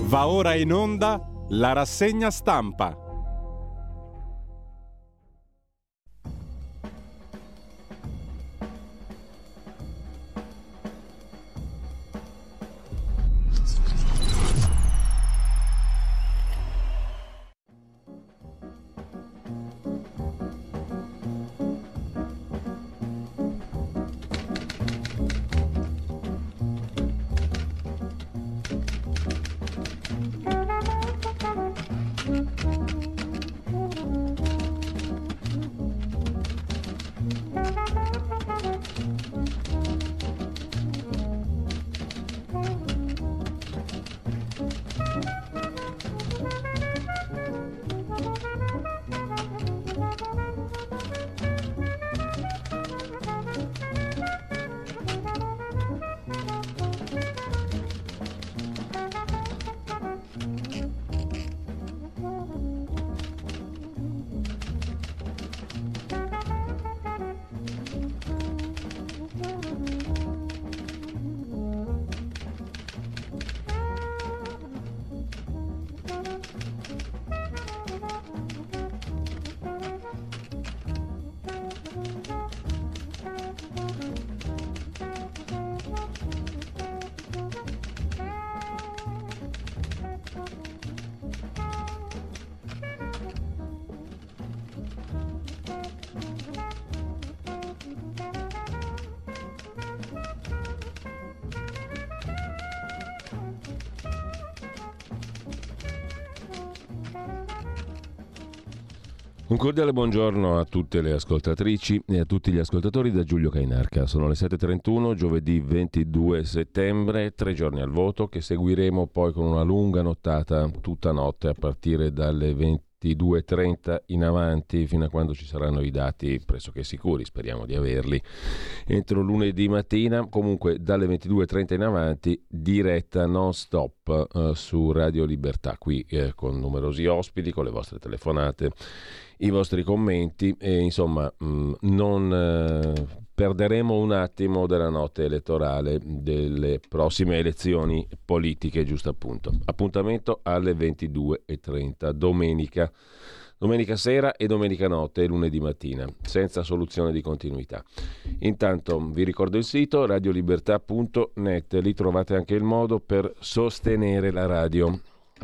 Va ora in onda la rassegna stampa. Un cordiale buongiorno a tutte le ascoltatrici e a tutti gli ascoltatori da Giulio Cainarca. Sono le 7.31, giovedì 22 settembre, 3 giorni al voto che seguiremo poi con una lunga nottata tutta notte a partire dalle 22.30 in avanti fino a quando ci saranno i dati pressoché sicuri, speriamo di averli, entro lunedì mattina. Comunque dalle 22.30 in avanti diretta non stop su Radio Libertà, qui con numerosi ospiti, con le vostre telefonate, i vostri commenti e insomma non perderemo un attimo della notte elettorale delle prossime elezioni politiche, giusto appunto. Appuntamento alle 22.30 domenica sera e domenica notte e lunedì mattina, senza soluzione di continuità. Intanto vi ricordo il sito radiolibertà.net, lì trovate anche il modo per sostenere la radio.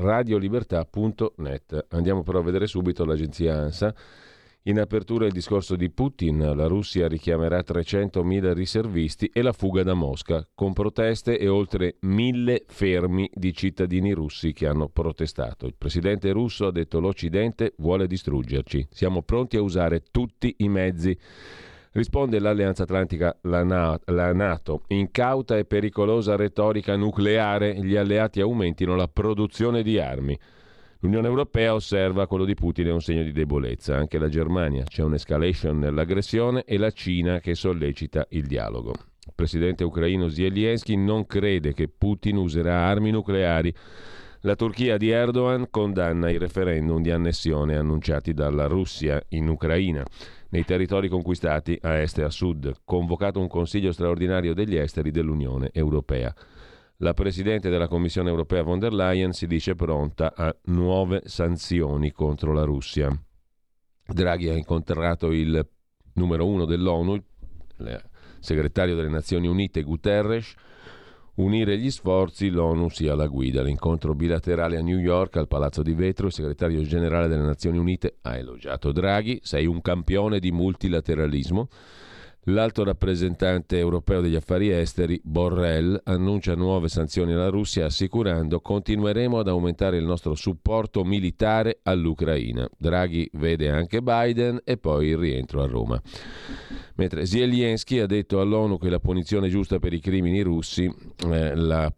Radiolibertà.net. Andiamo però a vedere subito l'agenzia ANSA. In apertura il discorso di Putin, la Russia richiamerà 300.000 riservisti e la fuga da Mosca, con proteste e oltre 1.000 fermi di cittadini russi che hanno protestato. Il presidente russo ha detto: l'Occidente vuole distruggerci, siamo pronti a usare tutti i mezzi. Risponde l'Alleanza Atlantica, la NATO, incauta e pericolosa retorica nucleare, gli alleati aumentino la produzione di armi. L'Unione Europea osserva quello di Putin è un segno di debolezza, anche la Germania, c'è un'escalation nell'aggressione e la Cina che sollecita il dialogo. Il presidente ucraino Zelensky non crede che Putin userà armi nucleari. La Turchia di Erdogan condanna i referendum di annessione annunciati dalla Russia in Ucraina, nei territori conquistati a est e a sud, convocato un consiglio straordinario degli esteri dell'Unione Europea. La Presidente della Commissione Europea von der Leyen si dice pronta a nuove sanzioni contro la Russia. Draghi ha incontrato il numero 1 dell'ONU, il segretario delle Nazioni Unite Guterres. Unire gli sforzi, l'ONU sia la guida. L'incontro bilaterale a New York al Palazzo di Vetro, il segretario generale delle Nazioni Unite ha elogiato Draghi: sei un campione di multilateralismo. L'alto rappresentante europeo degli affari esteri Borrell annuncia nuove sanzioni alla Russia, assicurando: continueremo ad aumentare il nostro supporto militare all'Ucraina. Draghi vede anche Biden e poi il rientro a Roma. Mentre Zelensky ha detto all'ONU che la punizione giusta per i crimini russi è la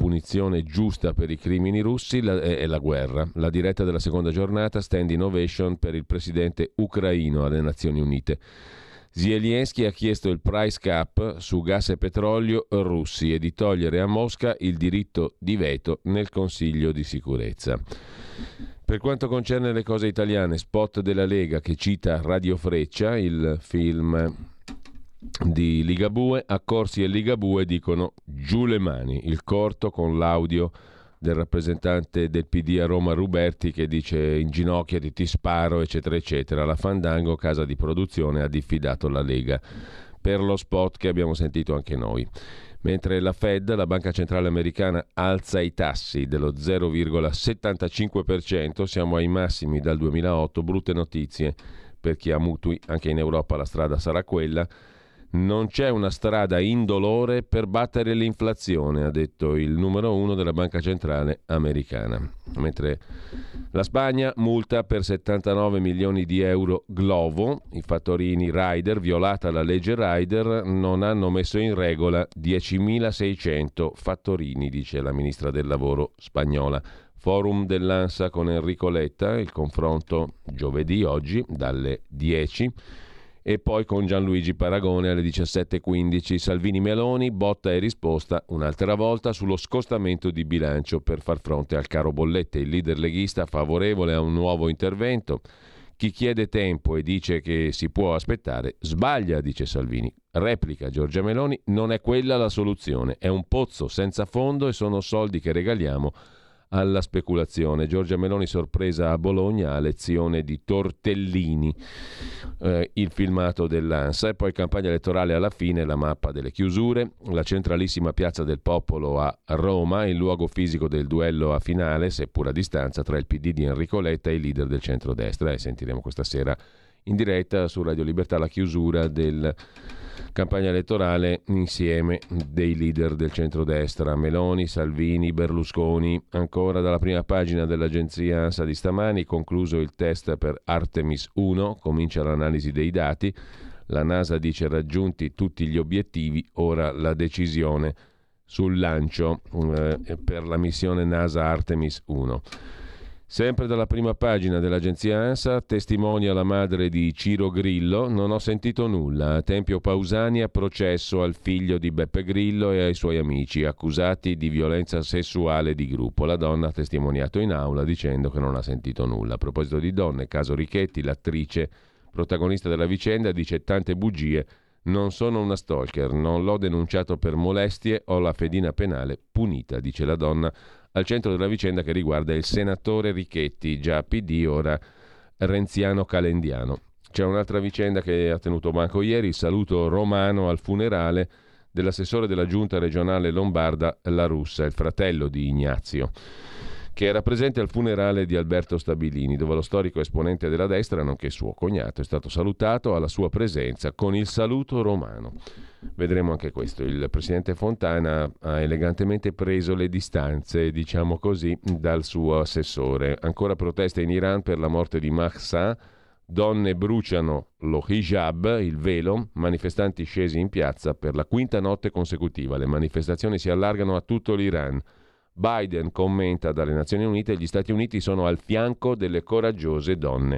guerra. La diretta della seconda giornata, standing ovation per il presidente ucraino alle Nazioni Unite. Zelensky ha chiesto il price cap su gas e petrolio russi e di togliere a Mosca il diritto di veto nel Consiglio di sicurezza. Per quanto concerne le cose italiane, spot della Lega che cita Radio Freccia, il film di Ligabue. Accorsi e Ligabue dicono giù le mani. Il corto con l'audio del rappresentante del PD a Roma Ruberti, che dice inginocchiati, ti sparo, eccetera eccetera. La Fandango, casa di produzione, ha diffidato la Lega per lo spot che abbiamo sentito anche noi. Mentre la Fed, la banca centrale americana, alza i tassi dello 0,75%, siamo ai massimi dal 2008, brutte notizie per chi ha mutui, anche in Europa la strada sarà quella. Non c'è una strada indolore per battere l'inflazione, ha detto il numero uno della banca centrale americana. Mentre la Spagna multa per 79 milioni di euro Glovo, i fattorini Rider, violata la legge Rider, non hanno messo in regola 10.600 fattorini, dice la ministra del lavoro spagnola. Forum dell'ANSA con Enrico Letta, il confronto giovedì oggi dalle 10. E poi con Gianluigi Paragone alle 17.15. Salvini Meloni, botta e risposta un'altra volta sullo scostamento di bilancio per far fronte al caro bollette. Il leader leghista favorevole a un nuovo intervento. Chi chiede tempo e dice che si può aspettare sbaglia, dice Salvini. Replica Giorgia Meloni, non è quella la soluzione, è un pozzo senza fondo e sono soldi che regaliamo alla speculazione. Giorgia Meloni sorpresa a Bologna a lezione di tortellini, il filmato dell'ANSA. E poi campagna elettorale alla fine, la mappa delle chiusure, la centralissima Piazza del Popolo a Roma, il luogo fisico del duello a finale, seppur a distanza, tra il PD di Enrico Letta e i leader del centrodestra. E sentiremo questa sera in diretta su Radio Libertà la chiusura del campagna elettorale insieme dei leader del centrodestra, Meloni, Salvini, Berlusconi. Ancora dalla prima pagina dell'agenzia ANSA di stamani, concluso il test per Artemis 1, comincia l'analisi dei dati, la NASA dice raggiunti tutti gli obiettivi, ora la decisione sul lancio per la missione NASA Artemis 1. Sempre dalla prima pagina dell'agenzia ANSA, testimonia la madre di Ciro Grillo, non ho sentito nulla. A Tempio Pausania, processo al figlio di Beppe Grillo e ai suoi amici, accusati di violenza sessuale di gruppo. La donna ha testimoniato in aula dicendo che non ha sentito nulla. A proposito di donne, caso Richetti, l'attrice protagonista della vicenda, dice tante bugie, non sono una stalker, non l'ho denunciato per molestie, ho la fedina penale punita, dice la donna, al centro della vicenda che riguarda il senatore Richetti, già PD, ora renziano calendiano. C'è un'altra vicenda che ha tenuto banco ieri, il saluto romano al funerale dell'assessore della giunta regionale lombarda La Russa, il fratello di Ignazio, che era presente al funerale di Alberto Stabilini, dove lo storico esponente della destra, nonché suo cognato, è stato salutato alla sua presenza con il saluto romano. Vedremo anche questo. Il presidente Fontana ha elegantemente preso le distanze, diciamo così, dal suo assessore. Ancora proteste in Iran per la morte di Mahsa, donne bruciano lo hijab, il velo, manifestanti scesi in piazza per la quinta notte consecutiva. Le manifestazioni si allargano a tutto l'Iran. Biden commenta dalle Nazioni Unite: gli Stati Uniti sono al fianco delle coraggiose donne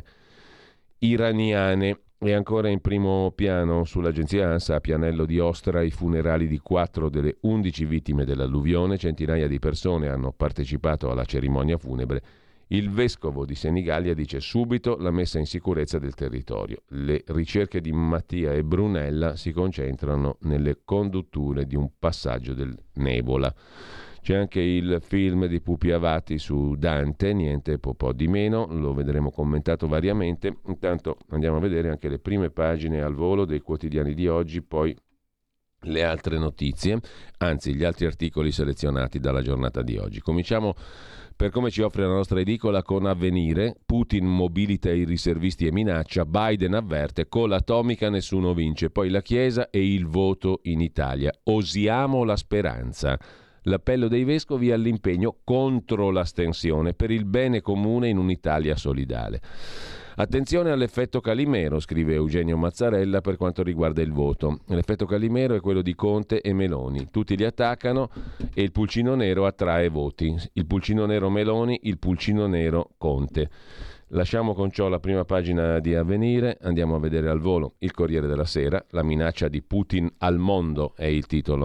iraniane. E ancora in primo piano sull'agenzia ANSA, a Pianello di Ostra, i funerali di 4 delle 11 vittime dell'alluvione. Centinaia di persone hanno partecipato alla cerimonia funebre. Il vescovo di Senigallia dice subito la messa in sicurezza del territorio. Le ricerche di Mattia e Brunella si concentrano nelle condutture di un passaggio del Nebola. C'è anche il film di Pupi Avati su Dante, niente po' di meno, lo vedremo commentato variamente. Intanto andiamo a vedere anche le prime pagine al volo dei quotidiani di oggi, poi le altre notizie, anzi gli altri articoli selezionati dalla giornata di oggi. Cominciamo, per come ci offre la nostra edicola, con Avvenire. Putin mobilita i riservisti e minaccia, Biden avverte, con l'atomica nessuno vince. Poi la Chiesa e il voto in Italia. Osiamo la speranza. L'appello dei vescovi all'impegno contro l'astensione per il bene comune in un'Italia solidale. Attenzione all'effetto Calimero, scrive Eugenio Mazzarella per quanto riguarda il voto. L'effetto Calimero è quello di Conte e Meloni. Tutti li attaccano e il pulcino nero attrae voti. Il pulcino nero Meloni, il pulcino nero Conte. Lasciamo con ciò la prima pagina di Avvenire, andiamo a vedere al volo il Corriere della Sera. La minaccia di Putin al mondo è il titolo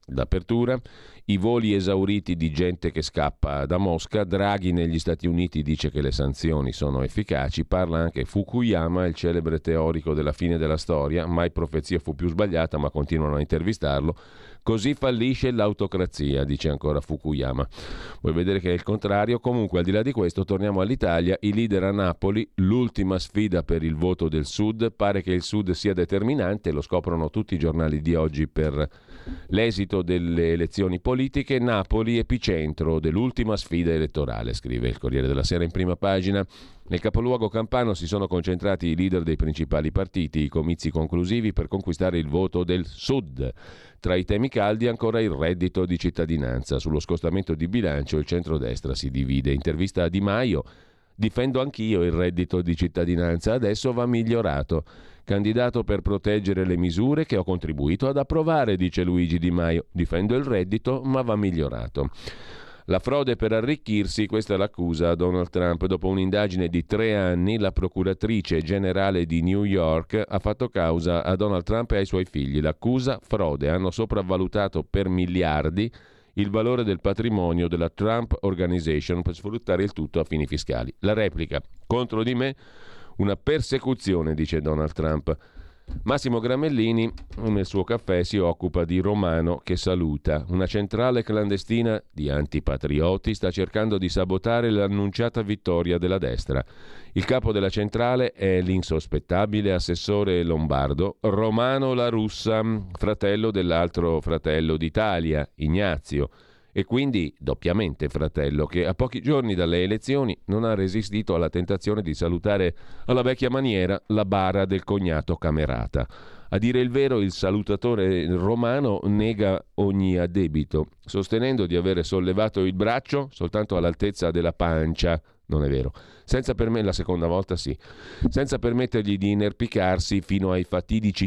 D'apertura, i voli esauriti di gente che scappa da Mosca, Draghi negli Stati Uniti dice che le sanzioni sono efficaci, parla anche Fukuyama, il celebre teorico della fine della storia, mai profezia fu più sbagliata ma continuano a intervistarlo, così fallisce l'autocrazia, dice ancora Fukuyama. Vuoi vedere che è il contrario? Comunque, al di là di questo, torniamo all'Italia, i leader a Napoli, l'ultima sfida per il voto del Sud, pare che il Sud sia determinante, lo scoprono tutti i giornali di oggi per l'esito delle elezioni politiche. Napoli epicentro dell'ultima sfida elettorale, scrive il Corriere della Sera in prima pagina. Nel capoluogo campano si sono concentrati i leader dei principali partiti, i comizi conclusivi per conquistare il voto del Sud. Tra i temi caldi ancora il reddito di cittadinanza. Sullo scostamento di bilancio il centrodestra si divide. Intervista a Di Maio: difendo anch'io il reddito di cittadinanza, adesso va migliorato. Candidato per proteggere le misure che ho contribuito ad approvare, dice Luigi Di Maio. Difendo il reddito, ma va migliorato. La frode per arricchirsi, questa è l'accusa a Donald Trump. Dopo un'indagine di 3 anni, la procuratrice generale di New York ha fatto causa a Donald Trump e ai suoi figli. L'accusa: frode, hanno sopravvalutato per miliardi il valore del patrimonio della Trump Organization per sfruttare il tutto a fini fiscali. La replica: contro di me una persecuzione, dice Donald Trump. Massimo Gramellini nel suo caffè si occupa di Romano che saluta. Una centrale clandestina di antipatrioti sta cercando di sabotare l'annunciata vittoria della destra. Il capo della centrale è l'insospettabile assessore lombardo Romano La Russa, fratello dell'altro fratello d'Italia, Ignazio, e quindi doppiamente fratello, che a pochi giorni dalle elezioni non ha resistito alla tentazione di salutare alla vecchia maniera la bara del cognato Camerata. A dire il vero, il salutatore romano nega ogni addebito, sostenendo di avere sollevato il braccio soltanto all'altezza della pancia. Non è vero. La seconda volta sì. Senza permettergli di inerpicarsi fino ai fatidici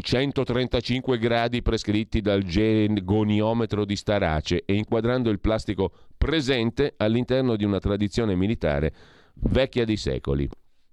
135 gradi prescritti dal goniometro di Starace e inquadrando il plastico presente all'interno di una tradizione militare vecchia di secoli.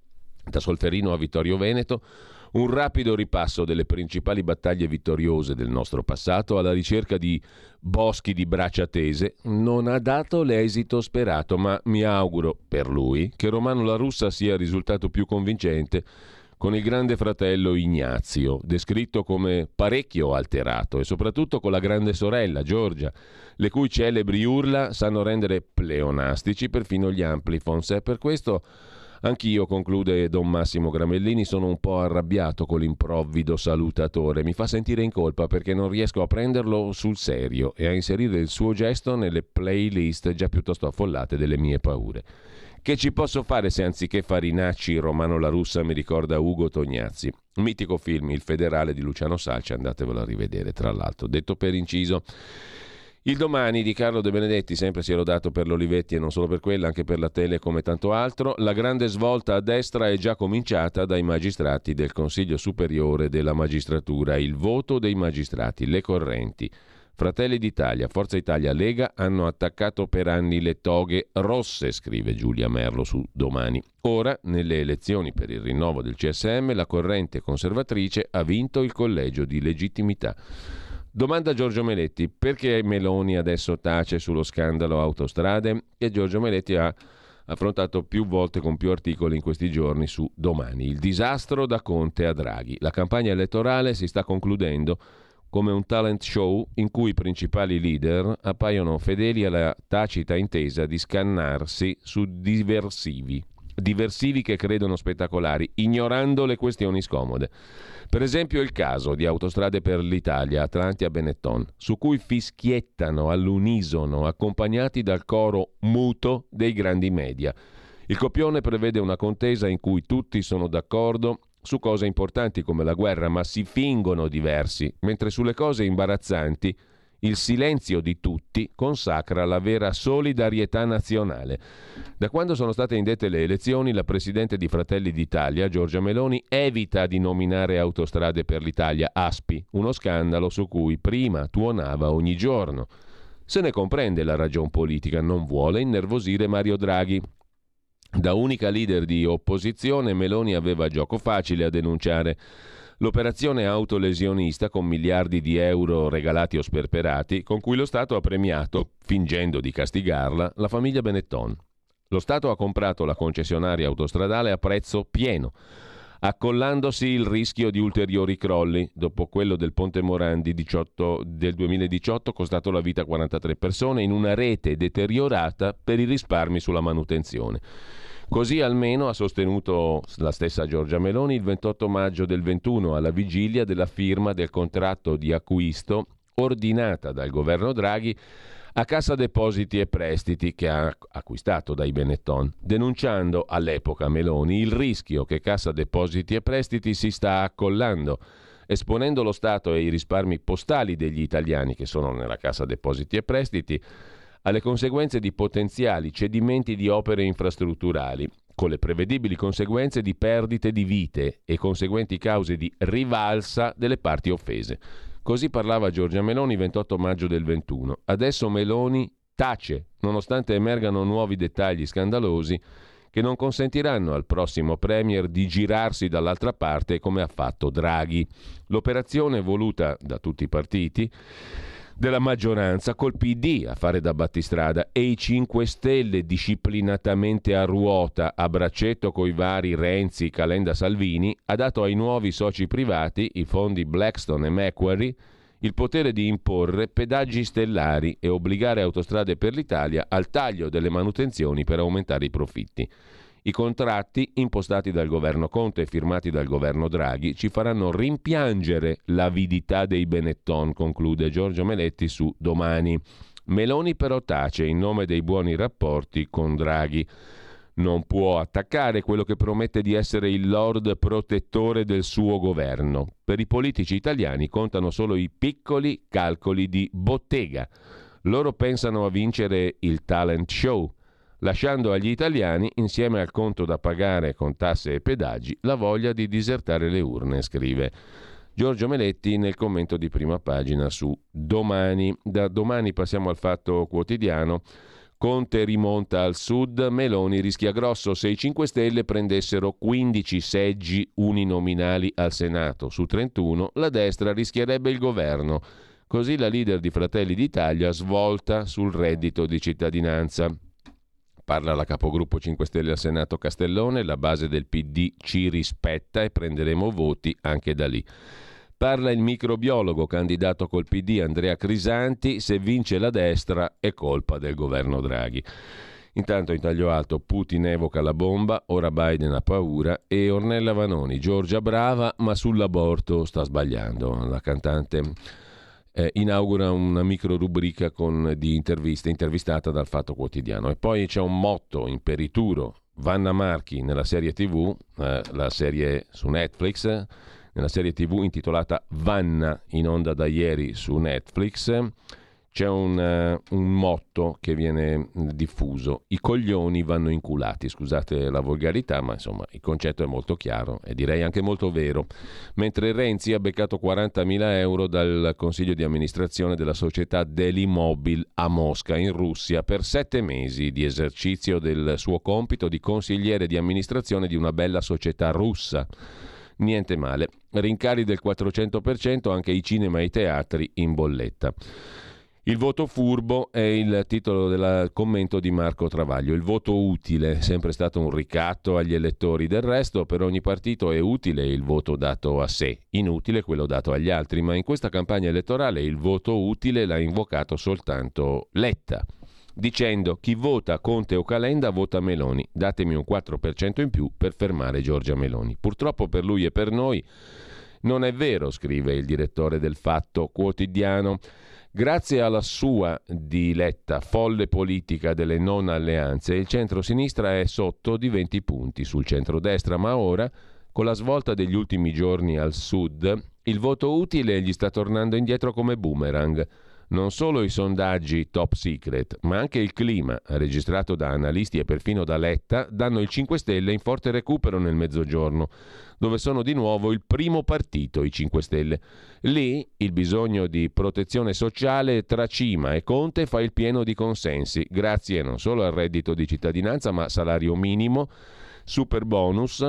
Da Solferino a Vittorio Veneto, un rapido ripasso delle principali battaglie vittoriose del nostro passato alla ricerca di boschi di braccia tese non ha dato l'esito sperato, ma mi auguro per lui che Romano La Russa sia risultato più convincente con il grande fratello Ignazio, descritto come parecchio alterato, e soprattutto con la grande sorella Giorgia, le cui celebri urla sanno rendere pleonastici perfino gli Amplifons. E per questo anch'io, conclude Don Massimo Gramellini, sono un po' arrabbiato con l'improvvido salutatore. Mi fa sentire in colpa perché non riesco a prenderlo sul serio e a inserire il suo gesto nelle playlist già piuttosto affollate delle mie paure. Che ci posso fare se anziché Farinacci Romano La Russa mi ricorda Ugo Tognazzi? Mitico film, Il Federale di Luciano Salci, andatevelo a rivedere tra l'altro. Detto per inciso. Il Domani di Carlo De Benedetti sempre si è lodato per l'Olivetti e non solo per quella, anche per la tele come tanto altro. La grande svolta a destra è già cominciata dai magistrati del Consiglio Superiore della Magistratura. Il voto dei magistrati, le correnti. Fratelli d'Italia, Forza Italia, Lega hanno attaccato per anni le toghe rosse, scrive Giulia Merlo su Domani. Ora, nelle elezioni per il rinnovo del CSM, la corrente conservatrice ha vinto il collegio di legittimità. Domanda Giorgio Meletti: perché Meloni adesso tace sullo scandalo autostrade? E Giorgio Meletti ha affrontato più volte con più articoli in questi giorni su Domani. Il disastro da Conte a Draghi. La campagna elettorale si sta concludendo come un talent show in cui i principali leader appaiono fedeli alla tacita intesa di scannarsi su diversivi che credono spettacolari, ignorando le questioni scomode. Per esempio il caso di Autostrade per l'Italia, Atlantia-Benetton, su cui fischiettano all'unisono, accompagnati dal coro muto dei grandi media. Il copione prevede una contesa in cui tutti sono d'accordo su cose importanti come la guerra, ma si fingono diversi, mentre sulle cose imbarazzanti il silenzio di tutti consacra la vera solidarietà nazionale. Da quando sono state indette le elezioni, la presidente di Fratelli d'Italia, Giorgia Meloni, evita di nominare Autostrade per l'Italia, ASPI, uno scandalo su cui prima tuonava ogni giorno. Se ne comprende la ragion politica, non vuole innervosire Mario Draghi. Da unica leader di opposizione, Meloni aveva gioco facile a denunciare L'operazione autolesionista con miliardi di euro regalati o sperperati con cui lo Stato ha premiato, fingendo di castigarla, la famiglia Benetton. Lo Stato ha comprato la concessionaria autostradale a prezzo pieno, accollandosi il rischio di ulteriori crolli, dopo quello del Ponte Morandi del 2018 costato la vita a 43 persone in una rete deteriorata per i risparmi sulla manutenzione. Così almeno ha sostenuto la stessa Giorgia Meloni il 28 maggio del 21 alla vigilia della firma del contratto di acquisto ordinata dal governo Draghi a Cassa Depositi e Prestiti che ha acquistato dai Benetton, denunciando all'epoca Meloni il rischio che Cassa Depositi e Prestiti si sta accollando, esponendo lo Stato e i risparmi postali degli italiani che sono nella Cassa Depositi e Prestiti alle conseguenze di potenziali cedimenti di opere infrastrutturali, con le prevedibili conseguenze di perdite di vite e conseguenti cause di rivalsa delle parti offese. Così parlava Giorgia Meloni 28 maggio del 21. Adesso Meloni tace, nonostante emergano nuovi dettagli scandalosi che non consentiranno al prossimo premier di girarsi dall'altra parte come ha fatto Draghi. L'operazione voluta da tutti i partiti della maggioranza col PD a fare da battistrada e i 5 Stelle disciplinatamente a ruota a braccetto coi vari Renzi, Calenda, Salvini ha dato ai nuovi soci privati, i fondi Blackstone e Macquarie, il potere di imporre pedaggi stellari e obbligare Autostrade per l'Italia al taglio delle manutenzioni per aumentare i profitti. I contratti impostati dal governo Conte e firmati dal governo Draghi ci faranno rimpiangere l'avidità dei Benetton, conclude Giorgio Meletti su Domani. Meloni però tace in nome dei buoni rapporti con Draghi. Non può attaccare quello che promette di essere il lord protettore del suo governo. Per i politici italiani contano solo i piccoli calcoli di bottega. Loro pensano a vincere il talent show, lasciando agli italiani, insieme al conto da pagare con tasse e pedaggi, la voglia di disertare le urne, scrive Giorgio Meletti nel commento di prima pagina su Domani. Da Domani passiamo al Fatto Quotidiano. Conte rimonta al sud, Meloni rischia grosso se i 5 Stelle prendessero 15 seggi uninominali al Senato. Su 31 la destra rischierebbe il governo. Così la leader di Fratelli d'Italia svolta sul reddito di cittadinanza. Parla la capogruppo 5 Stelle al Senato Castellone, la base del PD ci rispetta e prenderemo voti anche da lì. Parla il microbiologo candidato col PD Andrea Crisanti, se vince la destra è colpa del governo Draghi. Intanto in taglio alto Putin evoca la bomba, ora Biden ha paura e Ornella Vanoni, Giorgia brava ma sull'aborto sta sbagliando. La cantante inaugura una micro rubrica di intervistata dal Fatto Quotidiano. E poi c'è un motto imperituro, Vanna Marchi nella serie TV, la serie su Netflix, nella serie TV intitolata Vanna, in onda da ieri su Netflix, c'è un motto che viene diffuso: i coglioni vanno inculati. Scusate la volgarità, ma insomma il concetto è molto chiaro e direi anche molto vero. Mentre Renzi ha beccato 40.000 euro dal consiglio di amministrazione della società Delimobil a Mosca, in Russia, per 7 mesi di esercizio del suo compito di consigliere di amministrazione di una bella società russa. Niente male. Rincari del 400%, anche i cinema e i teatri in bolletta. Il voto furbo è il titolo del commento di Marco Travaglio. Il voto utile, sempre stato un ricatto agli elettori. Del resto, per ogni partito è utile il voto dato a sé, inutile quello dato agli altri, ma in questa campagna elettorale il voto utile l'ha invocato soltanto Letta, dicendo: chi vota Conte o Calenda vota Meloni, datemi un 4% in più per fermare Giorgia Meloni. Purtroppo per lui e per noi non è vero, scrive il direttore del Fatto Quotidiano. Grazie alla sua, di Letta, folle politica delle non alleanze, il centro-sinistra è sotto di 20 punti sul centro-destra, ma ora, con la svolta degli ultimi giorni al sud, il voto utile gli sta tornando indietro come boomerang. Non solo i sondaggi top secret, ma anche il clima, registrato da analisti e perfino da Letta, danno il 5 Stelle in forte recupero nel Mezzogiorno, dove sono di nuovo il primo partito, i 5 Stelle. Lì il bisogno di protezione sociale tracima e Conte fa il pieno di consensi, grazie non solo al reddito di cittadinanza, ma salario minimo, super bonus,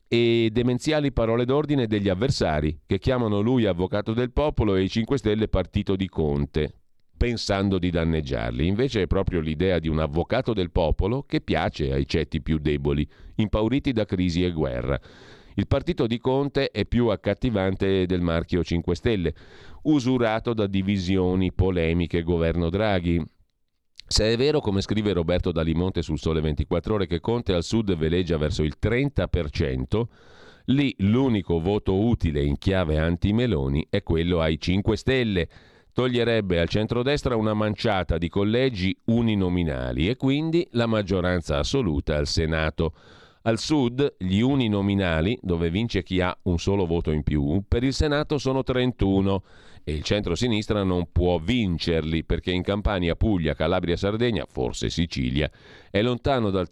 e demenziali parole d'ordine degli avversari, che chiamano lui avvocato del popolo e i 5 Stelle partito di Conte, pensando di danneggiarli. Invece è proprio l'idea di un avvocato del popolo che piace ai ceti più deboli, impauriti da crisi e guerra. Il partito di Conte è più accattivante del marchio 5 Stelle, usurato da divisioni, polemiche, governo Draghi. Se è vero, come scrive Roberto Dalimonte sul Sole 24 Ore, che Conte al sud veleggia verso il 30%, lì l'unico voto utile in chiave anti-Meloni è quello ai 5 Stelle. Toglierebbe al centrodestra una manciata di collegi uninominali e quindi la maggioranza assoluta al Senato. Al sud gli uninominali, dove vince chi ha un solo voto in più, per il Senato sono 31 e il centro-sinistra non può vincerli perché in Campania, Puglia, Calabria, Sardegna, forse Sicilia, è lontano dal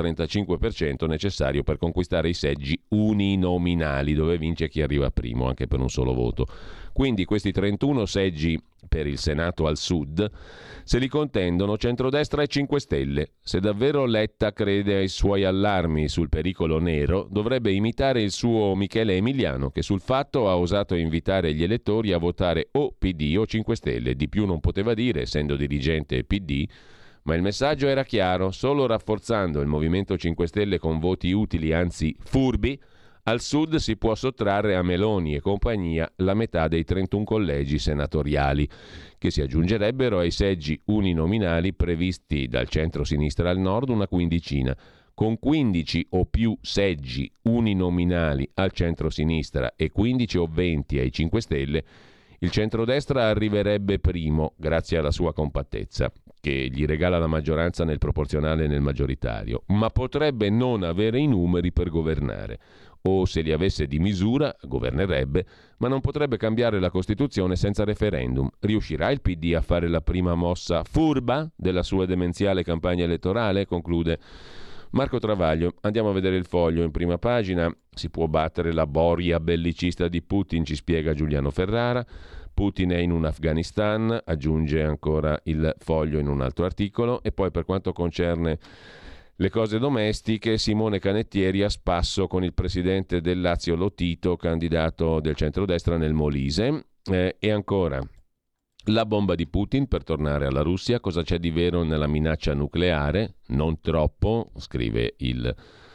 30-35% necessario per conquistare i seggi uninominali, dove vince chi arriva primo anche per un solo voto. Quindi questi 31 seggi per il Senato al sud se li contendono centrodestra e 5 Stelle. Se davvero Letta crede ai suoi allarmi sul pericolo nero, dovrebbe imitare il suo Michele Emiliano, che sul fatto ha osato invitare gli elettori a votare o PD o 5 Stelle. Di più non poteva dire, essendo dirigente PD, ma il messaggio era chiaro: solo rafforzando il Movimento 5 Stelle con voti utili, anzi furbi, al sud si può sottrarre a Meloni e compagnia la metà dei 31 collegi senatoriali, che si aggiungerebbero ai seggi uninominali previsti dal centro-sinistra al nord, una quindicina. Con 15 o più seggi uninominali al centro-sinistra e 15 o 20 ai 5 Stelle, il centrodestra arriverebbe primo grazie alla sua compattezza, che gli regala la maggioranza nel proporzionale e nel maggioritario, ma potrebbe non avere i numeri per governare. O se li avesse di misura, governerebbe, ma non potrebbe cambiare la Costituzione senza referendum. Riuscirà il PD a fare la prima mossa furba della sua demenziale campagna elettorale? Conclude Marco Travaglio. Andiamo a vedere il Foglio in prima pagina. Si può battere la boria bellicista di Putin, ci spiega Giuliano Ferrara. Putin è in un Afghanistan, aggiunge ancora il Foglio in un altro articolo. E poi per quanto concerne le cose domestiche, Simone Canettieri a spasso con il presidente del Lazio Lotito, candidato del centrodestra nel Molise. E ancora, la bomba di Putin per tornare alla Russia, cosa c'è di vero nella minaccia nucleare? Non troppo, scrive il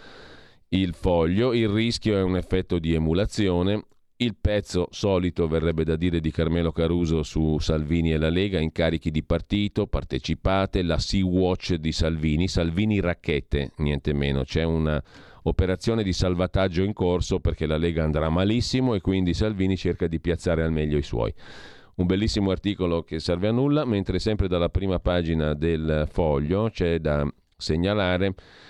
Foglio, il rischio è un effetto di emulazione. Il pezzo solito, verrebbe da dire, di Carmelo Caruso su Salvini e la Lega, incarichi di partito, partecipate, la Sea-Watch di Salvini racchette, niente meno. C'è una operazione di salvataggio in corso perché la Lega andrà malissimo e quindi Salvini cerca di piazzare al meglio i suoi. Un bellissimo articolo che serve a nulla, mentre sempre dalla prima pagina del Foglio c'è da segnalare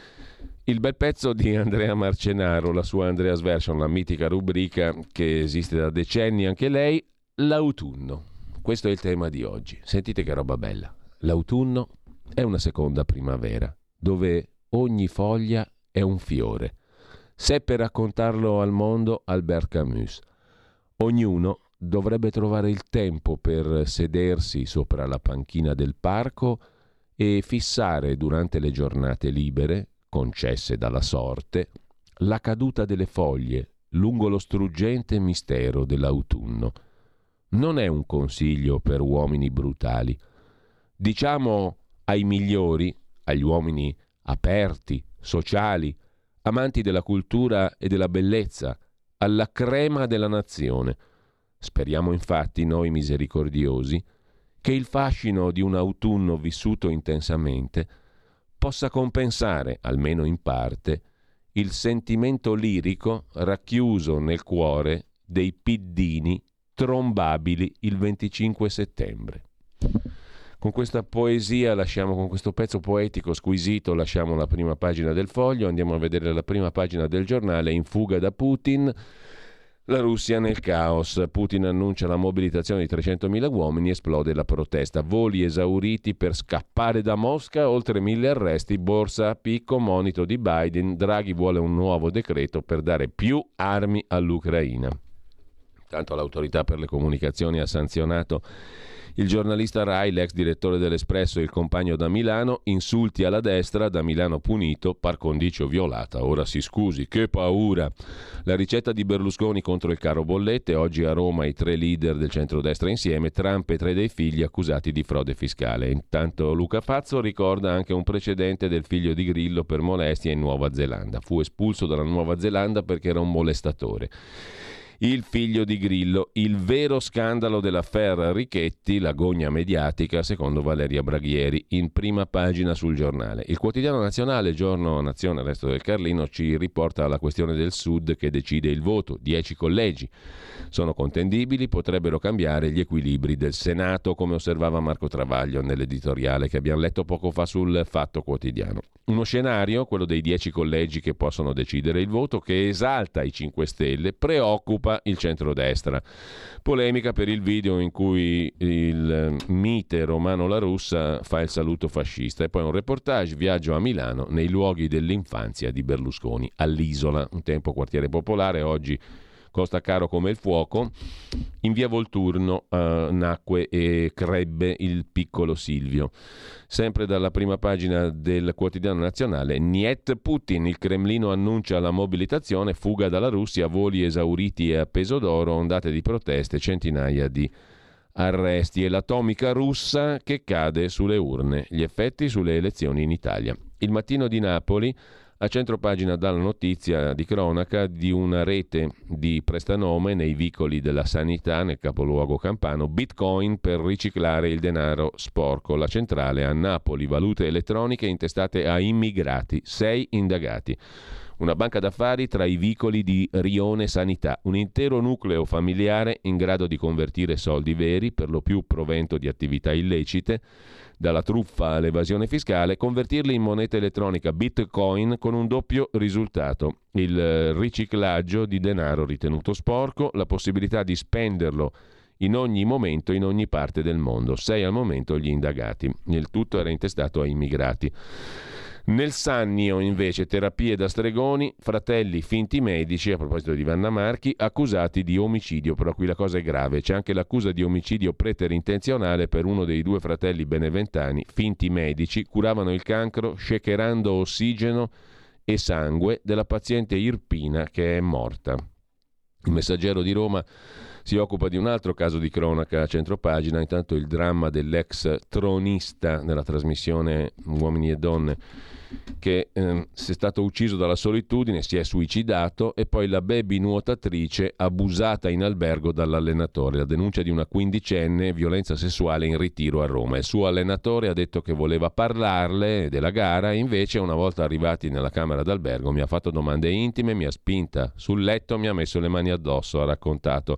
il bel pezzo di Andrea Marcenaro, la sua Andrea's Version, la mitica rubrica che esiste da decenni anche lei, l'autunno. Questo è il tema di oggi. Sentite che roba bella. L'autunno è una seconda primavera, dove ogni foglia è un fiore. Seppe raccontarlo al mondo Albert Camus. Ognuno dovrebbe trovare il tempo per sedersi sopra la panchina del parco e fissare durante le giornate libere concesse dalla sorte, la caduta delle foglie lungo lo struggente mistero dell'autunno. Non è un consiglio per uomini brutali. Diciamo ai migliori, agli uomini aperti, sociali, amanti della cultura e della bellezza, alla crema della nazione. Speriamo infatti, noi misericordiosi, che il fascino di un autunno vissuto intensamente possa compensare, almeno in parte, il sentimento lirico racchiuso nel cuore dei piddini trombabili il 25 settembre. Con questa poesia con questo pezzo poetico squisito lasciamo la prima pagina del Foglio, andiamo a vedere la prima pagina del Giornale. In fuga da Putin, la Russia nel caos. Putin annuncia la mobilitazione di 300.000 uomini, esplode la protesta. Voli esauriti per scappare da Mosca, oltre 1.000 arresti, borsa a picco, monito di Biden. Draghi vuole un nuovo decreto per dare più armi all'Ucraina. Tanto l'autorità per le comunicazioni ha sanzionato Il giornalista Rai, l'ex direttore dell'Espresso e il compagno da Milano, insulti alla destra, da Milano punito, par condicio violata. Ora si scusi, che paura! La ricetta di Berlusconi contro il caro bollette, oggi a Roma i 3 leader del centrodestra insieme, Trump e 3 dei figli accusati di frode fiscale. Intanto Luca Fazzo ricorda anche un precedente del figlio di Grillo per molestia in Nuova Zelanda. Fu espulso dalla Nuova Zelanda perché era un molestatore. Il figlio di Grillo, il vero scandalo dell'affaire Richetti, la gogna mediatica, secondo Valeria Braghieri, in prima pagina sul giornale. Il quotidiano nazionale, Giorno Nazione, Resto del Carlino, ci riporta alla questione del Sud che decide il voto. 10 collegi sono contendibili, potrebbero cambiare gli equilibri del Senato, come osservava Marco Travaglio nell'editoriale che abbiamo letto poco fa sul Fatto Quotidiano. Uno scenario, quello dei 10 collegi che possono decidere il voto, che esalta i 5 Stelle, preoccupa il centrodestra. Polemica per il video in cui il mite Romano La Russa fa il saluto fascista, e poi un reportage, viaggio a Milano nei luoghi dell'infanzia di Berlusconi, all'Isola, un tempo quartiere popolare, oggi costa caro come il fuoco. In via Volturno nacque e crebbe il piccolo Silvio. Sempre dalla prima pagina del quotidiano nazionale, Niet Putin, il Cremlino annuncia la mobilitazione, fuga dalla Russia, voli esauriti e a peso d'oro, ondate di proteste, centinaia di arresti e l'atomica russa che cade sulle urne, gli effetti sulle elezioni in Italia. Il Mattino di Napoli, a centropagina dalla notizia di cronaca di una rete di prestanome nei vicoli della sanità nel capoluogo campano, Bitcoin per riciclare il denaro sporco. La centrale a Napoli, valute elettroniche intestate a immigrati, 6 indagati. Una banca d'affari tra i vicoli di Rione Sanità, un intero nucleo familiare in grado di convertire soldi veri, per lo più provento di attività illecite, dalla truffa all'evasione fiscale, convertirli in moneta elettronica Bitcoin con un doppio risultato: il riciclaggio di denaro ritenuto sporco, la possibilità di spenderlo in ogni momento, in ogni parte del mondo. 6 al momento gli indagati. Il tutto era intestato a immigrati. Nel Sannio, invece, terapie da stregoni, fratelli finti medici, a proposito di Vanna Marchi, accusati di omicidio, però qui la cosa è grave. C'è anche l'accusa di omicidio preterintenzionale per uno dei 2 fratelli beneventani, finti medici, curavano il cancro shakerando ossigeno e sangue della paziente Irpina che è morta. Il Messaggero di Roma si occupa di un altro caso di cronaca a centropagina, intanto il dramma dell'ex tronista nella trasmissione Uomini e Donne che è stato ucciso dalla solitudine, si è suicidato, e poi la baby nuotatrice abusata in albergo dall'allenatore, la denuncia di una 15enne, violenza sessuale in ritiro a Roma. Il suo allenatore ha detto che voleva parlarle della gara, e invece una volta arrivati nella camera d'albergo mi ha fatto domande intime, mi ha spinta sul letto, mi ha messo le mani addosso, ha raccontato.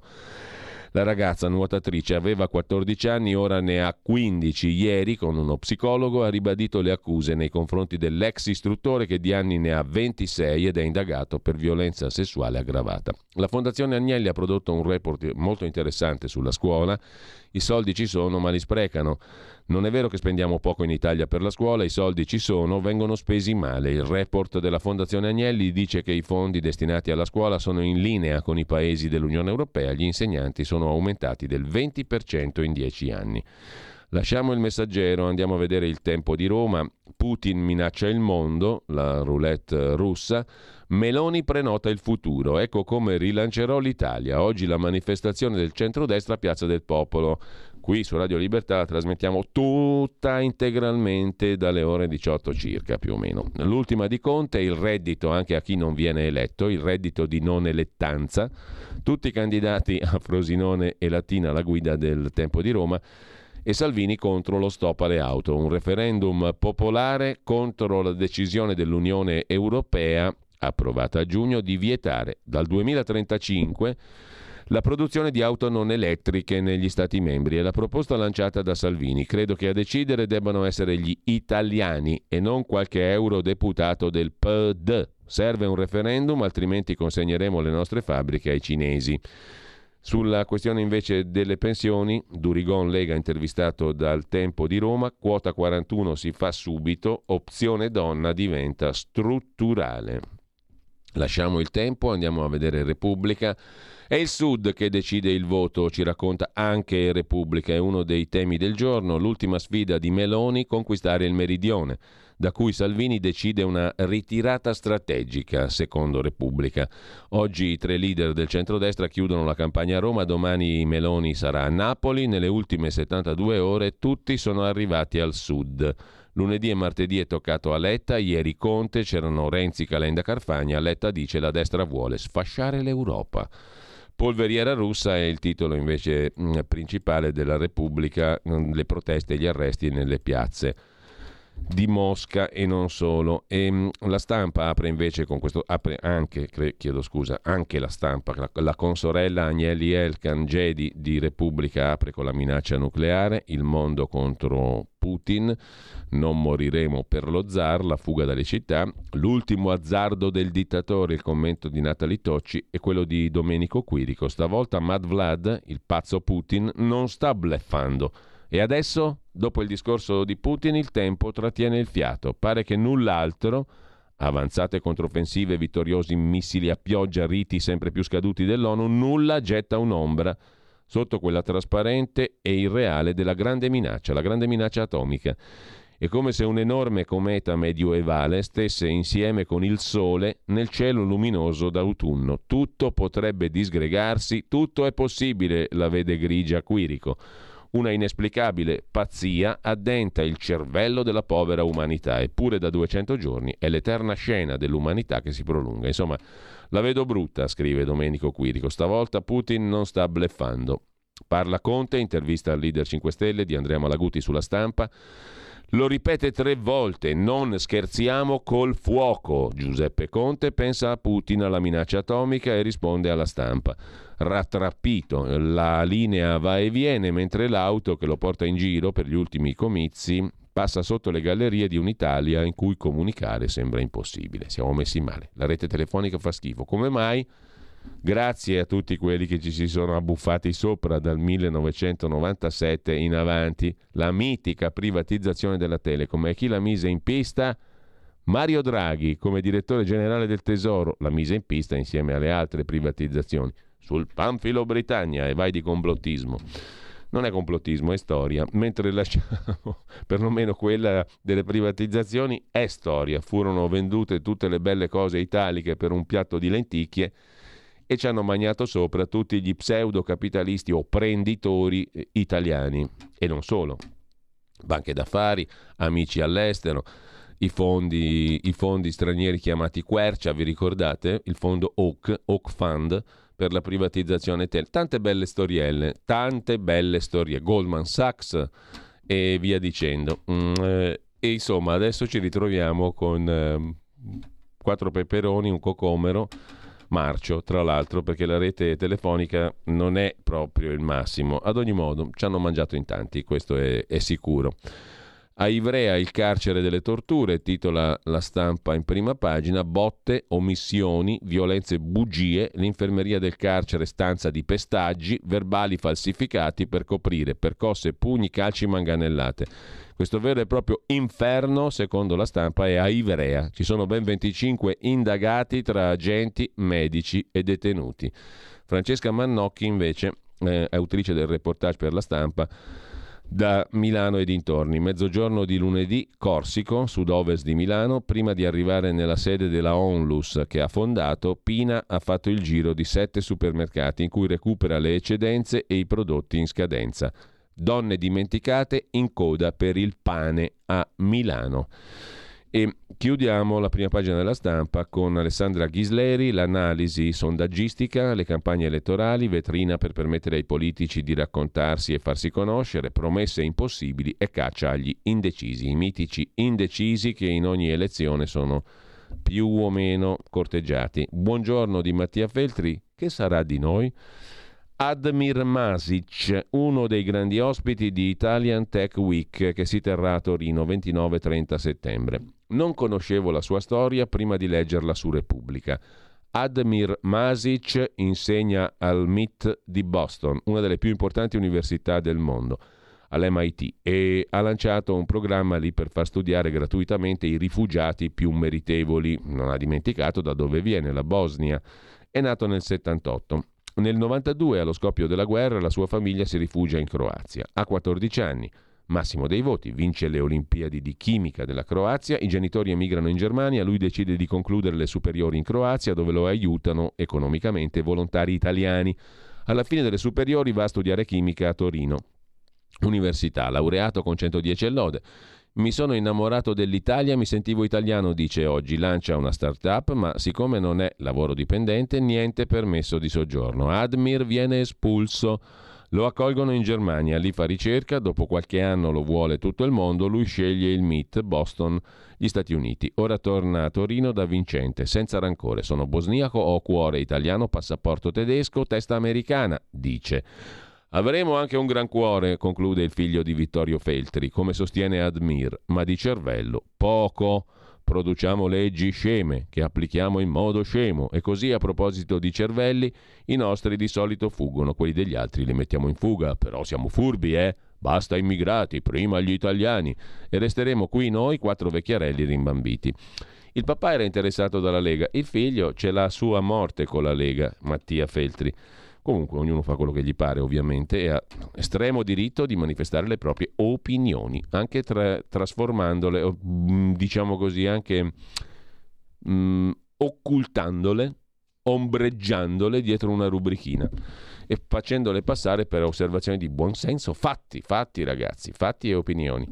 La ragazza nuotatrice aveva 14 anni, ora ne ha 15. Ieri, con uno psicologo, ha ribadito le accuse nei confronti dell'ex istruttore che di anni ne ha 26 ed è indagato per violenza sessuale aggravata. La Fondazione Agnelli ha prodotto un report molto interessante sulla scuola. I soldi ci sono, ma li sprecano. Non è vero che spendiamo poco in Italia per la scuola, i soldi ci sono, vengono spesi male. Il report della Fondazione Agnelli dice che i fondi destinati alla scuola sono in linea con i paesi dell'Unione Europea, gli insegnanti sono aumentati del 20% in 10 anni. Lasciamo il Messaggero, andiamo a vedere Il Tempo di Roma. Putin minaccia il mondo, la roulette russa. Meloni prenota il futuro, ecco come rilancerò l'Italia. Oggi la manifestazione del centrodestra a Piazza del Popolo. Qui su Radio Libertà la trasmettiamo tutta integralmente dalle ore 18 circa, più o meno. L'ultima di Conte, il reddito anche a chi non viene eletto, il reddito di non elettanza. Tutti i candidati a Frosinone e Latina alla guida del Tempo di Roma. E Salvini contro lo stop alle auto, un referendum popolare contro la decisione dell'Unione Europea, approvata a giugno, di vietare dal 2035 la produzione di auto non elettriche negli Stati membri. È la proposta lanciata da Salvini. Credo che a decidere debbano essere gli italiani e non qualche eurodeputato del PD. Serve un referendum, altrimenti consegneremo le nostre fabbriche ai cinesi. Sulla questione invece delle pensioni, Durigon Lega intervistato dal Tempo di Roma, quota 41 si fa subito, opzione donna diventa strutturale. Lasciamo il Tempo, andiamo a vedere Repubblica. È il Sud che decide il voto, ci racconta anche Repubblica, è uno dei temi del giorno, l'ultima sfida di Meloni, conquistare il meridione, da cui Salvini decide una ritirata strategica, secondo Repubblica. Oggi i 3 leader del centrodestra chiudono la campagna a Roma, domani Meloni sarà a Napoli, nelle ultime 72 ore tutti sono arrivati al Sud. Lunedì e martedì è toccato a Letta, ieri Conte, c'erano Renzi, Calenda, Carfagna, Letta dice la destra vuole sfasciare l'Europa. Polveriera russa è il titolo invece principale della Repubblica, le proteste e gli arresti nelle piazze di Mosca e non solo. E la Stampa apre invece con questo, anche la Stampa, la consorella Agnelli Elkan Gedi di Repubblica apre con la minaccia nucleare, il mondo contro Putin, non moriremo per lo zar, la fuga dalle città, l'ultimo azzardo del dittatore, il commento di Natali Tocci e quello di Domenico Quirico. Stavolta Mad Vlad, il pazzo Putin, non sta bluffando. E adesso, dopo il discorso di Putin, il Tempo trattiene il fiato. Pare che null'altro, avanzate controffensive, vittoriosi missili a pioggia, riti sempre più scaduti dell'ONU, nulla getta un'ombra sotto quella trasparente e irreale della grande minaccia, la grande minaccia atomica. È come se un enorme cometa medioevale stesse insieme con il Sole nel cielo luminoso d'autunno. Tutto potrebbe disgregarsi, tutto è possibile, la vede grigia Quirico. Una inesplicabile pazzia addenta il cervello della povera umanità, eppure da 200 giorni è l'eterna scena dell'umanità che si prolunga. Insomma, la vedo brutta, scrive Domenico Quirico. Stavolta Putin non sta bluffando. Parla Conte, intervista al leader 5 Stelle di Andrea Malaguti sulla Stampa. Lo ripete 3 volte, non scherziamo col fuoco. Giuseppe Conte pensa a Putin, alla minaccia atomica e risponde alla Stampa. Rattrappito, la linea va e viene mentre l'auto che lo porta in giro per gli ultimi comizi passa sotto le gallerie di un'Italia in cui comunicare sembra impossibile. Siamo messi male, la rete telefonica fa schifo. Come mai? Grazie a tutti quelli che ci si sono abbuffati sopra dal 1997 in avanti, la mitica privatizzazione della Telecom. E chi la mise in pista? Mario Draghi, come direttore generale del Tesoro, la mise in pista insieme alle altre privatizzazioni. Sul panfilo Britannia, e vai di complottismo. Non è complottismo, è storia. Mentre lasciamo, perlomeno quella delle privatizzazioni, è storia. Furono vendute tutte le belle cose italiche per un piatto di lenticchie e ci hanno magnato sopra tutti gli pseudo-capitalisti o prenditori italiani. E non solo. Banche d'affari, amici all'estero, i fondi stranieri chiamati Quercia, vi ricordate? Il fondo Oak Fund per la privatizzazione tante belle storielle, Goldman Sachs e via dicendo. E insomma, adesso ci ritroviamo con 4 peperoni, un cocomero, marcio, tra l'altro, perché la rete telefonica non è proprio il massimo. Ad ogni modo, ci hanno mangiato in tanti, questo è sicuro. A Ivrea il carcere delle torture, titola la Stampa in prima pagina, botte, omissioni, violenze, bugie, l'infermeria del carcere stanza di pestaggi, verbali falsificati per coprire percosse, pugni, calci, manganellate. Questo vero e proprio inferno, secondo la Stampa, è a Ivrea. Ci sono ben 25 indagati tra agenti, medici e detenuti. Francesca Mannocchi invece, autrice del reportage per la Stampa, da Milano e dintorni. Mezzogiorno di lunedì, Corsico, sud-ovest di Milano. Prima di arrivare nella sede della Onlus che ha fondato, Pina ha fatto il giro di 7 supermercati in cui recupera le eccedenze e i prodotti in scadenza. Donne dimenticate in coda per il pane a Milano. E chiudiamo la prima pagina della Stampa con Alessandra Ghisleri, l'analisi sondaggistica, le campagne elettorali, vetrina per permettere ai politici di raccontarsi e farsi conoscere, promesse impossibili e caccia agli indecisi, i mitici indecisi che in ogni elezione sono più o meno corteggiati. Buongiorno di Mattia Feltri, che sarà di noi? Admir Masic, uno dei grandi ospiti di Italian Tech Week che si terrà a Torino 29-30 settembre. Non conoscevo la sua storia prima di leggerla su Repubblica. Admir Masic insegna al MIT di Boston, una delle più importanti università del mondo. all'MIT e ha lanciato un programma lì per far studiare gratuitamente i rifugiati più meritevoli. Non ha dimenticato da dove viene, la Bosnia. È nato nel 78. Nel 92, allo scoppio della guerra, la sua famiglia si rifugia in Croazia. Ha 14 anni, massimo dei voti, vince le Olimpiadi di chimica della Croazia, i genitori emigrano in Germania, lui decide di concludere le superiori in Croazia, dove lo aiutano economicamente volontari italiani. Alla fine delle superiori va a studiare chimica a Torino Università, laureato con 110 e lode. Mi sono innamorato dell'Italia, mi sentivo italiano, dice oggi. Lancia una start-up, ma siccome non è lavoro dipendente, niente permesso di soggiorno. Admir viene espulso. Lo accolgono in Germania, lì fa ricerca, dopo qualche anno lo vuole tutto il mondo, lui sceglie il MIT, Boston, gli Stati Uniti. Ora torna a Torino da vincente, senza rancore. Sono bosniaco, ho cuore italiano, passaporto tedesco, testa americana, dice. Avremo anche un gran cuore, conclude il figlio di Vittorio Feltri, come sostiene Admir, ma di cervello poco. Produciamo leggi sceme che applichiamo in modo scemo e così, a proposito di cervelli, i nostri di solito fuggono, quelli degli altri li mettiamo in fuga, però siamo furbi, basta immigrati, prima gli italiani, e resteremo qui noi 4 vecchiarelli rimbambiti. Il papà era interessato dalla Lega, il figlio ce l'ha su a morte con la Lega, Mattia Feltri. Comunque ognuno fa quello che gli pare, ovviamente, e ha estremo diritto di manifestare le proprie opinioni, anche trasformandole, diciamo così, anche occultandole, ombreggiandole dietro una rubrichina e facendole passare per osservazioni di buonsenso. Fatti ragazzi, fatti e opinioni.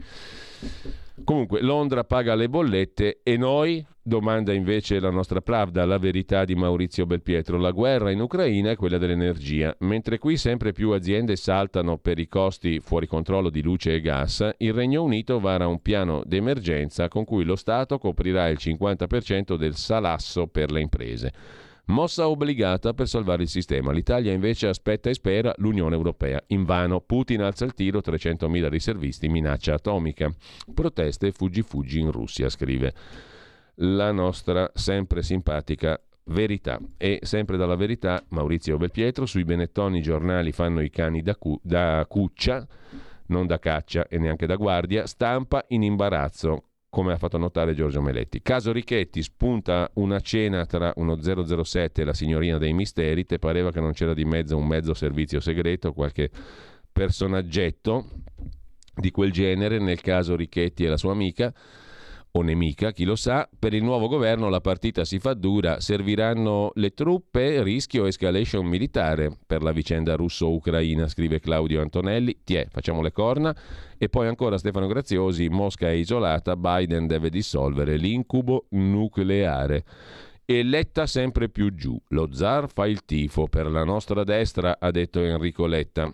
Comunque Londra paga le bollette e noi? Domanda invece la nostra Pravda, la verità di Maurizio Belpietro. La guerra in Ucraina è quella dell'energia. Mentre qui sempre più aziende saltano per i costi fuori controllo di luce e gas, il Regno Unito vara un piano d'emergenza con cui lo Stato coprirà il 50% del salasso per le imprese. Mossa obbligata per salvare il sistema. L'Italia invece aspetta e spera l'Unione Europea. Invano. Putin alza il tiro, 300.000 riservisti, minaccia atomica. Proteste, fuggi in Russia, scrive la nostra sempre simpatica Verità. E sempre dalla Verità, Maurizio Belpietro, sui Benettoni i giornali fanno i cani da cuccia, non da caccia e neanche da guardia, stampa in imbarazzo, come ha fatto notare Giorgio Meletti. Caso Richetti, spunta una cena tra uno 007 e la signorina dei misteri, te pareva che non c'era di mezzo un mezzo servizio segreto, qualche personaggetto di quel genere, nel caso Richetti e la sua amica, o nemica, chi lo sa. Per il nuovo governo la partita si fa dura, serviranno le truppe, rischio escalation militare per la vicenda russo-ucraina, scrive Claudio Antonelli. Facciamo le corna. E poi ancora Stefano Graziosi, Mosca è isolata, Biden deve dissolvere l'incubo nucleare. E Letta sempre più giù, lo zar fa il tifo per la nostra destra, ha detto Enrico Letta.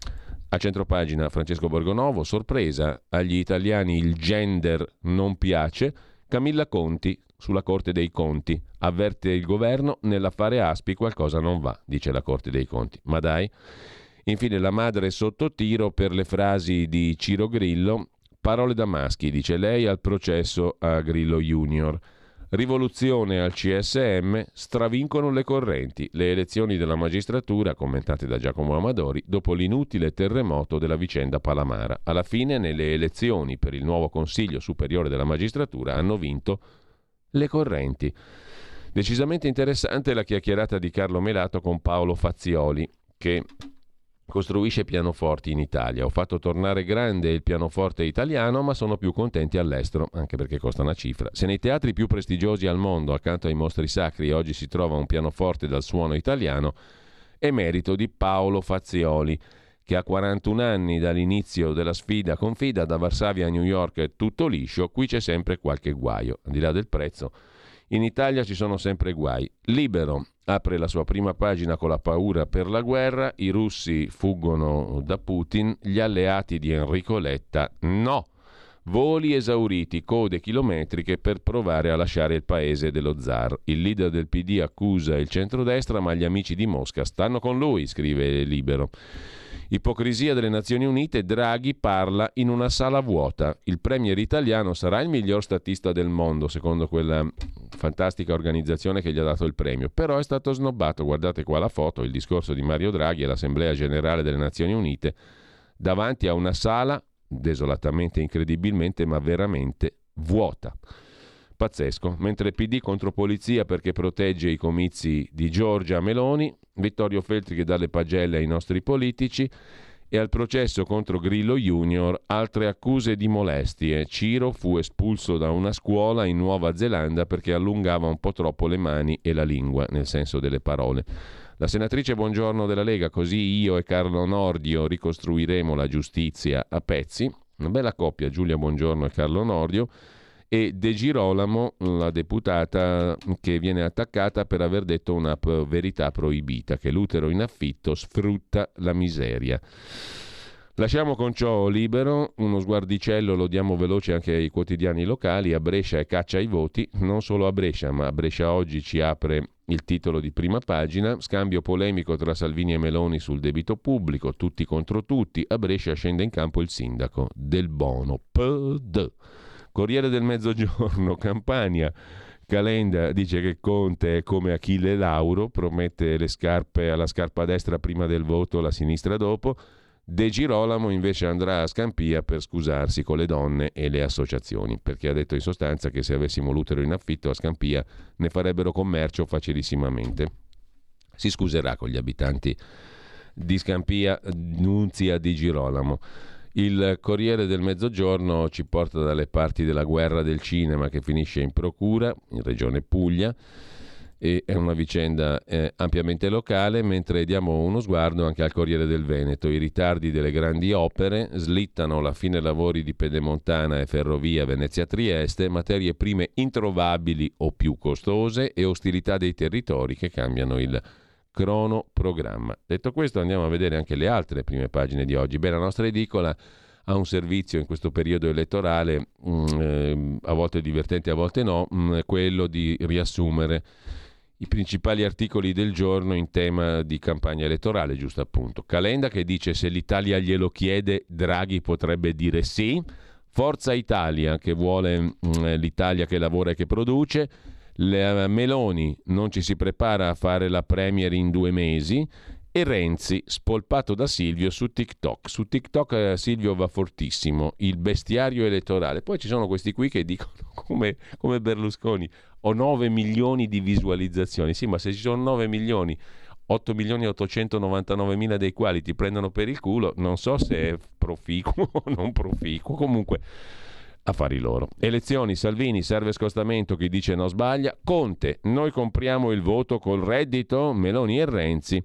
A centropagina Francesco Borgonovo, sorpresa, agli italiani il gender non piace, Camilla Conti sulla Corte dei Conti, avverte il governo, nell'affare Aspi qualcosa non va, dice la Corte dei Conti, ma dai. Infine la madre sotto tiro per le frasi di Ciro Grillo, parole da maschi, dice lei al processo a Grillo Junior. Rivoluzione al CSM, stravincono le correnti, le elezioni della magistratura, commentate da Giacomo Amadori, dopo l'inutile terremoto della vicenda Palamara. Alla fine, nelle elezioni per il nuovo Consiglio Superiore della Magistratura hanno vinto le correnti. Decisamente interessante la chiacchierata di Carlo Melato con Paolo Fazzioli, che costruisce pianoforti in Italia. Ho fatto tornare grande il pianoforte italiano, ma sono più contenti all'estero, anche perché costa una cifra. Se nei teatri più prestigiosi al mondo, accanto ai mostri sacri, oggi si trova un pianoforte dal suono italiano, è merito di Paolo Fazzioli, che ha 41 anni dall'inizio della sfida con FIDA, da Varsavia a New York è tutto liscio, qui c'è sempre qualche guaio, al di là del prezzo. In Italia ci sono sempre guai. Libero apre la sua prima pagina con la paura per la guerra, i russi fuggono da Putin, gli alleati di Enrico Letta no. Voli esauriti, code chilometriche per provare a lasciare il paese dello zar. Il leader del PD accusa il centrodestra, ma gli amici di Mosca stanno con lui, scrive Libero. Ipocrisia delle Nazioni Unite, Draghi parla in una sala vuota. Il premier italiano sarà il miglior statista del mondo, secondo quella fantastica organizzazione che gli ha dato il premio, però è stato snobbato. Guardate qua la foto, il discorso di Mario Draghi all'Assemblea Generale delle Nazioni Unite davanti a una sala desolatamente, incredibilmente, ma veramente vuota. Pazzesco. Mentre PD contro polizia perché protegge i comizi di Giorgia Meloni, Vittorio Feltri che dà le pagelle ai nostri politici, e al processo contro Grillo Junior altre accuse di molestie. Ciro fu espulso da una scuola in Nuova Zelanda perché allungava un po' troppo le mani e la lingua, nel senso delle parole. La senatrice Bongiorno della Lega: così io e Carlo Nordio ricostruiremo la giustizia a pezzi. Una bella coppia, Giulia Bongiorno e Carlo Nordio. E De Girolamo, la deputata che viene attaccata per aver detto una verità proibita, che l'utero in affitto sfrutta la miseria. Lasciamo con ciò Libero, uno sguardicello lo diamo veloce anche ai quotidiani locali. A Brescia e caccia ai voti, non solo a Brescia, ma a Brescia Oggi ci apre il titolo di prima pagina: scambio polemico tra Salvini e Meloni sul debito pubblico, tutti contro tutti, a Brescia scende in campo il sindaco Del Bono, PD. Corriere del Mezzogiorno, Campania, Calenda dice che Conte è come Achille Lauro, promette le scarpe alla scarpa destra prima del voto, la sinistra dopo. De Girolamo invece andrà a Scampia per scusarsi con le donne e le associazioni, perché ha detto in sostanza che se avessimo l'utero in affitto a Scampia ne farebbero commercio facilissimamente. Si scuserà con gli abitanti di Scampia, Nunzia Di Girolamo. Il Corriere del Mezzogiorno ci porta dalle parti della guerra del cinema che finisce in procura, in Regione Puglia, e è una vicenda ampiamente locale, mentre diamo uno sguardo anche al Corriere del Veneto. I ritardi delle grandi opere slittano la fine lavori di Pedemontana e ferrovia Venezia-Trieste, materie prime introvabili o più costose e ostilità dei territori che cambiano il cronoprogramma. Detto questo, andiamo a vedere anche le altre prime pagine di oggi. La nostra edicola ha un servizio in questo periodo elettorale, a volte divertente, a volte no, quello di riassumere i principali articoli del giorno in tema di campagna elettorale, giusto appunto. Calenda che dice: se l'Italia glielo chiede, Draghi potrebbe dire sì. Forza Italia che vuole l'Italia che lavora e che produce. La Meloni: non ci si prepara a fare la premier in 2 mesi. E Renzi spolpato da Silvio su TikTok. Su TikTok Silvio va fortissimo, il bestiario elettorale. Poi ci sono questi qui che dicono come Berlusconi: ho 9 milioni di visualizzazioni. Sì, ma se ci sono 9 milioni, 8 milioni e 899 mila dei quali ti prendono per il culo, non so se è proficuo o non proficuo. Comunque, affari loro. Elezioni, Salvini: serve scostamento, chi dice no sbaglia. Conte: noi compriamo il voto col reddito. Meloni e Renzi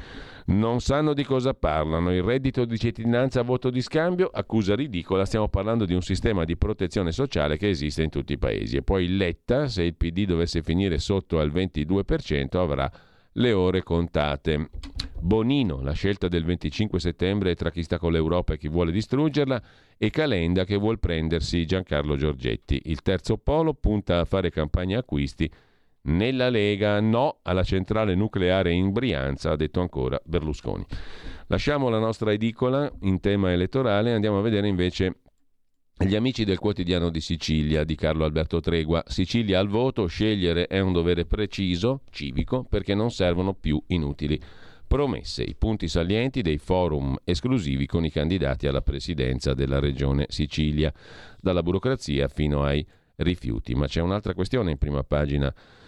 non sanno di cosa parlano. Il reddito di cittadinanza a voto di scambio, accusa ridicola, stiamo parlando di un sistema di protezione sociale che esiste in tutti i paesi. E poi Letta: se il PD dovesse finire sotto al 22% avrà le ore contate. Bonino: la scelta del 25 settembre è tra chi sta con l'Europa e chi vuole distruggerla. E Calenda che vuol prendersi Giancarlo Giorgetti. Il terzo polo punta a fare campagna acquisti nella Lega. No alla centrale nucleare in Brianza, ha detto ancora Berlusconi. Lasciamo la nostra edicola in tema elettorale, andiamo a vedere invece gli amici del Quotidiano di Sicilia di Carlo Alberto Tregua. Sicilia al voto, scegliere è un dovere preciso, civico, perché non servono più inutili promesse. I punti salienti dei forum esclusivi con i candidati alla presidenza della regione Sicilia, dalla burocrazia fino ai rifiuti. Ma c'è un'altra questione in prima pagina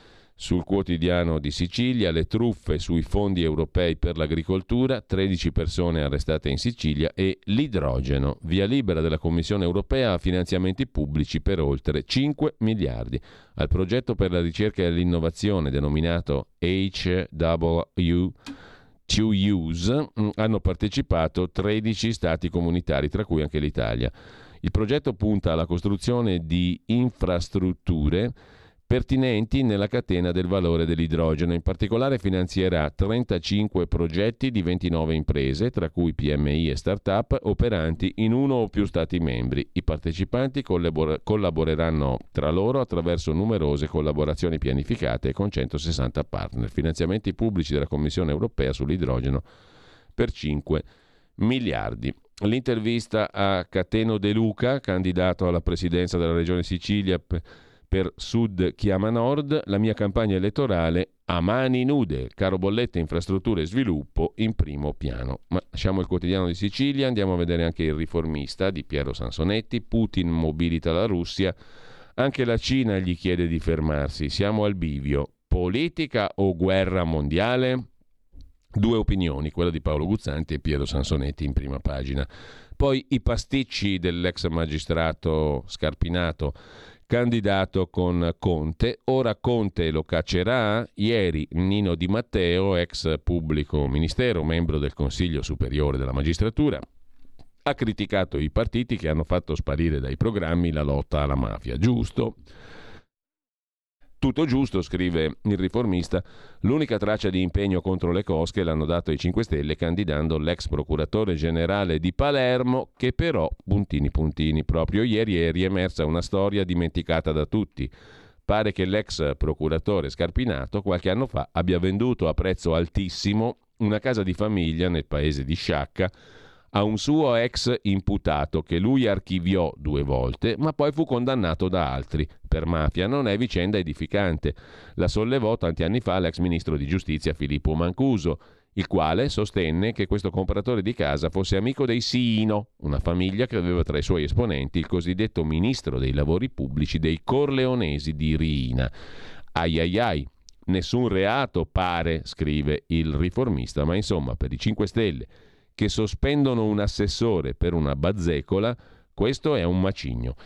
sul Quotidiano di Sicilia: le truffe sui fondi europei per l'agricoltura, 13 persone arrestate in Sicilia. E l'idrogeno: via libera della Commissione europea a finanziamenti pubblici per oltre 5 miliardi. Al progetto per la ricerca e l'innovazione denominato HW to Use hanno partecipato 13 stati comunitari, tra cui anche l'Italia. Il progetto punta alla costruzione di infrastrutture pertinenti nella catena del valore dell'idrogeno. In particolare finanzierà 35 progetti di 29 imprese, tra cui PMI e start-up, operanti in uno o più stati membri. I partecipanti collaboreranno tra loro attraverso numerose collaborazioni pianificate con 160 partner. Finanziamenti pubblici della Commissione europea sull'idrogeno per 5 miliardi. L'intervista a Cateno De Luca, candidato alla presidenza della Regione Sicilia per per Sud chiama Nord, la mia campagna elettorale a mani nude, caro bollette, infrastrutture e sviluppo in primo piano. Ma lasciamo il Quotidiano di Sicilia, andiamo a vedere anche il Riformista di Piero Sansonetti. Putin mobilita la Russia, anche la Cina gli chiede di fermarsi, siamo al bivio, politica o guerra mondiale? Due opinioni, quella di Paolo Guzzanti e Piero Sansonetti in prima pagina. Poi i pasticci dell'ex magistrato Scarpinato, candidato con Conte. Ora Conte lo caccerà? Ieri Nino Di Matteo, ex pubblico ministero, membro del Consiglio Superiore della Magistratura, ha criticato i partiti che hanno fatto sparire dai programmi la lotta alla mafia. Giusto? Tutto giusto, scrive il Riformista. L'unica traccia di impegno contro le cosche l'hanno dato i 5 Stelle candidando l'ex procuratore generale di Palermo, che però, puntini puntini, proprio ieri è riemersa una storia dimenticata da tutti. Pare che l'ex procuratore Scarpinato qualche anno fa abbia venduto a prezzo altissimo una casa di famiglia nel paese di Sciacca a un suo ex imputato che lui archiviò 2 volte, ma poi fu condannato da altri per mafia. Non è vicenda edificante. La sollevò tanti anni fa l'ex ministro di giustizia Filippo Mancuso, il quale sostenne che questo compratore di casa fosse amico dei Siino, una famiglia che aveva tra i suoi esponenti il cosiddetto ministro dei lavori pubblici dei Corleonesi di Riina. Ai ai ai, nessun reato pare, scrive il Riformista, ma insomma per i 5 Stelle che sospendono un assessore per una bazzecola, questo è un macigno.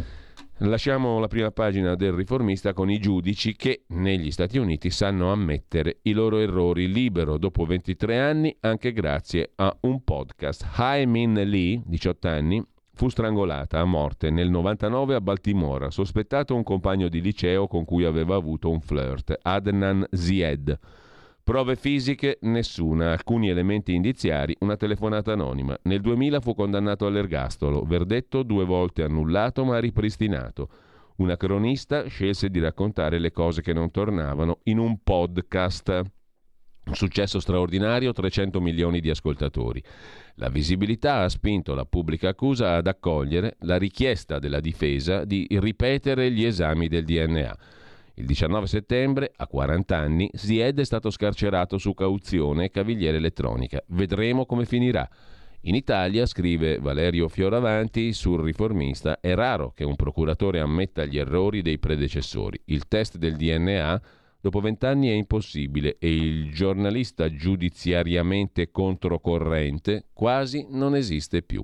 Lasciamo la prima pagina del Riformista con i giudici che negli Stati Uniti sanno ammettere i loro errori. Libero dopo 23 anni anche grazie a un podcast. Hae Min Lee, 18 anni, fu strangolata a morte nel 99 a Baltimora, sospettato un compagno di liceo con cui aveva avuto un flirt, Adnan Zied. Prove fisiche? Nessuna. Alcuni elementi indiziari? Una telefonata anonima. Nel 2000 fu condannato all'ergastolo. Verdetto 2 volte annullato ma ripristinato. Una cronista scelse di raccontare le cose che non tornavano in un podcast. Un successo straordinario, 300 milioni di ascoltatori. La visibilità ha spinto la pubblica accusa ad accogliere la richiesta della difesa di ripetere gli esami del DNA. Il 19 settembre, a 40 anni, Zied è stato scarcerato su cauzione e cavigliera elettronica. Vedremo come finirà. In Italia, scrive Valerio Fioravanti sul Riformista, è raro che un procuratore ammetta gli errori dei predecessori. Il test del DNA dopo 20 anni è impossibile e il giornalista giudiziariamente controcorrente quasi non esiste più.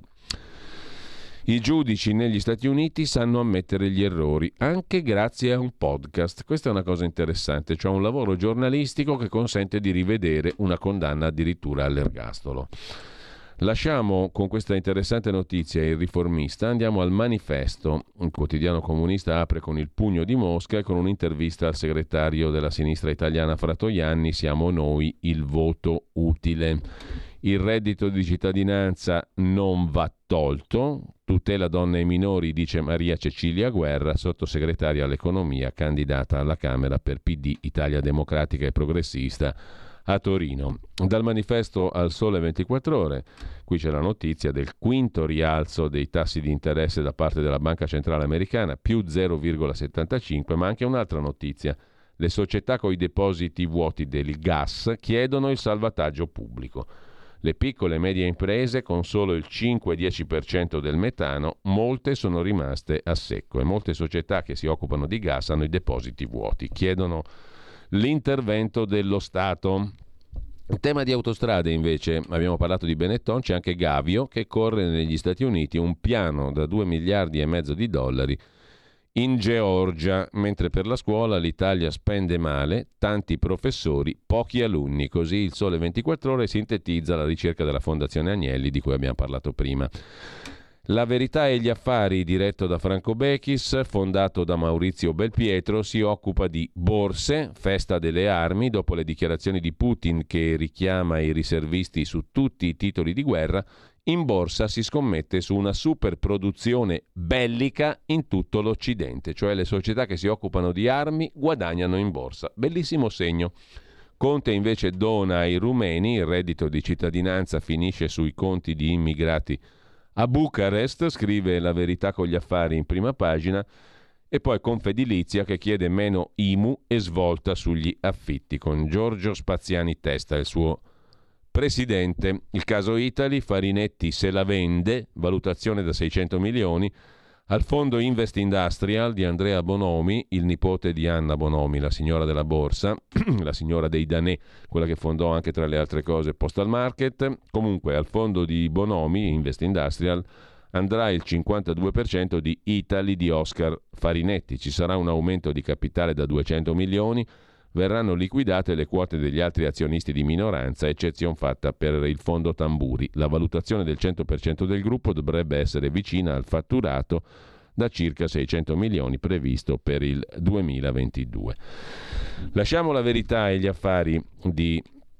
I giudici negli Stati Uniti sanno ammettere gli errori, anche grazie a un podcast. Questa è una cosa interessante, cioè un lavoro giornalistico che consente di rivedere una condanna addirittura all'ergastolo. Lasciamo con questa interessante notizia il Riformista, andiamo al Manifesto. Il quotidiano comunista apre con il pugno di Mosca e con un'intervista al segretario della sinistra italiana Fratoianni, siamo noi il voto utile. Il reddito di cittadinanza non va tolto, tutela donne e minori, dice Maria Cecilia Guerra, sottosegretaria all'economia, candidata alla Camera per PD, Italia Democratica e Progressista, a Torino. Dal Manifesto al Sole 24 Ore, qui c'è la notizia del 5° rialzo dei tassi di interesse da parte della Banca Centrale Americana, più 0,75, ma anche un'altra notizia. Le società coi depositi vuoti del gas chiedono il salvataggio pubblico. Le piccole e medie imprese con solo il 5-10% del metano, molte sono rimaste a secco e molte società che si occupano di gas hanno i depositi vuoti. Chiedono l'intervento dello Stato. In tema di autostrade invece, abbiamo parlato di Benetton, c'è anche Gavio che corre negli Stati Uniti un piano da 2,5 miliardi di dollari in Georgia, mentre per la scuola l'Italia spende male, tanti professori, pochi alunni. Così il Sole 24 Ore sintetizza la ricerca della Fondazione Agnelli di cui abbiamo parlato prima. La Verità e gli Affari, diretto da Franco Bechis, fondato da Maurizio Belpietro, si occupa di borse, festa delle armi, dopo le dichiarazioni di Putin che richiama i riservisti su tutti i titoli di guerra. In borsa si scommette su una superproduzione bellica in tutto l'Occidente, cioè le società che si occupano di armi guadagnano in borsa. Bellissimo segno. Conte invece dona ai rumeni, il reddito di cittadinanza finisce sui conti di immigrati a Bucarest, scrive La Verità con gli Affari in prima pagina, E poi Confedilizia che chiede meno IMU e svolta sugli affitti, con Giorgio Spaziani Testa, il suo presidente. Il caso Italy, Farinetti se la vende, valutazione da 600 milioni, al fondo Invest Industrial di Andrea Bonomi, il nipote di Anna Bonomi, la signora della borsa, la signora dei Danè, quella che fondò anche tra le altre cose Postal Market. Comunque al fondo di Bonomi, Invest Industrial, andrà il 52% di Italy di Oscar Farinetti. Ci sarà un aumento di capitale da 200 milioni, verranno liquidate le quote degli altri azionisti di minoranza, eccezion fatta per il fondo Tamburi. La valutazione del 100% del gruppo dovrebbe essere vicina al fatturato da circa 600 milioni previsto per il 2022. Lasciamo la verità e gli affari di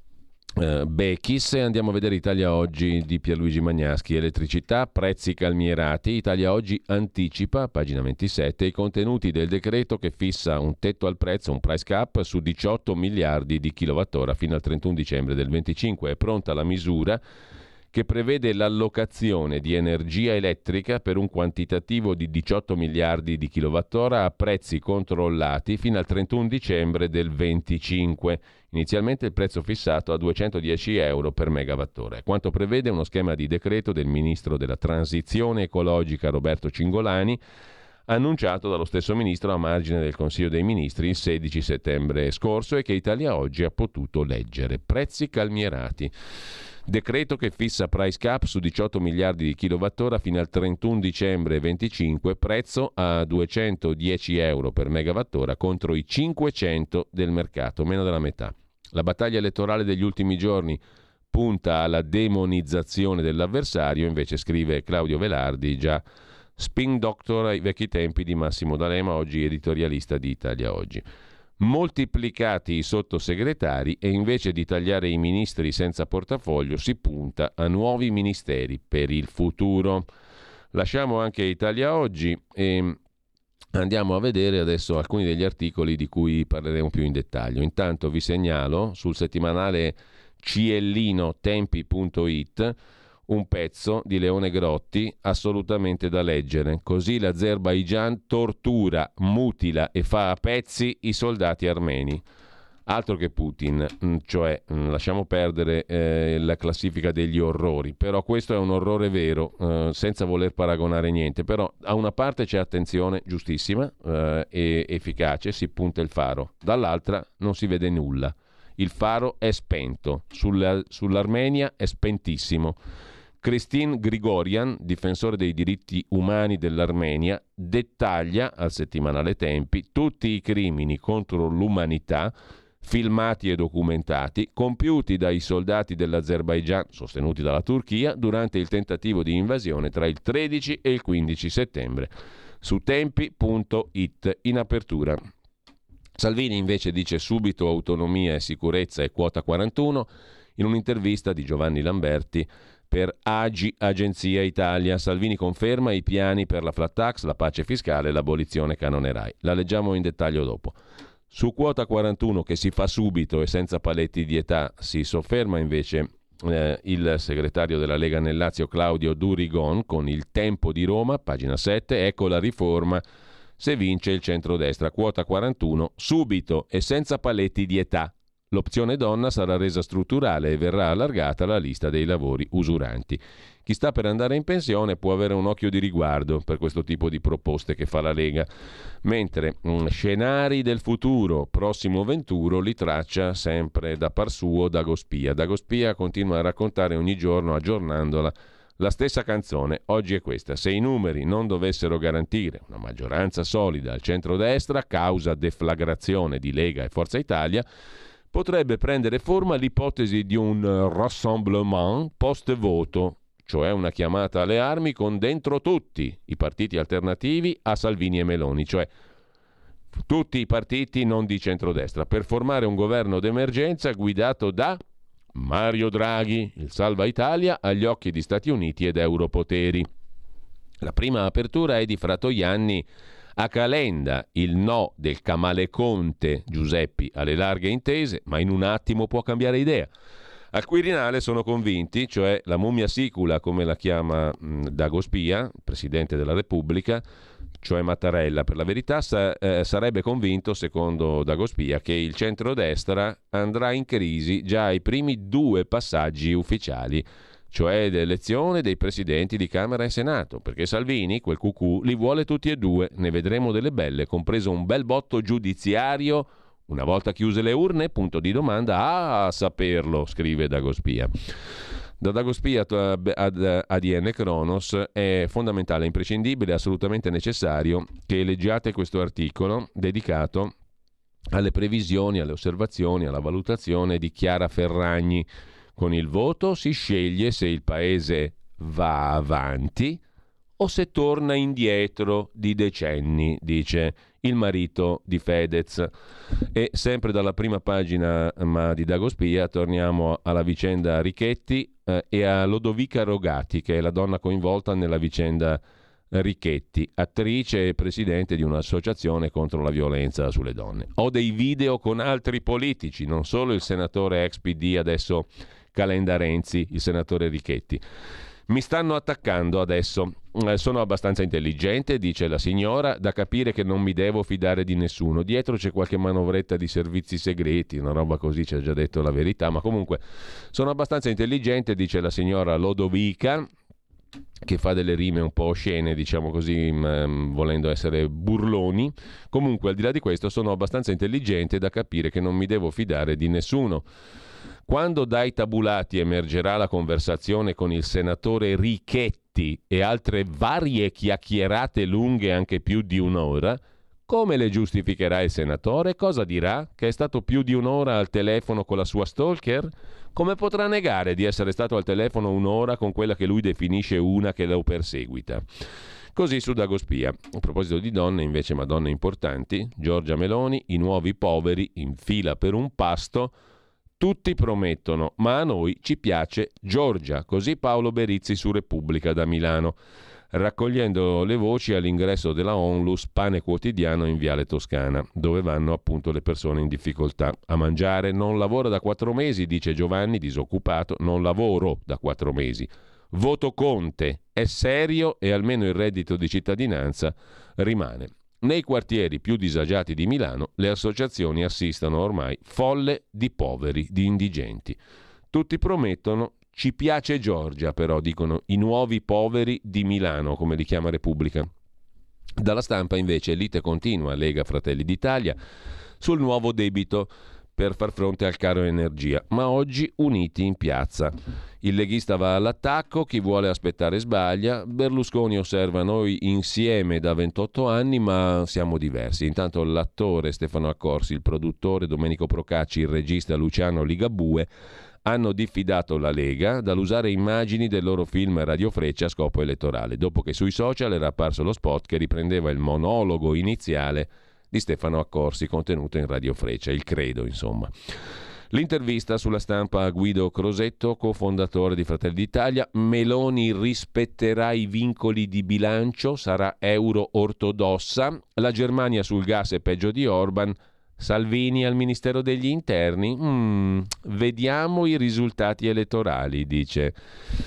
Bechis e andiamo a vedere Italia Oggi di Pierluigi Magnaschi. Elettricità, prezzi calmierati. Italia Oggi anticipa, pagina 27, i contenuti del decreto che fissa un tetto al prezzo, un price cap su 18 miliardi di kilowattora fino al 31 dicembre del 25. È pronta la misura che prevede l'allocazione di energia elettrica per un quantitativo di 18 miliardi di kilowattora a prezzi controllati fino al 31 dicembre del 25. Inizialmente il prezzo fissato a 210 euro per megawattora. Quanto prevede uno schema di decreto del ministro della transizione ecologica Roberto Cingolani, annunciato dallo stesso ministro a margine del Consiglio dei Ministri il 16 settembre scorso e che Italia Oggi ha potuto leggere. Prezzi calmierati. Decreto che fissa price cap su 18 miliardi di kilowattora fino al 31 dicembre 25, prezzo a 210 euro per megawattora contro i 500 del mercato, meno della metà. La battaglia elettorale degli ultimi giorni punta alla demonizzazione dell'avversario, invece scrive Claudio Velardi, già spin doctor ai vecchi tempi di Massimo D'Alema, oggi editorialista di Italia Oggi. Moltiplicati i sottosegretari e invece di tagliare i ministri senza portafoglio si punta a nuovi ministeri per il futuro. Lasciamo anche Italia Oggi e andiamo a vedere adesso alcuni degli articoli di cui parleremo più in dettaglio. Intanto vi segnalo sul settimanale ciellinotempi.it un pezzo di Leone Grotti assolutamente da leggere. Così l'Azerbaigian tortura, mutila e fa a pezzi i soldati armeni. Altro che Putin, cioè lasciamo perdere la classifica degli orrori, però questo è un orrore vero, senza voler paragonare niente, però a una parte c'è attenzione giustissima e efficace, si punta il faro, dall'altra non si vede nulla. Il faro è spento, sull'Armenia è spentissimo. Christine Grigorian, difensore dei diritti umani dell'Armenia, dettaglia al settimanale Tempi tutti i crimini contro l'umanità, filmati e documentati, compiuti dai soldati dell'Azerbaigian, sostenuti dalla Turchia, durante il tentativo di invasione tra il 13 e il 15 settembre. Su tempi.it, in apertura. Salvini invece dice subito autonomia e sicurezza e quota 41 in un'intervista di Giovanni Lamberti per AGI, Agenzia Italia. Salvini conferma i piani per la flat tax, la pace fiscale e l'abolizione canone RAI. La leggiamo in dettaglio dopo. Su quota 41 che si fa subito e senza paletti di età si sofferma invece il segretario della Lega nel Lazio Claudio Durigon con Il Tempo di Roma, pagina 7, ecco la riforma se vince il centrodestra. Quota 41 subito e senza paletti di età. L'opzione donna sarà resa strutturale e verrà allargata la lista dei lavori usuranti. Chi sta per andare in pensione può avere un occhio di riguardo per questo tipo di proposte che fa la Lega, mentre scenari del futuro, prossimo venturo, li traccia sempre da par suo Dagospia. Dagospia continua a raccontare ogni giorno, aggiornandola, la stessa canzone. Oggi è questa: se i numeri non dovessero garantire una maggioranza solida al centrodestra, causa deflagrazione di Lega e Forza Italia, potrebbe prendere forma l'ipotesi di un rassemblement post-voto, cioè una chiamata alle armi con dentro tutti i partiti alternativi a Salvini e Meloni, cioè tutti i partiti non di centrodestra, per formare un governo d'emergenza guidato da Mario Draghi, il salva Italia agli occhi di Stati Uniti ed europoteri. La prima apertura è di Fratoianni a Calenda, il no del Camaleconte Giuseppi alle larghe intese, ma in un attimo può cambiare idea. Al Quirinale sono convinti, cioè la mummia sicula, come la chiama Dagospia, Presidente della Repubblica, cioè Mattarella. Per la verità sarebbe convinto, secondo Dagospia, che il centrodestra andrà in crisi già ai primi 2 passaggi ufficiali, cioè l'elezione dei presidenti di Camera e Senato, perché Salvini, quel cucù, li vuole tutti e 2, ne vedremo delle belle, compreso un bel botto giudiziario una volta chiuse le urne, punto di domanda, a saperlo, scrive Dagospia. Da Dagospia ad ADN Kronos è fondamentale, imprescindibile, assolutamente necessario che leggiate questo articolo dedicato alle previsioni, alle osservazioni, alla valutazione di Chiara Ferragni. Con il voto si sceglie se il paese va avanti o se torna indietro di decenni, dice il marito di Fedez. E sempre dalla prima pagina di Dagospia torniamo alla vicenda Richetti e a Lodovica Rogati, che è la donna coinvolta nella vicenda Richetti, attrice e presidente di un'associazione contro la violenza sulle donne. Ho dei video con altri politici, non solo il senatore ex PD, adesso Calenda Renzi, il senatore Richetti. Mi stanno attaccando adesso. Sono abbastanza intelligente, dice la signora, da capire che non mi devo fidare di nessuno. Dietro c'è qualche manovretta di servizi segreti, una roba così, ci ha già detto la verità, ma comunque sono abbastanza intelligente, dice la signora Lodovica, che fa delle rime un po' oscene, diciamo così, volendo essere burloni. Comunque, al di là di questo, sono abbastanza intelligente da capire che non mi devo fidare di nessuno. Quando dai tabulati emergerà la conversazione con il senatore Richetti e altre varie chiacchierate lunghe anche più di un'ora, come le giustificherà il senatore? Cosa dirà? Che è stato più di un'ora al telefono con la sua stalker? Come potrà negare di essere stato al telefono un'ora con quella che lui definisce una che lo perseguita? Così su Dagospia. A proposito di donne, invece, ma donne importanti, Giorgia Meloni, i nuovi poveri in fila per un pasto. Tutti promettono, ma a noi ci piace Giorgia, così Paolo Berizzi su Repubblica da Milano, raccogliendo le voci all'ingresso della Onlus Pane Quotidiano in Viale Toscana, dove vanno appunto le persone in difficoltà a mangiare. Non lavora da 4 mesi, dice Giovanni, disoccupato, non lavoro da 4 mesi. Voto Conte, è serio e almeno il reddito di cittadinanza rimane. Nei quartieri più disagiati di Milano le associazioni assistono ormai folle di poveri, di indigenti. Tutti promettono, ci piace Giorgia, però dicono i nuovi poveri di Milano, come li chiama Repubblica. Dalla Stampa invece lite continua Lega Fratelli d'Italia sul nuovo debito per far fronte al caro energia, ma oggi uniti in piazza. Il leghista va all'attacco, chi vuole aspettare sbaglia. Berlusconi osserva noi insieme da 28 anni, ma siamo diversi. Intanto l'attore Stefano Accorsi, il produttore Domenico Procacci, il regista Luciano Ligabue hanno diffidato la Lega dall'usare immagini del loro film Radio Freccia a scopo elettorale, dopo che sui social era apparso lo spot che riprendeva il monologo iniziale di Stefano Accorsi contenuto in Radio Freccia, il credo insomma. L'intervista sulla Stampa a Guido Crosetto, cofondatore di Fratelli d'Italia. Meloni rispetterà i vincoli di bilancio, sarà euro-ortodossa. La Germania sul gas è peggio di Orban. Salvini al Ministero degli Interni? Vediamo i risultati elettorali, dice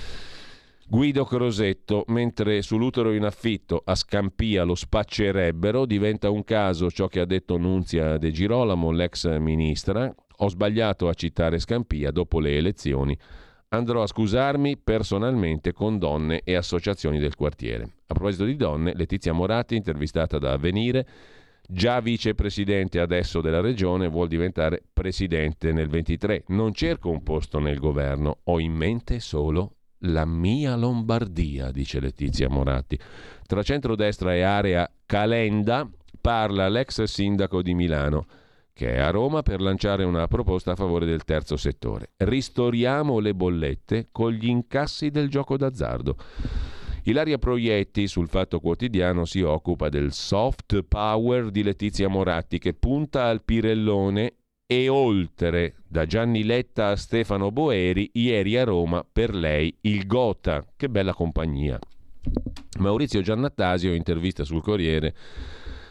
Guido Crosetto, mentre sull'utero in affitto a Scampia lo spaccerebbero. Diventa un caso ciò che ha detto Nunzia De Girolamo, l'ex ministra. Ho sbagliato a citare Scampia dopo le elezioni. Andrò a scusarmi personalmente con donne e associazioni del quartiere. A proposito di donne, Letizia Moratti, intervistata da Avvenire, già vicepresidente adesso della regione, vuol diventare presidente nel 23. Non cerco un posto nel governo, ho in mente solo la mia Lombardia, dice Letizia Moratti. Tra centrodestra e area Calenda parla l'ex sindaco di Milano, che è a Roma per lanciare una proposta a favore del terzo settore. Ristoriamo le bollette con gli incassi del gioco d'azzardo. Ilaria Proietti sul Fatto Quotidiano si occupa del soft power di Letizia Moratti, che punta al Pirellone e oltre, da Gianni Letta a Stefano Boeri, ieri a Roma per lei il Gotha. Che bella compagnia. Maurizio Giannattasio, intervista sul Corriere,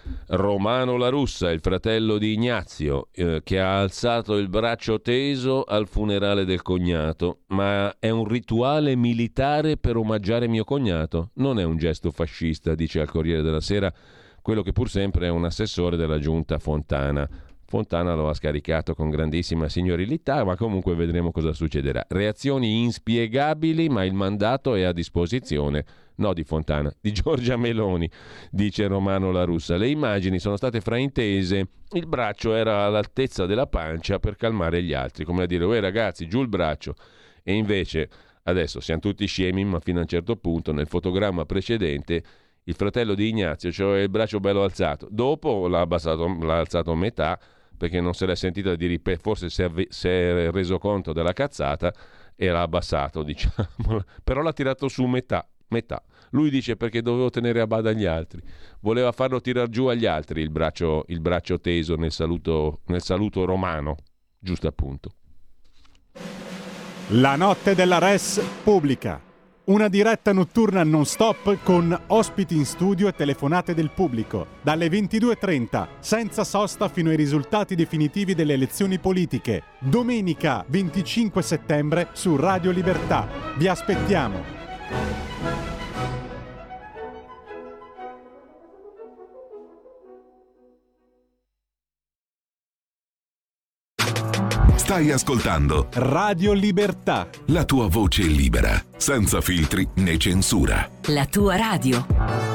Romano La Russa, il fratello di Ignazio, che ha alzato il braccio teso al funerale del cognato, ma è un rituale militare per omaggiare mio cognato, non è un gesto fascista, dice al Corriere della Sera quello che pur sempre è un assessore della giunta Fontana. Fontana lo ha scaricato con grandissima signorilità, ma comunque vedremo cosa succederà. Reazioni inspiegabili, ma il mandato è a disposizione. No di Fontana, di Giorgia Meloni, dice Romano La Russa. Le immagini sono state fraintese, il braccio era all'altezza della pancia per calmare gli altri, come a dire, uè ragazzi, giù il braccio. E invece, adesso siamo tutti scemi, ma fino a un certo punto, nel fotogramma precedente, il fratello di Ignazio, cioè il braccio bello alzato, dopo l'ha alzato a metà, perché non se l'è sentita di ripetere, forse si è reso conto della cazzata e l'ha abbassato, diciamo, però l'ha tirato su metà. Lui dice perché dovevo tenere a bada gli altri, voleva farlo tirar giù agli altri il braccio teso nel saluto romano, giusto appunto. La notte della Res pubblica. Una diretta notturna non stop con ospiti in studio e telefonate del pubblico. Dalle 22:30, senza sosta fino ai risultati definitivi delle elezioni politiche. Domenica 25 settembre su Radio Libertà. Vi aspettiamo. Stai ascoltando Radio Libertà. la tua voce libera, senza filtri né censura. La tua radio.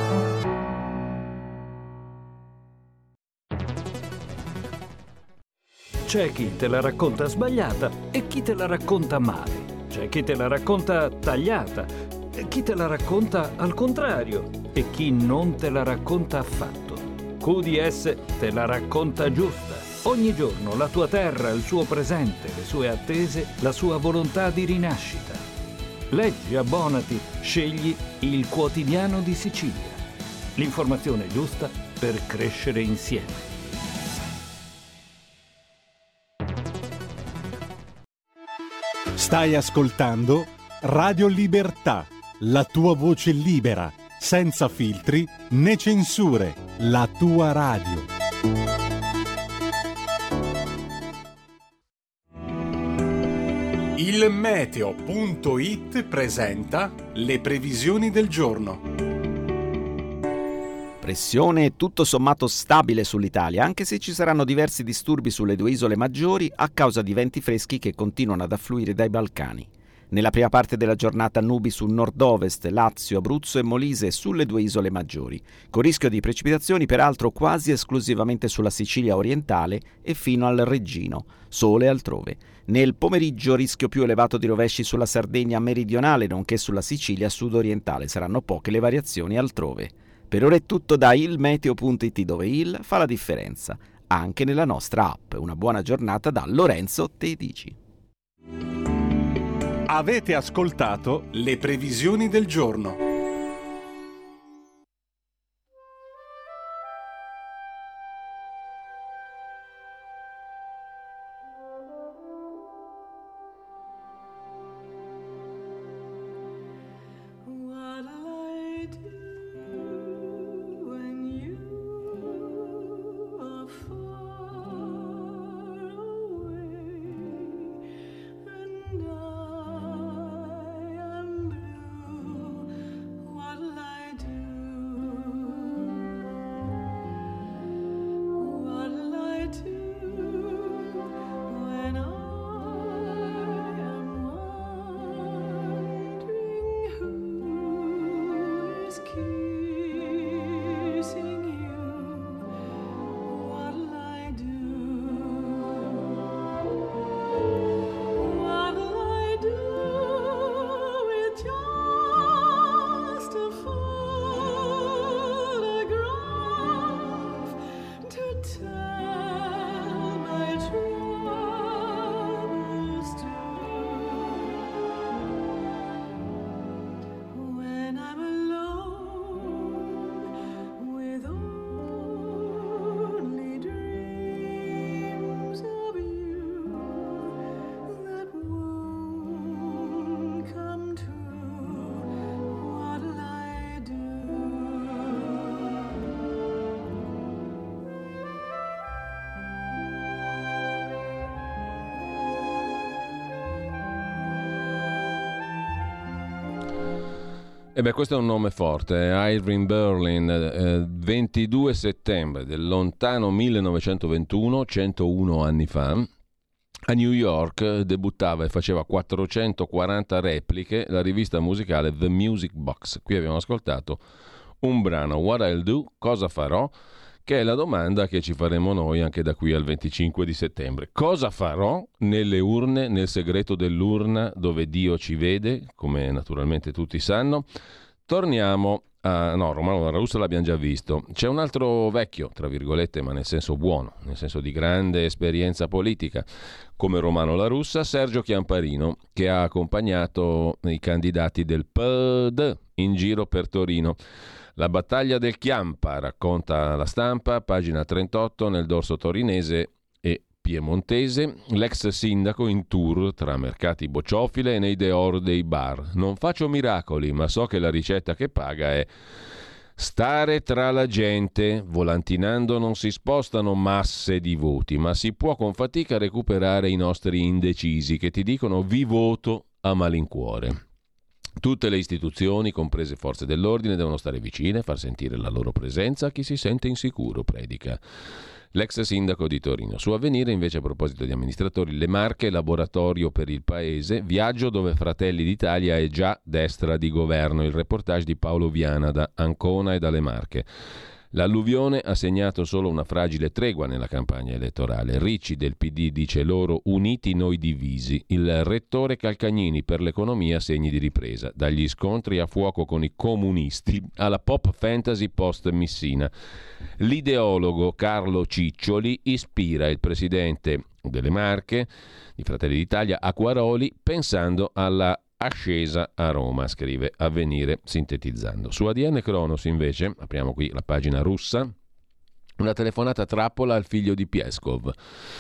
C'è chi te la racconta sbagliata e chi te la racconta male. C'è chi te la racconta tagliata e chi te la racconta al contrario e chi non te la racconta affatto. QDS te la racconta giusta. Ogni giorno la tua terra, il suo presente, le sue attese, la sua volontà di rinascita. Leggi, abbonati, scegli il Quotidiano di Sicilia. L'informazione giusta per crescere insieme. Stai ascoltando Radio Libertà, la tua voce libera, senza filtri né censure, la tua radio. Il meteo.it presenta le previsioni del giorno. Pressione tutto sommato stabile sull'Italia, anche se ci saranno diversi disturbi sulle due isole maggiori a causa di venti freschi che continuano ad affluire dai Balcani. Nella prima parte della giornata nubi su nord-ovest, Lazio, Abruzzo e Molise sulle due isole maggiori, con rischio di precipitazioni peraltro quasi esclusivamente sulla Sicilia orientale e fino al Reggino, sole altrove. Nel pomeriggio rischio più elevato di rovesci sulla Sardegna meridionale nonché sulla Sicilia sud-orientale, saranno poche le variazioni altrove. Per ora è tutto da ilmeteo.it, dove il fa la differenza, anche nella nostra app. Una buona giornata da Lorenzo Tedici. Avete ascoltato le previsioni del giorno. E beh, questo è un nome forte, Irving Berlin, 22 settembre del lontano 1921, 101 anni fa, a New York debuttava e faceva 440 repliche la rivista musicale The Music Box. Qui abbiamo ascoltato un brano, What I'll Do, cosa farò, che è la domanda che ci faremo noi anche da qui al 25 di settembre. Cosa farò nelle urne, nel segreto dell'urna dove Dio ci vede, come naturalmente tutti sanno? Torniamo a... no, Romano La Russa l'abbiamo già visto. C'è un altro vecchio, tra virgolette, ma nel senso buono, nel senso di grande esperienza politica, come Romano La Russa, Sergio Chiamparino, che ha accompagnato i candidati del PD in giro per Torino. La battaglia del Chiampa, racconta La Stampa, pagina 38, nel dorso torinese e piemontese, l'ex sindaco in tour tra mercati bocciofile e nei dehors dei bar. Non faccio miracoli, ma so che la ricetta che paga è stare tra la gente. Volantinando non si spostano masse di voti, ma si può con fatica recuperare i nostri indecisi che ti dicono vi voto a malincuore. Tutte le istituzioni, comprese forze dell'ordine, devono stare vicine, far sentire la loro presenza a chi si sente insicuro, predica l'ex sindaco di Torino. Su Avvenire, invece, a proposito di amministratori, le Marche, laboratorio per il paese, viaggio dove Fratelli d'Italia è già destra di governo. Il reportage di Paolo Viana da Ancona e dalle Marche. L'alluvione ha segnato solo una fragile tregua nella campagna elettorale. Ricci del PD dice loro uniti noi divisi. Il rettore Calcagnini per l'economia segni di ripresa. Dagli scontri a fuoco con i comunisti alla pop fantasy post Messina. L'ideologo Carlo Ciccioli ispira il presidente delle Marche di Fratelli d'Italia Acquaroli pensando alla ascesa a Roma, scrive Avvenire sintetizzando. Su ADN Cronos invece, apriamo qui la pagina russa, una telefonata trappola al figlio di Peskov.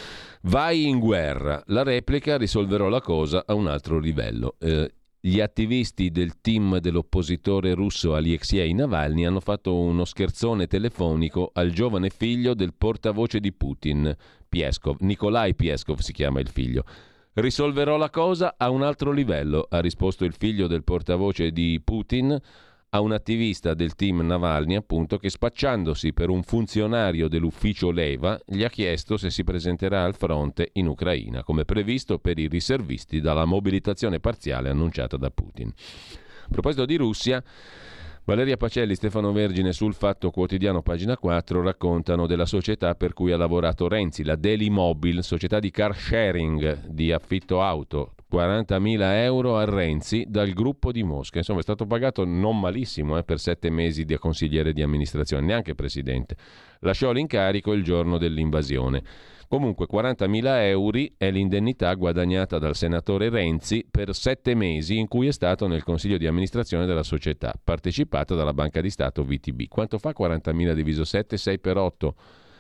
Vai in guerra, la replica risolverò la cosa a un altro livello. Gli attivisti del team dell'oppositore russo Alexei Navalny hanno fatto uno scherzone telefonico al giovane figlio del portavoce di Putin, Peskov. Nikolai Peskov si chiama il figlio. Risolverò la cosa a un altro livello, ha risposto il figlio del portavoce di Putin a un attivista del team Navalny, appunto, che spacciandosi per un funzionario dell'ufficio Leva gli ha chiesto se si presenterà al fronte in Ucraina, come previsto per i riservisti dalla mobilitazione parziale annunciata da Putin. A proposito di Russia, Valeria Pacelli, Stefano Vergine sul Fatto Quotidiano, pagina 4, raccontano della società per cui ha lavorato Renzi, la Dailymobil, società di car sharing, di affitto auto. 40.000 euro a Renzi dal gruppo di Mosca. Insomma, è stato pagato non malissimo per 7 mesi di consigliere di amministrazione, neanche presidente. Lasciò l'incarico il giorno dell'invasione. Comunque 40.000 euro è l'indennità guadagnata dal senatore Renzi per 7 mesi in cui è stato nel consiglio di amministrazione della società, partecipata dalla Banca di Stato VTB. Quanto fa 40.000 diviso 7? 6 per 8,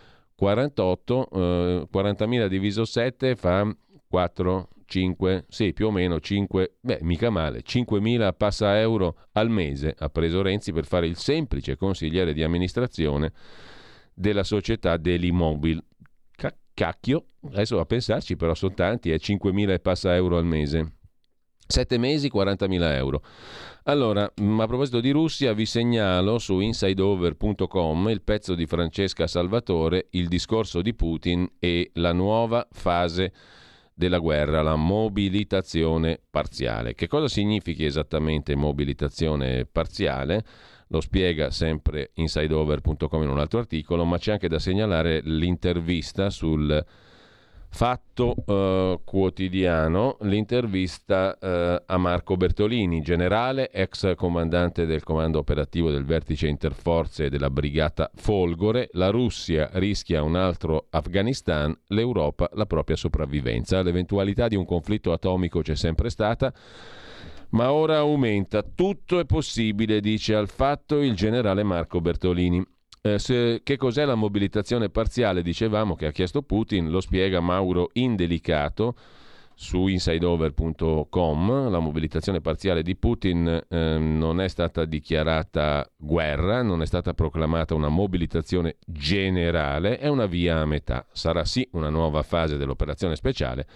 48. 40.000 diviso 7 fa 4, 5, sì, più o meno 5, mica male, 5.000 passa euro al mese ha preso Renzi per fare il semplice consigliere di amministrazione della società Dailymobil. Cacchio, adesso a pensarci però sono tanti, 5.000 e passa euro al mese. 7 mesi, 40.000 euro. Allora, a proposito di Russia, vi segnalo su insideover.com il pezzo di Francesca Salvatore, il discorso di Putin e la nuova fase della guerra, la mobilitazione parziale. Che cosa significhi esattamente mobilitazione parziale? Lo spiega sempre insideover.com in un altro articolo, ma c'è anche da segnalare l'intervista sul Fatto Quotidiano, l'intervista a Marco Bertolini, generale, ex comandante del comando operativo del vertice interforze della brigata Folgore. La Russia rischia un altro Afghanistan, l'Europa la propria sopravvivenza. L'eventualità di un conflitto atomico c'è sempre stata, ma ora aumenta. Tutto è possibile, dice al Fatto il generale Marco Bertolini. Che cos'è la mobilitazione parziale? Dicevamo che ha chiesto Putin, lo spiega Mauro Indelicato su insideover.com. La mobilitazione parziale di Putin non è stata dichiarata guerra, non è stata proclamata una mobilitazione generale, è una via a metà. Sarà sì una nuova fase dell'operazione speciale,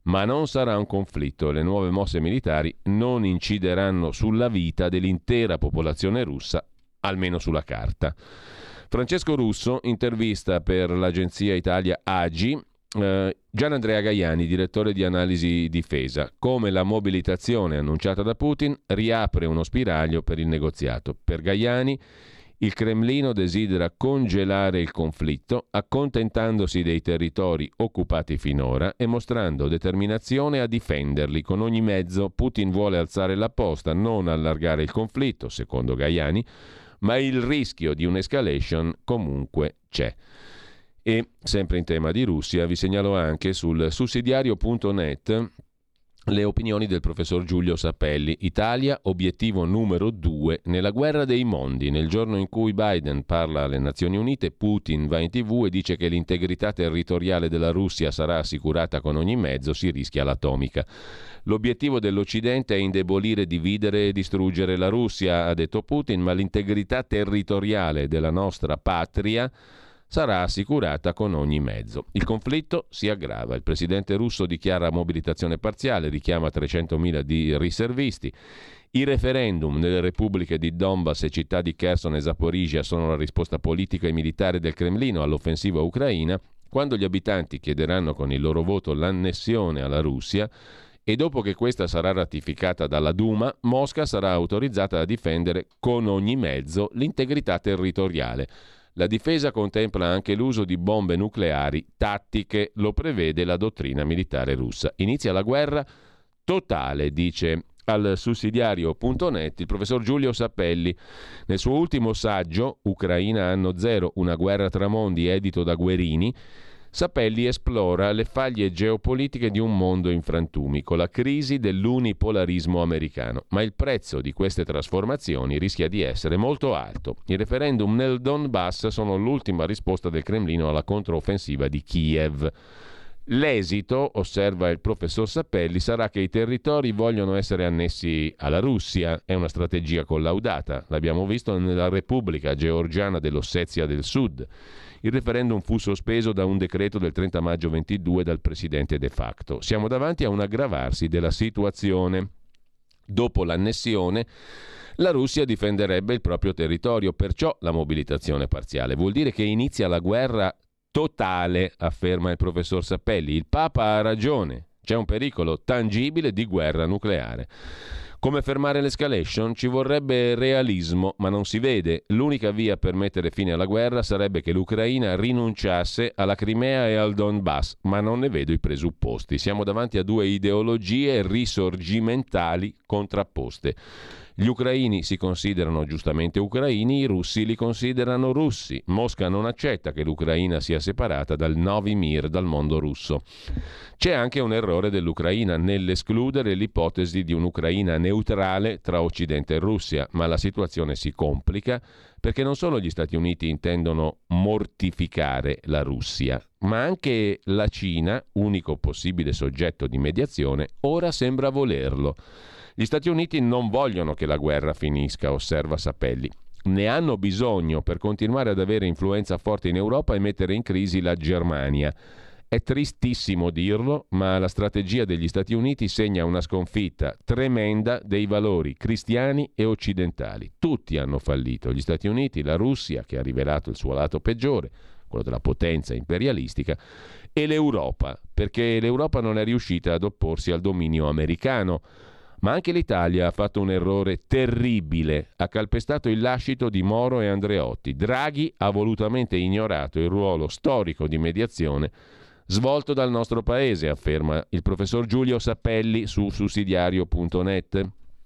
Ma non sarà un conflitto e le nuove mosse militari non incideranno sulla vita dell'intera popolazione russa, almeno sulla carta. Francesco Russo intervista per l'agenzia Italia AGI Gianandrea Gaiani, direttore di analisi difesa, come la mobilitazione annunciata da Putin riapre uno spiraglio per il negoziato. Per Gaiani il Cremlino desidera congelare il conflitto, accontentandosi dei territori occupati finora e mostrando determinazione a difenderli con ogni mezzo. Putin vuole alzare la posta, non allargare il conflitto, secondo Gaiani, ma il rischio di un'escalation comunque c'è. E sempre in tema di Russia vi segnalo anche sul sussidiario.net le opinioni del professor Giulio Sapelli. Italia, obiettivo numero 2 nella guerra dei mondi. Nel giorno in cui Biden parla alle Nazioni Unite, Putin va in TV e dice che l'integrità territoriale della Russia sarà assicurata con ogni mezzo, si rischia l'atomica. L'obiettivo dell'Occidente è indebolire, dividere e distruggere la Russia, ha detto Putin, ma l'integrità territoriale della nostra patria sarà assicurata con ogni mezzo. Il conflitto si aggrava. Il presidente russo dichiara mobilitazione parziale, richiama 300.000 di riservisti. I referendum nelle repubbliche di Donbass e città di Kherson e Zaporizhia sono la risposta politica e militare del Cremlino all'offensiva ucraina. Quando gli abitanti chiederanno con il loro voto l'annessione alla Russia e dopo che questa sarà ratificata dalla Duma, Mosca sarà autorizzata a difendere con ogni mezzo l'integrità territoriale. La difesa contempla anche l'uso di bombe nucleari tattiche, lo prevede la dottrina militare russa. Inizia la guerra totale, dice al sussidiario.net il professor Giulio Sapelli. Nel suo ultimo saggio, Ucraina anno zero, una guerra tra mondi, edito da Guerini, Sapelli esplora le faglie geopolitiche di un mondo in frantumi, con la crisi dell'unipolarismo americano. Ma il prezzo di queste trasformazioni rischia di essere molto alto. I referendum nel Donbass sono l'ultima risposta del Cremlino alla controffensiva di Kiev. L'esito, osserva il professor Sapelli, sarà che i territori vogliono essere annessi alla Russia. È una strategia collaudata. L'abbiamo visto nella Repubblica Georgiana dell'Ossetia del Sud. Il referendum fu sospeso da un decreto del 30 maggio 22 dal presidente de facto. Siamo davanti a un aggravarsi della situazione. Dopo l'annessione, la Russia difenderebbe il proprio territorio, perciò la mobilitazione parziale. Vuol dire che inizia la guerra totale, afferma il professor Sapelli. Il Papa ha ragione. C'è un pericolo tangibile di guerra nucleare. Come fermare l'escalation? Ci vorrebbe realismo, ma non si vede. L'unica via per mettere fine alla guerra sarebbe che l'Ucraina rinunciasse alla Crimea e al Donbass, ma non ne vedo i presupposti. Siamo davanti a due ideologie risorgimentali contrapposte. Gli ucraini si considerano giustamente ucraini, i russi li considerano russi. Mosca non accetta che l'Ucraina sia separata dal Novi Mir, dal mondo russo. C'è anche un errore dell'Ucraina nell'escludere l'ipotesi di un'Ucraina neutrale tra Occidente e Russia, ma la situazione si complica perché non solo gli Stati Uniti intendono mortificare la Russia, ma anche la Cina, unico possibile soggetto di mediazione, ora sembra volerlo. Gli Stati Uniti non vogliono che la guerra finisca, osserva Sapelli. Ne hanno bisogno per continuare ad avere influenza forte in Europa e mettere in crisi la Germania. È tristissimo dirlo, ma la strategia degli Stati Uniti segna una sconfitta tremenda dei valori cristiani e occidentali. Tutti hanno fallito, gli Stati Uniti, la Russia, che ha rivelato il suo lato peggiore, quello della potenza imperialistica, e l'Europa, perché l'Europa non è riuscita ad opporsi al dominio americano. Ma anche l'Italia ha fatto un errore terribile, ha calpestato il lascito di Moro e Andreotti. Draghi ha volutamente ignorato il ruolo storico di mediazione svolto dal nostro paese, afferma il professor Giulio Sapelli su sussidiario.net.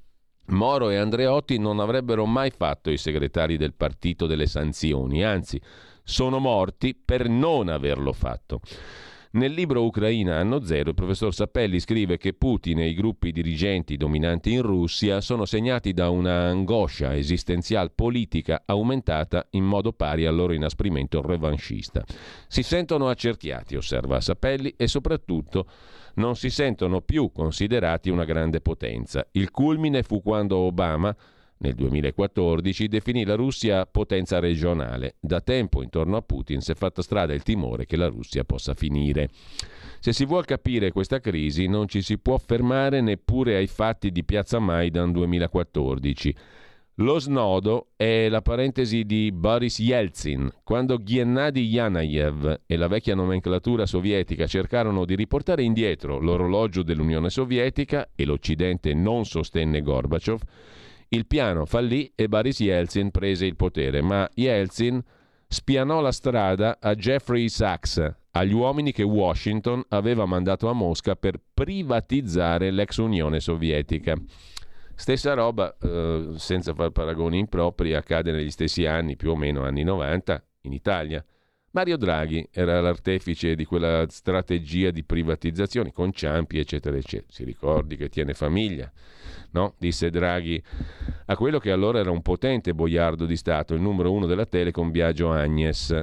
Moro e Andreotti non avrebbero mai fatto i segretari del partito delle sanzioni, anzi, sono morti per non averlo fatto. Nel libro Ucraina anno zero il professor Sapelli scrive che Putin e i gruppi dirigenti dominanti in Russia sono segnati da una angoscia esistenziale politica aumentata in modo pari al loro inasprimento revanchista. Si sentono accerchiati, osserva Sapelli, e soprattutto non si sentono più considerati una grande potenza. Il culmine fu quando Obama nel 2014, definì la Russia potenza regionale. Da tempo intorno a Putin si è fatta strada il timore che la Russia possa finire. Se si vuol capire questa crisi non ci si può fermare neppure ai fatti di Piazza Maidan 2014. Lo snodo è la parentesi di Boris Yeltsin. Quando Gennady Yanayev e la vecchia nomenclatura sovietica cercarono di riportare indietro l'orologio dell'Unione Sovietica e l'Occidente non sostenne Gorbaciov, il piano fallì e Boris Yeltsin prese il potere, ma Yeltsin spianò la strada a Jeffrey Sachs, agli uomini che Washington aveva mandato a Mosca per privatizzare l'ex Unione Sovietica. Stessa roba, senza far paragoni impropri, accade negli stessi anni, più o meno anni 90, in Italia. Mario Draghi era l'artefice di quella strategia di privatizzazioni con Ciampi, eccetera, eccetera. Si ricordi che tiene famiglia, no? Disse Draghi a quello che allora era un potente boiardo di Stato, il numero uno della Telecom, Biagio Agnes,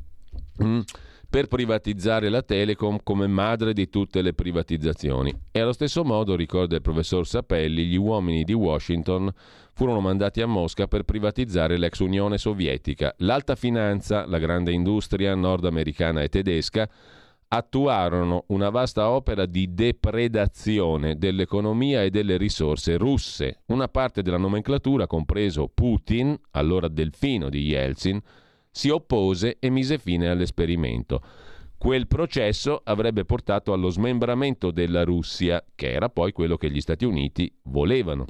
per privatizzare la Telecom come madre di tutte le privatizzazioni. E allo stesso modo, ricorda il professor Sapelli, gli uomini di Washington furono mandati a Mosca per privatizzare l'ex Unione Sovietica. L'alta finanza, la grande industria nordamericana e tedesca attuarono una vasta opera di depredazione dell'economia e delle risorse russe. Una parte della nomenclatura, compreso Putin, allora delfino di Yeltsin, si oppose e mise fine all'esperimento. Quel processo avrebbe portato allo smembramento della Russia, che era poi quello che gli Stati Uniti volevano.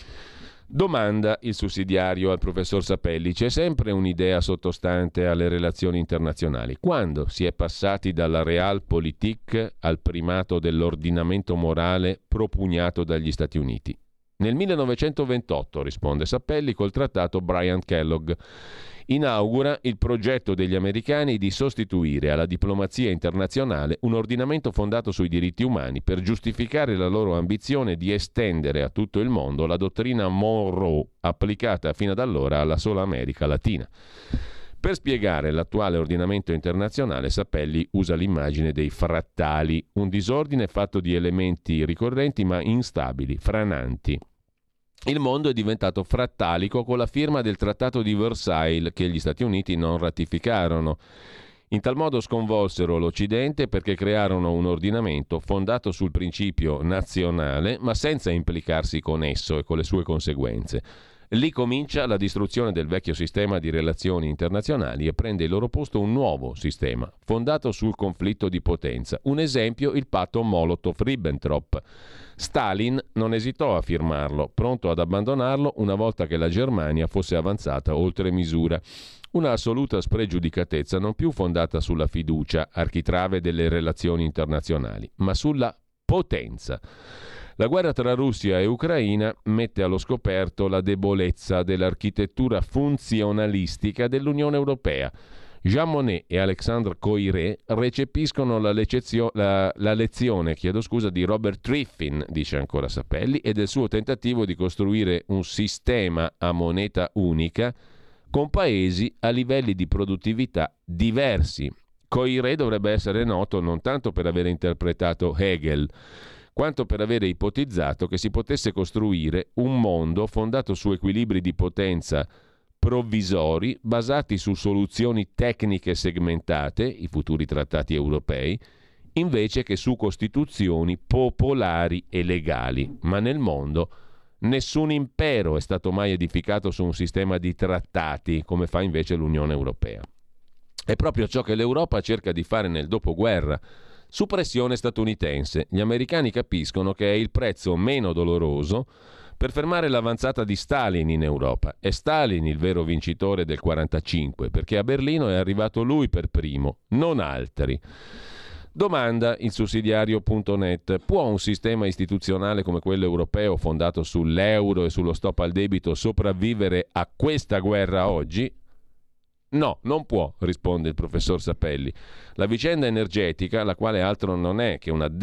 Domanda il sussidiario al professor Sapelli: c'è sempre un'idea sottostante alle relazioni internazionali? Quando si è passati dalla realpolitik al primato dell'ordinamento morale propugnato dagli Stati Uniti? Nel 1928, risponde Sapelli, col trattato Bryan-Kellogg. Inaugura il progetto degli americani di sostituire alla diplomazia internazionale un ordinamento fondato sui diritti umani per giustificare la loro ambizione di estendere a tutto il mondo la dottrina Monroe, applicata fino ad allora alla sola America Latina. Per spiegare l'attuale ordinamento internazionale, Sapelli usa l'immagine dei frattali, un disordine fatto di elementi ricorrenti ma instabili, frananti. Il mondo è diventato frattalico con la firma del Trattato di Versailles, che gli Stati Uniti non ratificarono. In tal modo sconvolsero l'Occidente perché crearono un ordinamento fondato sul principio nazionale, ma senza implicarsi con esso e con le sue conseguenze. Lì comincia la distruzione del vecchio sistema di relazioni internazionali e prende il loro posto un nuovo sistema, fondato sul conflitto di potenza. Un esempio, il patto Molotov-Ribbentrop. Stalin non esitò a firmarlo, pronto ad abbandonarlo una volta che la Germania fosse avanzata oltre misura. Una assoluta spregiudicatezza non più fondata sulla fiducia, architrave delle relazioni internazionali, ma sulla potenza. La guerra tra Russia e Ucraina mette allo scoperto la debolezza dell'architettura funzionalistica dell'Unione Europea. Jean Monnet e Alexandre Coiré recepiscono la lezione di Robert Triffin, dice ancora Sapelli, e del suo tentativo di costruire un sistema a moneta unica con paesi a livelli di produttività diversi. Coiré dovrebbe essere noto non tanto per aver interpretato Hegel, quanto per avere ipotizzato che si potesse costruire un mondo fondato su equilibri di potenza provvisori basati su soluzioni tecniche segmentate, i futuri trattati europei, invece che su costituzioni popolari e legali. Ma nel mondo nessun impero è stato mai edificato su un sistema di trattati, come fa invece l'Unione Europea. È proprio ciò che l'Europa cerca di fare nel dopoguerra, su pressione statunitense. Gli americani capiscono che è il prezzo meno doloroso per fermare l'avanzata di Stalin in Europa. È Stalin il vero vincitore del 1945, perché a Berlino è arrivato lui per primo, non altri. Domanda il sussidiario.net: può un sistema istituzionale come quello europeo, fondato sull'euro e sullo stop al debito, sopravvivere a questa guerra oggi? No, non può, risponde il professor Sapelli. La vicenda energetica, la quale altro non è che una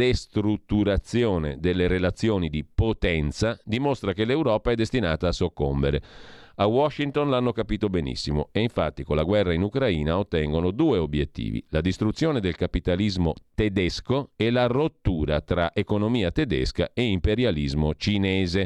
destrutturazione delle relazioni di potenza, dimostra che l'Europa è destinata a soccombere. A Washington l'hanno capito benissimo e infatti con la guerra in Ucraina ottengono due obiettivi: la distruzione del capitalismo tedesco e la rottura tra economia tedesca e imperialismo cinese.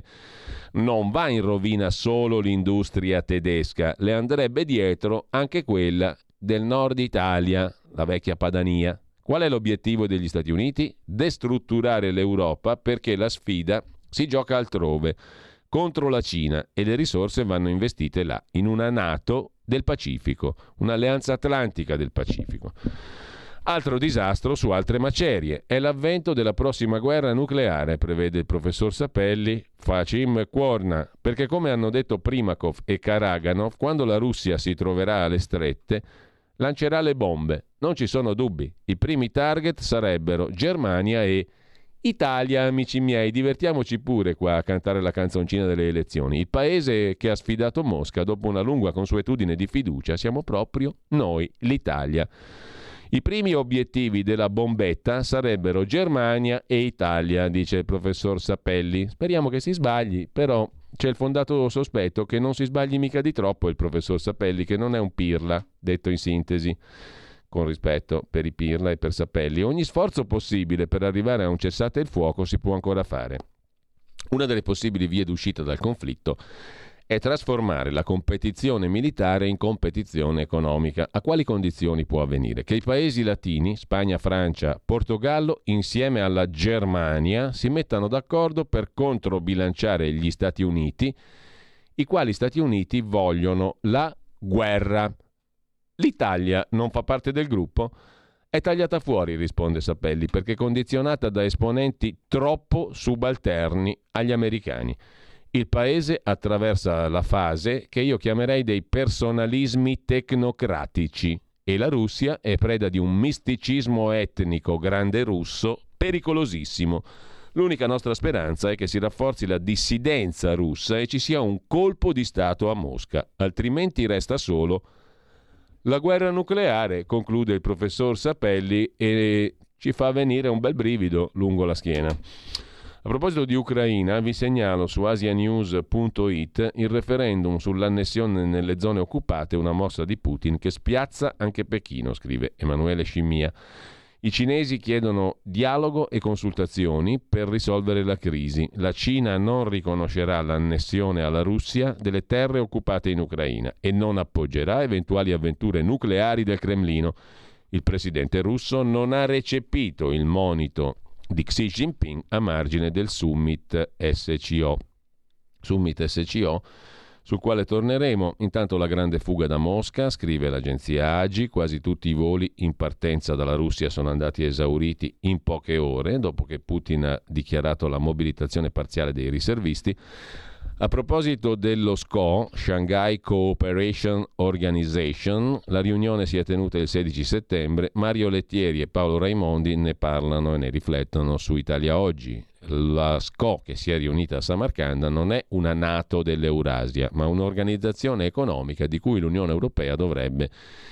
Non va in rovina solo l'industria tedesca, le andrebbe dietro anche quella del nord Italia, la vecchia Padania. Qual è l'obiettivo degli Stati Uniti? Destrutturare l'Europa perché la sfida si gioca altrove, contro la Cina, e le risorse vanno investite là, in una NATO del Pacifico, un'alleanza atlantica del Pacifico. Altro disastro su altre macerie. È l'avvento della prossima guerra nucleare, prevede il professor Sapelli, facim quorna, perché come hanno detto Primakov e Karaganov, quando la Russia si troverà alle strette, lancerà le bombe. Non ci sono dubbi. I primi target sarebbero Germania e Italia, amici miei, divertiamoci pure qua a cantare la canzoncina delle elezioni. Il paese che ha sfidato Mosca dopo una lunga consuetudine di fiducia siamo proprio noi, l'Italia. I primi obiettivi della bombetta sarebbero Germania e Italia, dice il professor Sapelli. Speriamo che si sbagli, però c'è il fondato sospetto che non si sbagli mica di troppo il professor Sapelli, che non è un pirla, detto in sintesi. Con rispetto per i pirla e per Sapelli, ogni sforzo possibile per arrivare a un cessate il fuoco si può ancora fare. Una delle possibili vie d'uscita dal conflitto è trasformare la competizione militare in competizione economica. A quali condizioni può avvenire? Che i paesi latini, Spagna, Francia, Portogallo, insieme alla Germania, si mettano d'accordo per controbilanciare gli Stati Uniti, i quali Stati Uniti vogliono la guerra. L'Italia non fa parte del gruppo? È tagliata fuori, risponde Sapelli, perché condizionata da esponenti troppo subalterni agli americani. Il paese attraversa la fase che io chiamerei dei personalismi tecnocratici e la Russia è preda di un misticismo etnico grande russo pericolosissimo. L'unica nostra speranza è che si rafforzi la dissidenza russa e ci sia un colpo di Stato a Mosca, altrimenti resta solo la guerra nucleare, conclude il professor Sapelli e ci fa venire un bel brivido lungo la schiena. A proposito di Ucraina, vi segnalo su asianews.it il referendum sull'annessione nelle zone occupate, una mossa di Putin che spiazza anche Pechino, scrive Emanuele Scimia. I cinesi chiedono dialogo e consultazioni per risolvere la crisi. La Cina non riconoscerà l'annessione alla Russia delle terre occupate in Ucraina e non appoggerà eventuali avventure nucleari del Cremlino. Il presidente russo non ha recepito il monito di Xi Jinping a margine del Summit SCO, sul quale torneremo. Intanto la grande fuga da Mosca, scrive l'agenzia AGI, quasi tutti i voli in partenza dalla Russia sono andati esauriti in poche ore, dopo che Putin ha dichiarato la mobilitazione parziale dei riservisti. A proposito dello SCO, Shanghai Cooperation Organization, la riunione si è tenuta il 16 settembre, Mario Lettieri e Paolo Raimondi ne parlano e ne riflettono su Italia Oggi. La SCO, che si è riunita a Samarcanda, non è una NATO dell'Eurasia, ma un'organizzazione economica di cui l'Unione Europea dovrebbe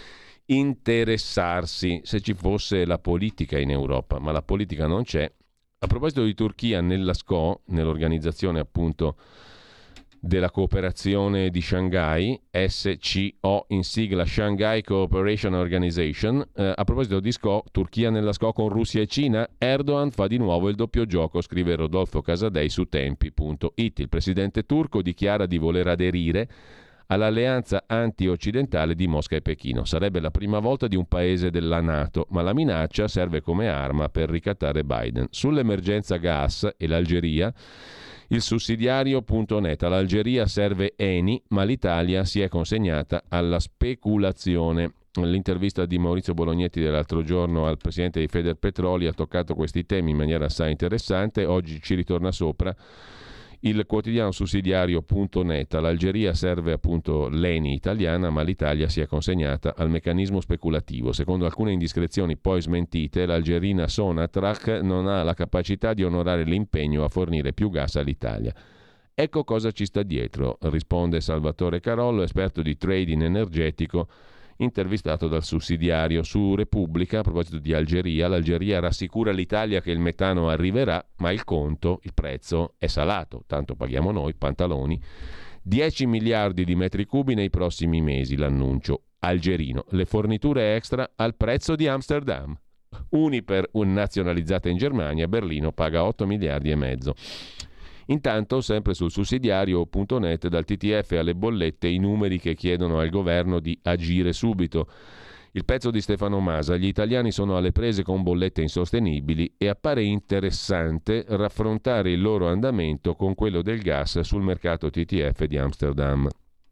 interessarsi se ci fosse la politica in Europa, ma la politica non c'è. A proposito di Turchia, nella SCO, nell'organizzazione appunto della cooperazione di Shanghai, SCO in sigla, Shanghai Cooperation Organization. A proposito di SCO, Turchia nella SCO con Russia e Cina, Erdogan fa di nuovo il doppio gioco, scrive Rodolfo Casadei su tempi.it. Il presidente turco dichiara di voler aderire all'alleanza anti-occidentale di Mosca e Pechino. Sarebbe la prima volta di un paese della NATO, ma la minaccia serve come arma per ricattare Biden. Sull'emergenza gas e l'Algeria, il sussidiario.net: all'Algeria serve Eni, ma l'Italia si è consegnata alla speculazione. L'intervista di Maurizio Bolognetti dell'altro giorno al presidente di Federpetroli ha toccato questi temi in maniera assai interessante. Oggi ci ritorna sopra il quotidiano sussidiario.net: all'Algeria serve appunto l'Eni italiana, ma l'Italia si è consegnata al meccanismo speculativo. Secondo alcune indiscrezioni poi smentite, l'algerina Sonatrach non ha la capacità di onorare l'impegno a fornire più gas all'Italia. Ecco cosa ci sta dietro, risponde Salvatore Carollo, esperto di trading energetico, intervistato dal sussidiario. Su Repubblica, a proposito di Algeria, l'Algeria rassicura l'Italia che il metano arriverà, ma il conto, il prezzo è salato, tanto paghiamo noi, pantaloni 10 miliardi di metri cubi nei prossimi mesi, l'annuncio algerino. Le forniture extra al prezzo di Amsterdam. Uniper nazionalizzata in Germania, Berlino paga 8 miliardi e mezzo. Intanto, sempre sul sussidiario.net, dal TTF alle bollette, i numeri che chiedono al governo di agire subito. Il pezzo di Stefano Masa: gli italiani sono alle prese con bollette insostenibili e appare interessante raffrontare il loro andamento con quello del gas sul mercato TTF di Amsterdam.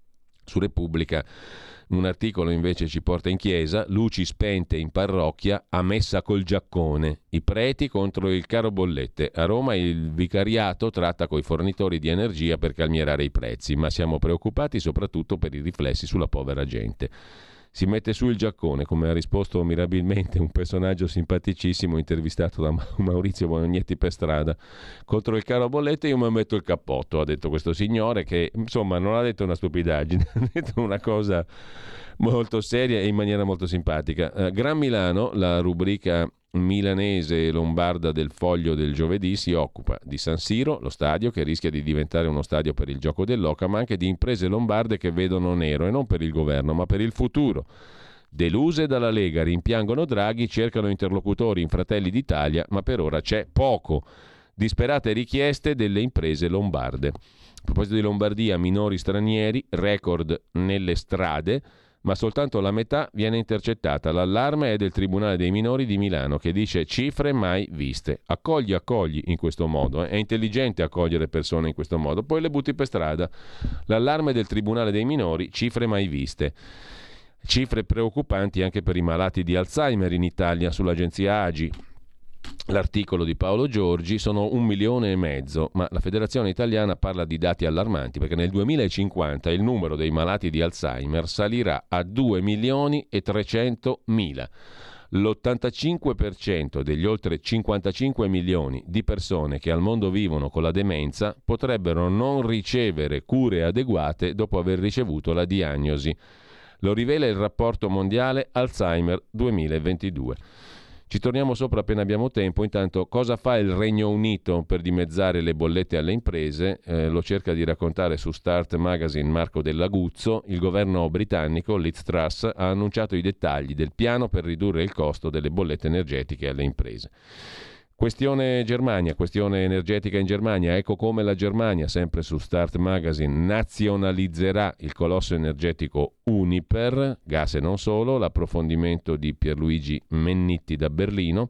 Su Repubblica un articolo invece ci porta in chiesa: luci spente in parrocchia a messa col giaccone, i preti contro il caro bollette. A Roma il vicariato tratta coi fornitori di energia per calmierare i prezzi, ma siamo preoccupati soprattutto per i riflessi sulla povera gente. Si mette su il giaccone, come ha risposto mirabilmente un personaggio simpaticissimo intervistato da Maurizio Bonagnetti per strada. Contro il caro bollette io mi metto il cappotto, ha detto questo signore, che insomma non ha detto una stupidaggine, ha detto una cosa molto seria e in maniera molto simpatica. Gran Milano, la rubrica milanese e lombarda del Foglio del giovedì, si occupa di San Siro, lo stadio che rischia di diventare uno stadio per il gioco dell'oca, ma anche di imprese lombarde che vedono nero, e non per il governo ma per il futuro. Deluse dalla Lega, rimpiangono Draghi, cercano interlocutori in Fratelli d'Italia, ma per ora c'è poco. Disperate richieste delle imprese lombarde. A proposito di Lombardia, minori stranieri, record nelle strade, ma soltanto la metà viene intercettata. L'allarme è del Tribunale dei Minori di Milano, che dice cifre mai viste. Accogli in questo modo, è intelligente accogliere persone in questo modo, poi le butti per strada. L'allarme del Tribunale dei Minori, cifre mai viste. Cifre preoccupanti anche per i malati di Alzheimer in Italia. Sull'agenzia AGI l'articolo di Paolo Giorgi: sono 1,5 milioni, ma la Federazione Italiana parla di dati allarmanti, perché nel 2050 il numero dei malati di Alzheimer salirà a 2.300.000. L'85% degli oltre 55 milioni di persone che al mondo vivono con la demenza potrebbero non ricevere cure adeguate dopo aver ricevuto la diagnosi. Lo rivela il rapporto mondiale Alzheimer 2022. Ci torniamo sopra appena abbiamo tempo. Intanto, cosa fa il Regno Unito per dimezzare le bollette alle imprese? Lo cerca di raccontare su Start Magazine Marco Dell'Aguzzo. Il governo britannico, Liz Truss, ha annunciato i dettagli del piano per ridurre il costo delle bollette energetiche alle imprese. Questione Germania, questione energetica in Germania. Ecco come la Germania, sempre su Start Magazine, nazionalizzerà il colosso energetico Uniper, gas e non solo, l'approfondimento di Pierluigi Mennitti da Berlino.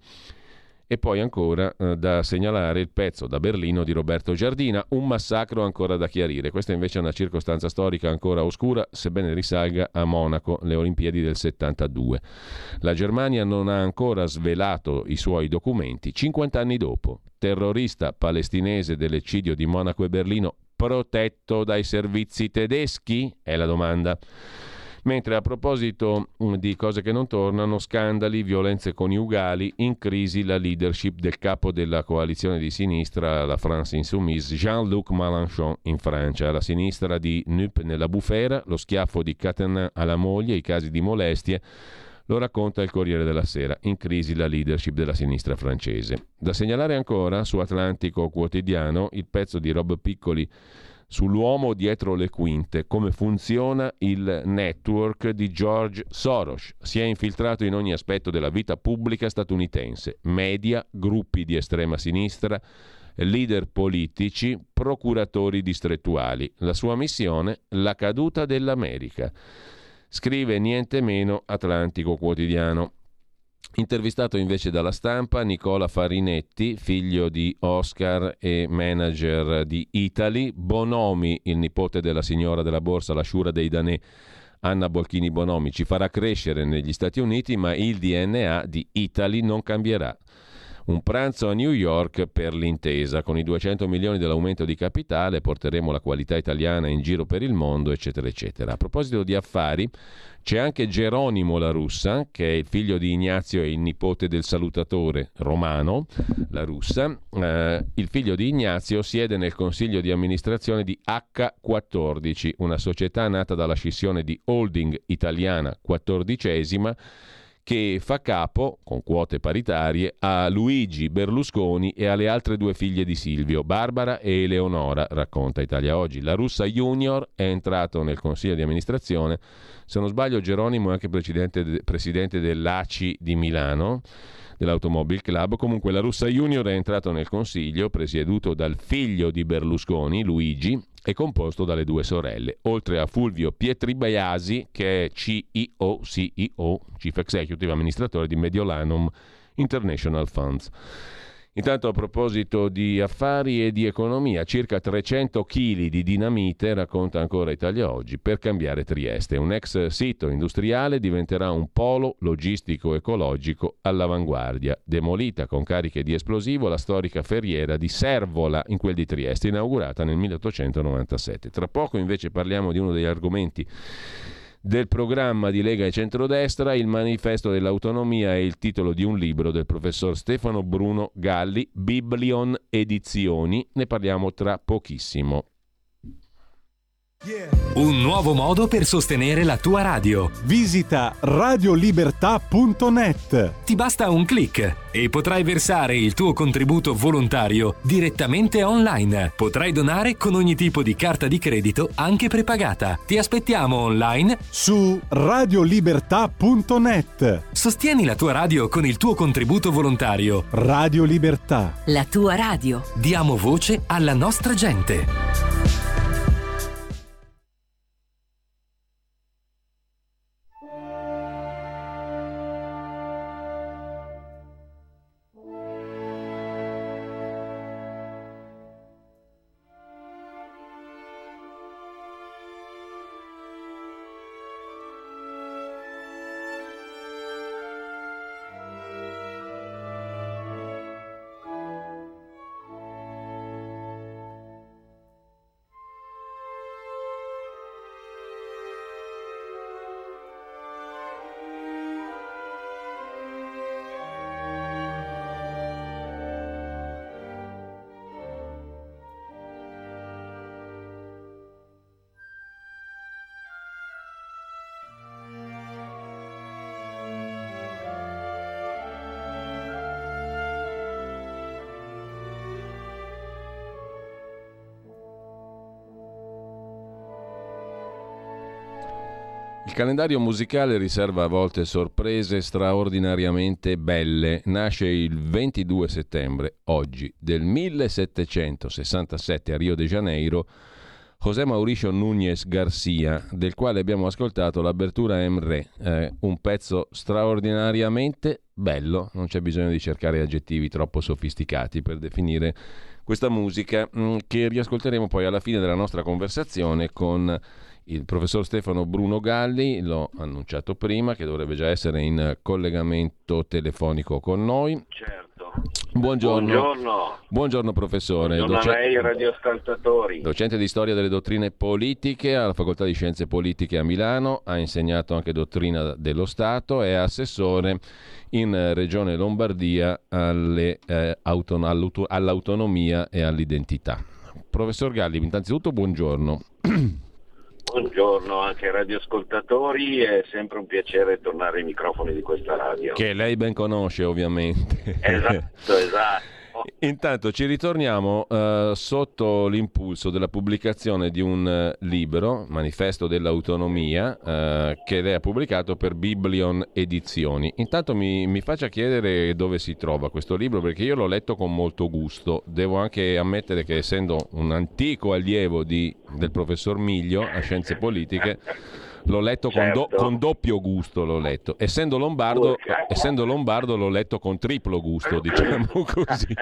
E poi ancora da segnalare il pezzo da Berlino di Roberto Giardina, un massacro ancora da chiarire. Questa invece è una circostanza storica ancora oscura, sebbene risalga a Monaco, le Olimpiadi del 72. La Germania non ha ancora svelato i suoi documenti. 50 anni dopo, terrorista palestinese dell'eccidio di Monaco e Berlino, protetto dai servizi tedeschi? È la domanda. Mentre a proposito di cose che non tornano, scandali, violenze coniugali, in crisi la leadership del capo della coalizione di sinistra, la France Insoumise, Jean-Luc Mélenchon in Francia. La sinistra di Nup nella bufera, lo schiaffo di Catenin alla moglie, i casi di molestie, lo racconta il Corriere della Sera. In crisi la leadership della sinistra francese. Da segnalare ancora su Atlantico Quotidiano il pezzo di Rob Piccoli sull'uomo dietro le quinte, come funziona il network di George Soros. Si è infiltrato in ogni aspetto della vita pubblica statunitense: media, gruppi di estrema sinistra, leader politici, procuratori distrettuali. La sua missione? La caduta dell'America. Scrive niente meno Atlantico Quotidiano. Intervistato invece dalla Stampa Nicola Farinetti, figlio di Oscar e manager di Italy, Bonomi, il nipote della signora della borsa, la sciura dei Danè, Anna Bolchini Bonomi, ci farà crescere negli Stati Uniti, ma il DNA di Italy non cambierà. Un pranzo a New York per l'intesa. Con i 200 milioni dell'aumento di capitale porteremo la qualità italiana in giro per il mondo, eccetera, eccetera. A proposito di affari, c'è anche Geronimo La Russa, che è il figlio di Ignazio e il nipote del salutatore romano La Russa. Il figlio di Ignazio siede nel consiglio di amministrazione di H14, una società nata dalla scissione di Holding Italiana XIV, che fa capo, con quote paritarie, a Luigi Berlusconi e alle altre due figlie di Silvio, Barbara e Eleonora, racconta Italia Oggi. La Russa Junior è entrato nel consiglio di amministrazione, se non sbaglio Geronimo è anche presidente dell'ACI di Milano, dell'Automobile Club. Comunque la Russa Junior è entrato nel consiglio, presieduto dal figlio di Berlusconi, Luigi, e composto dalle due sorelle, oltre a Fulvio Pietribaiasi, che è CEO, Chief Executive Amministratore di Mediolanum International Funds. Intanto, a proposito di affari e di economia, circa 300 kg di dinamite, racconta ancora Italia Oggi, per cambiare Trieste. Un ex sito industriale diventerà un polo logistico ecologico all'avanguardia. Demolita con cariche di esplosivo la storica ferriera di Servola, in quel di Trieste, inaugurata nel 1897. Tra poco invece parliamo di uno degli argomenti del programma di Lega e Centrodestra, il manifesto dell'autonomia è il titolo di un libro del professor Stefano Bruno Galli, Biblion Edizioni. Ne parliamo tra pochissimo. Un nuovo modo per sostenere la tua radio. Visita radiolibertà.net. Ti basta un click e potrai versare il tuo contributo volontario direttamente online. Potrai donare con ogni tipo di carta di credito, anche prepagata. Ti aspettiamo online su radiolibertà.net. Sostieni la tua radio con il tuo contributo volontario. Radio Libertà. La tua radio. Diamo voce alla nostra gente. Il calendario musicale riserva a volte sorprese straordinariamente belle. Nasce il 22 settembre, oggi, del 1767 a Rio de Janeiro, José Mauricio Núñez García, del quale abbiamo ascoltato l'apertura Emre, un pezzo straordinariamente bello, non c'è bisogno di cercare aggettivi troppo sofisticati per definire questa musica, che riascolteremo poi alla fine della nostra conversazione con il professor Stefano Bruno Galli. L'ho annunciato prima che dovrebbe già essere in collegamento telefonico con noi. Certo. Buongiorno. Buongiorno professore. Buongiorno a lei, radioascoltatori. Docente di storia delle dottrine politiche alla Facoltà di Scienze Politiche a Milano, ha insegnato anche dottrina dello Stato, è assessore in Regione Lombardia all'autonomia e all'identità. Professor Galli, innanzitutto buongiorno. Buongiorno anche ai radioascoltatori, è sempre un piacere tornare ai microfoni di questa radio. Che lei ben conosce ovviamente. Esatto. Intanto ci ritorniamo sotto l'impulso della pubblicazione di un libro, Manifesto dell'autonomia, che lei ha pubblicato per Biblion Edizioni. Intanto mi faccia chiedere dove si trova questo libro, perché io l'ho letto con molto gusto. Devo anche ammettere che, essendo un antico allievo del professor Miglio a Scienze Politiche, l'ho letto con doppio gusto, l'ho letto. Essendo lombardo l'ho letto con triplo gusto, diciamo così.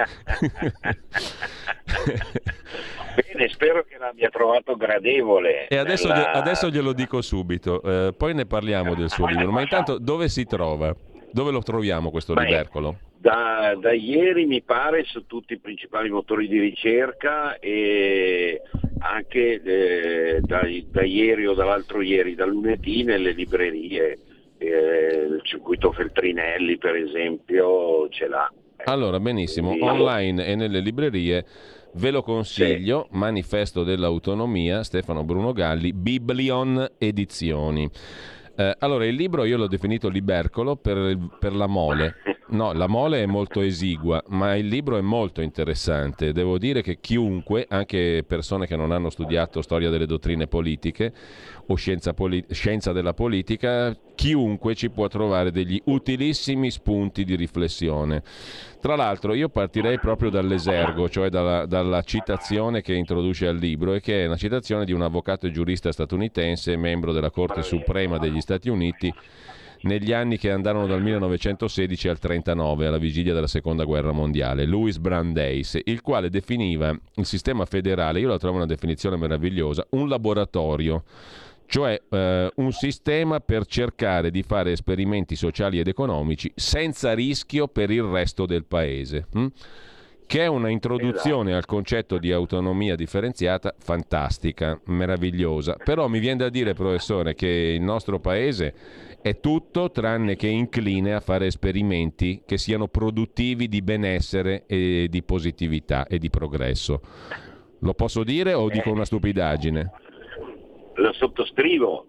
Bene, spero che l'abbia trovato gradevole. E adesso glielo dico subito, poi ne parliamo del suo libro. Ma intanto dove si trova? Dove lo troviamo questo libercolo? Da ieri mi pare su tutti i principali motori di ricerca e anche da ieri o dall'altro ieri, da lunedì nelle librerie, il circuito Feltrinelli per esempio ce l'ha. Allora, benissimo, online e nelle librerie ve lo consiglio, sì. Manifesto dell'autonomia, Stefano Bruno Galli, Biblion Edizioni. Allora, il libro io l'ho definito libercolo per la mole. No, la mole è molto esigua, ma il libro è molto interessante. Devo dire che chiunque, anche persone che non hanno studiato storia delle dottrine politiche o scienza della politica, chiunque ci può trovare degli utilissimi spunti di riflessione. Tra l'altro io partirei proprio dall'esergo, cioè dalla citazione che introduce al libro, e che è una citazione di un avvocato e giurista statunitense, membro della Corte Suprema degli Stati Uniti, negli anni che andarono dal 1916 al 1939, alla vigilia della Seconda Guerra Mondiale, Louis Brandeis, il quale definiva il sistema federale, io la trovo una definizione meravigliosa, un laboratorio, cioè un sistema per cercare di fare esperimenti sociali ed economici senza rischio per il resto del paese. Che è una introduzione al concetto di autonomia differenziata fantastica, meravigliosa. Però mi viene da dire, professore, che il nostro paese è tutto tranne che incline a fare esperimenti che siano produttivi di benessere e di positività e di progresso. Lo posso dire o dico una stupidaggine? Lo sottoscrivo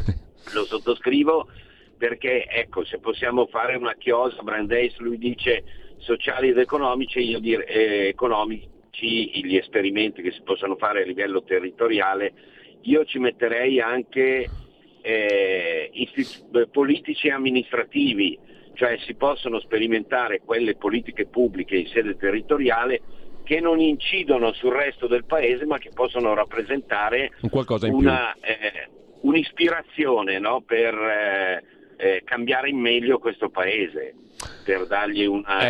perché, ecco, se possiamo fare una chiosa, Brandeis lui dice sociali ed economici, io dire economici, gli esperimenti che si possono fare a livello territoriale, io ci metterei anche politici e amministrativi, cioè si possono sperimentare quelle politiche pubbliche in sede territoriale che non incidono sul resto del paese, ma che possono rappresentare qualcosa in un'ispirazione, no? Per cambiare in meglio questo paese, per dargli una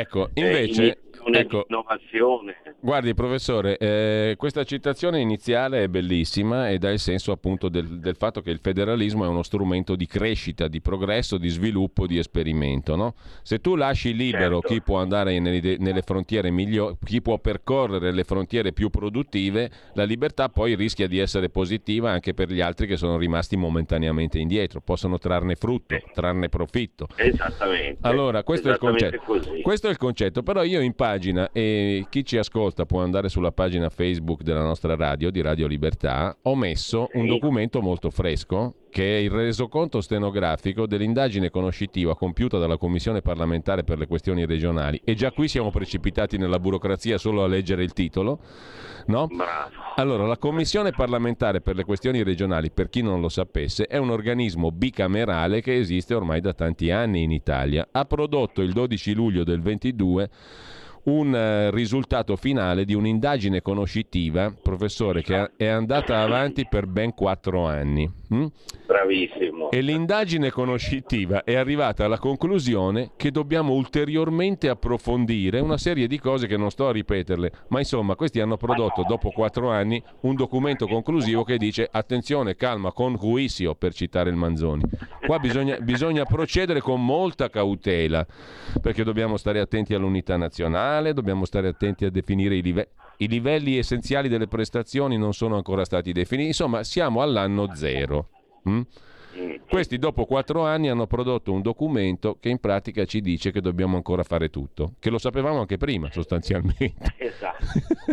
innovazione. Guardi, professore, questa citazione iniziale è bellissima e dà il senso appunto del fatto che il federalismo è uno strumento di crescita, di progresso, di sviluppo, di esperimento, no? Se tu lasci libero chi può andare nelle frontiere migliori, chi può percorrere le frontiere più produttive, la libertà poi rischia di essere positiva anche per gli altri che sono rimasti momentaneamente indietro, possono trarne frutto, trarne profitto. Esattamente. Allora, questo è il concetto. Così. Questo è il concetto, però io in pagina, e chi ci ascolta può andare sulla pagina Facebook della nostra radio, di Radio Libertà, ho messo un documento molto fresco che è il resoconto stenografico dell'indagine conoscitiva compiuta dalla Commissione parlamentare per le questioni regionali, e già qui siamo precipitati nella burocrazia solo a leggere il titolo, no? Bravo. Allora, la Commissione parlamentare per le questioni regionali, per chi non lo sapesse, è un organismo bicamerale che esiste ormai da tanti anni in Italia. Ha prodotto il 12 luglio del 22 un risultato finale di un'indagine conoscitiva, professore, che è andata avanti per ben 4 anni. Bravissimo. E l'indagine conoscitiva è arrivata alla conclusione che dobbiamo ulteriormente approfondire una serie di cose che non sto a ripeterle, ma insomma questi hanno prodotto dopo 4 anni un documento conclusivo che dice attenzione, calma, con juicio, per citare il Manzoni. Qua bisogna procedere con molta cautela, perché dobbiamo stare attenti all'unità nazionale, dobbiamo stare attenti a definire i livelli essenziali delle prestazioni non sono ancora stati definiti, insomma siamo all'anno zero. Questi dopo 4 anni hanno prodotto un documento che in pratica ci dice che dobbiamo ancora fare tutto, che lo sapevamo anche prima sostanzialmente. Esatto.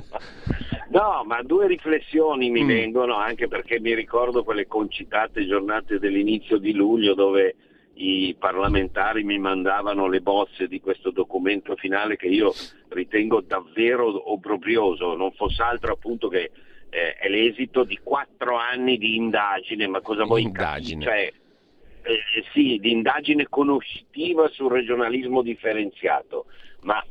No, ma 2 riflessioni mi vengono, anche perché mi ricordo quelle concitate giornate dell'inizio di luglio dove i parlamentari mi mandavano le bozze di questo documento finale che io ritengo davvero obbrobrioso, non fosse altro appunto che è l'esito di 4 anni di indagine, ma cosa vuoi indagine? Cioè, sì, di indagine conoscitiva sul regionalismo differenziato, ma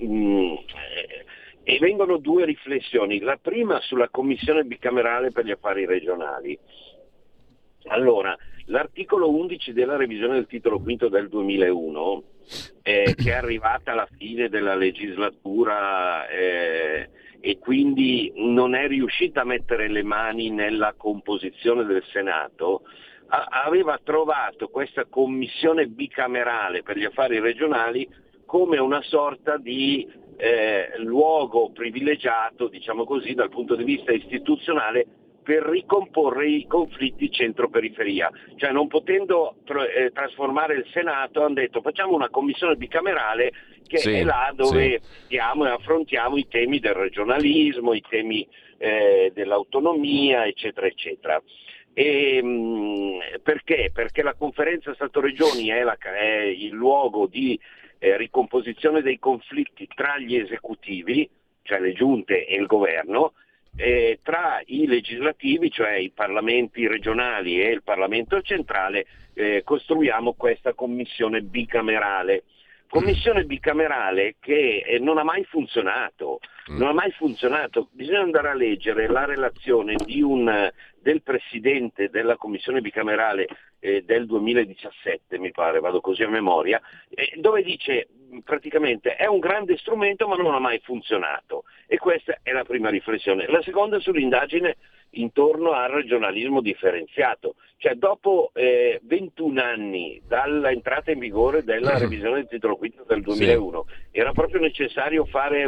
e vengono 2 riflessioni. La prima sulla Commissione bicamerale per gli affari regionali. Allora, l'articolo 11 della revisione del titolo V del 2001, che è arrivata alla fine della legislatura e quindi non è riuscita a mettere le mani nella composizione del Senato, aveva trovato questa commissione bicamerale per gli affari regionali come una sorta di luogo privilegiato, diciamo così, dal punto di vista istituzionale per ricomporre i conflitti centro-periferia. Cioè, non potendo trasformare il Senato, hanno detto facciamo una commissione bicamerale che è là dove stiamo e affrontiamo i temi del regionalismo, i temi dell'autonomia, eccetera, eccetera. Perché? Perché la conferenza Stato-Regioni è il luogo di ricomposizione dei conflitti tra gli esecutivi, cioè le giunte e il governo, tra i legislativi, cioè i parlamenti regionali e il Parlamento centrale. Costruiamo questa commissione bicamerale. Commissione bicamerale che non ha mai funzionato. Bisogna andare a leggere la relazione del presidente della commissione bicamerale del 2017, mi pare, vado così a memoria, dove dice praticamente è un grande strumento ma non ha mai funzionato, e questa è la prima riflessione. La seconda è sull'indagine intorno al regionalismo differenziato, cioè dopo 21 anni dall'entrata in vigore della revisione del titolo quinto del 2001, era proprio necessario fare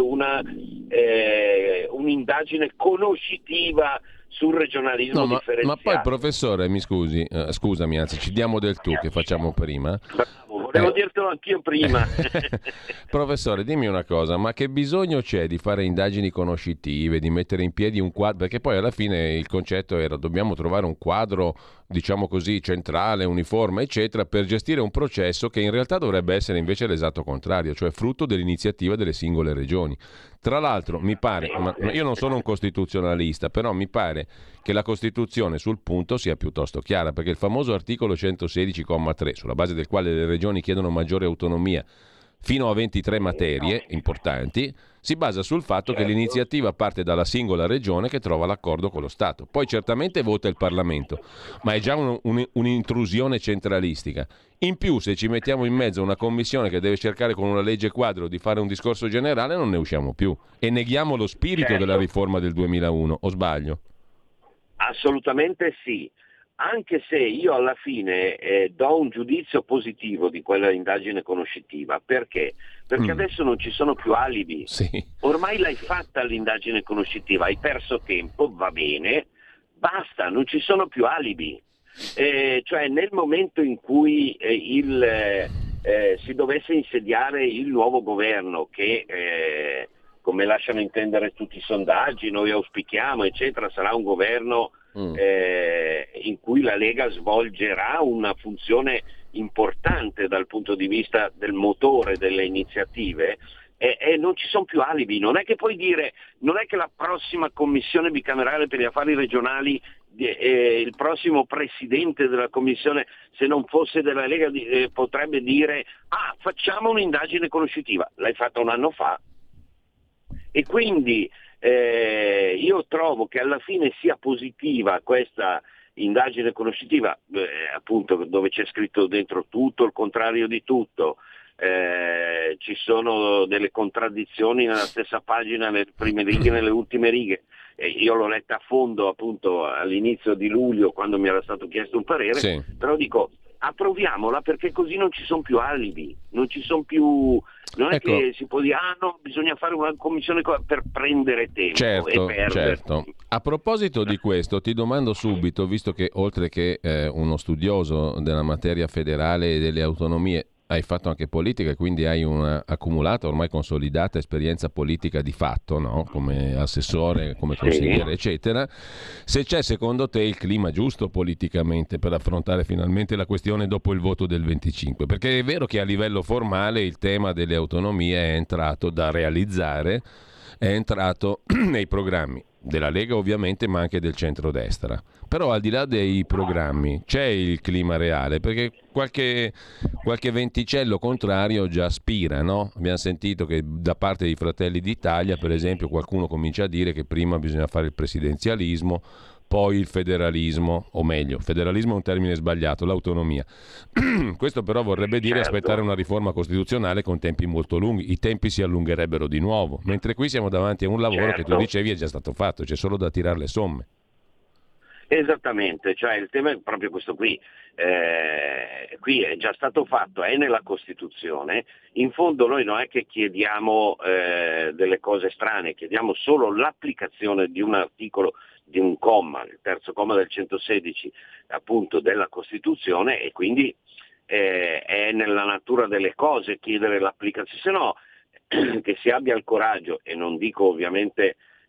un'indagine conoscitiva sul regionalismo differenziato. Ma poi, professore, mi scusi, scusami, anzi ci diamo del tu che facciamo prima. Bravo, volevo dirtelo anch'io prima. Professore, dimmi una cosa, ma che bisogno c'è di fare indagini conoscitive, di mettere in piedi un quadro? Perché poi alla fine il concetto era dobbiamo trovare un quadro, diciamo così, centrale, uniforme, eccetera, per gestire un processo che in realtà dovrebbe essere invece l'esatto contrario, cioè frutto dell'iniziativa delle singole regioni. Tra l'altro mi pare, ma io non sono un costituzionalista, però mi pare che la Costituzione sul punto sia piuttosto chiara, perché il famoso articolo 116,3, sulla base del quale le regioni chiedono maggiore autonomia fino a 23 materie importanti, si basa sul fatto che l'iniziativa parte dalla singola regione che trova l'accordo con lo Stato. Poi certamente vota il Parlamento, ma è già un'intrusione centralistica. In più, se ci mettiamo in mezzo una commissione che deve cercare con una legge quadro di fare un discorso generale, non ne usciamo più. E neghiamo lo spirito della riforma del 2001, o sbaglio? Assolutamente sì. Anche se io alla fine do un giudizio positivo di quella indagine conoscitiva. Perché? Perché adesso non ci sono più alibi. Sì. Ormai l'hai fatta l'indagine conoscitiva, hai perso tempo, va bene, basta, non ci sono più alibi. Cioè nel momento in cui si dovesse insediare il nuovo governo che, come lasciano intendere tutti i sondaggi, noi auspichiamo, eccetera, sarà un governo in cui la Lega svolgerà una funzione importante dal punto di vista del motore delle iniziative, e non ci sono più alibi. Non è che puoi dire, non è che la prossima commissione bicamerale per gli affari regionali, il prossimo presidente della commissione, se non fosse della Lega, potrebbe dire facciamo un'indagine conoscitiva. L'hai fatta un anno fa. E quindi io trovo che alla fine sia positiva questa indagine conoscitiva, appunto dove c'è scritto dentro tutto, il contrario di tutto, ci sono delle contraddizioni nella stessa pagina, nelle prime righe, nelle ultime righe. Io l'ho letta a fondo appunto all'inizio di luglio quando mi era stato chiesto un parere, però dico approviamola perché così non ci sono più alibi, non ci sono più, non è che si può dire no, bisogna fare una commissione per prendere tempo e perdere. Certo. A proposito di questo ti domando subito, visto che oltre che uno studioso della materia federale e delle autonomie hai fatto anche politica e quindi hai una accumulata, ormai consolidata esperienza politica di fatto, no? Come assessore, come consigliere, eccetera. Se c'è secondo te il clima giusto politicamente per affrontare finalmente la questione dopo il voto del 25? Perché è vero che a livello formale il tema delle autonomie è entrato da realizzare, è entrato nei programmi della Lega ovviamente, ma anche del centrodestra. Però al di là dei programmi c'è il clima reale, perché qualche venticello contrario già spira, no? Abbiamo sentito che da parte dei Fratelli d'Italia, per esempio, qualcuno comincia a dire che prima bisogna fare il presidenzialismo, poi il federalismo, o meglio, federalismo è un termine sbagliato, l'autonomia. Questo però vorrebbe dire aspettare una riforma costituzionale con tempi molto lunghi, i tempi si allungherebbero di nuovo, mentre qui siamo davanti a un lavoro che tu dicevi è già stato fatto, c'è solo da tirare le somme. Esattamente, cioè il tema è proprio questo qui. Qui è già stato fatto, è nella Costituzione. In fondo noi non è che chiediamo delle cose strane, chiediamo solo l'applicazione di un articolo, di un comma, il terzo comma del 116 appunto della Costituzione, e quindi è nella natura delle cose chiedere l'applicazione, se no che si abbia il coraggio, e non dico ovviamente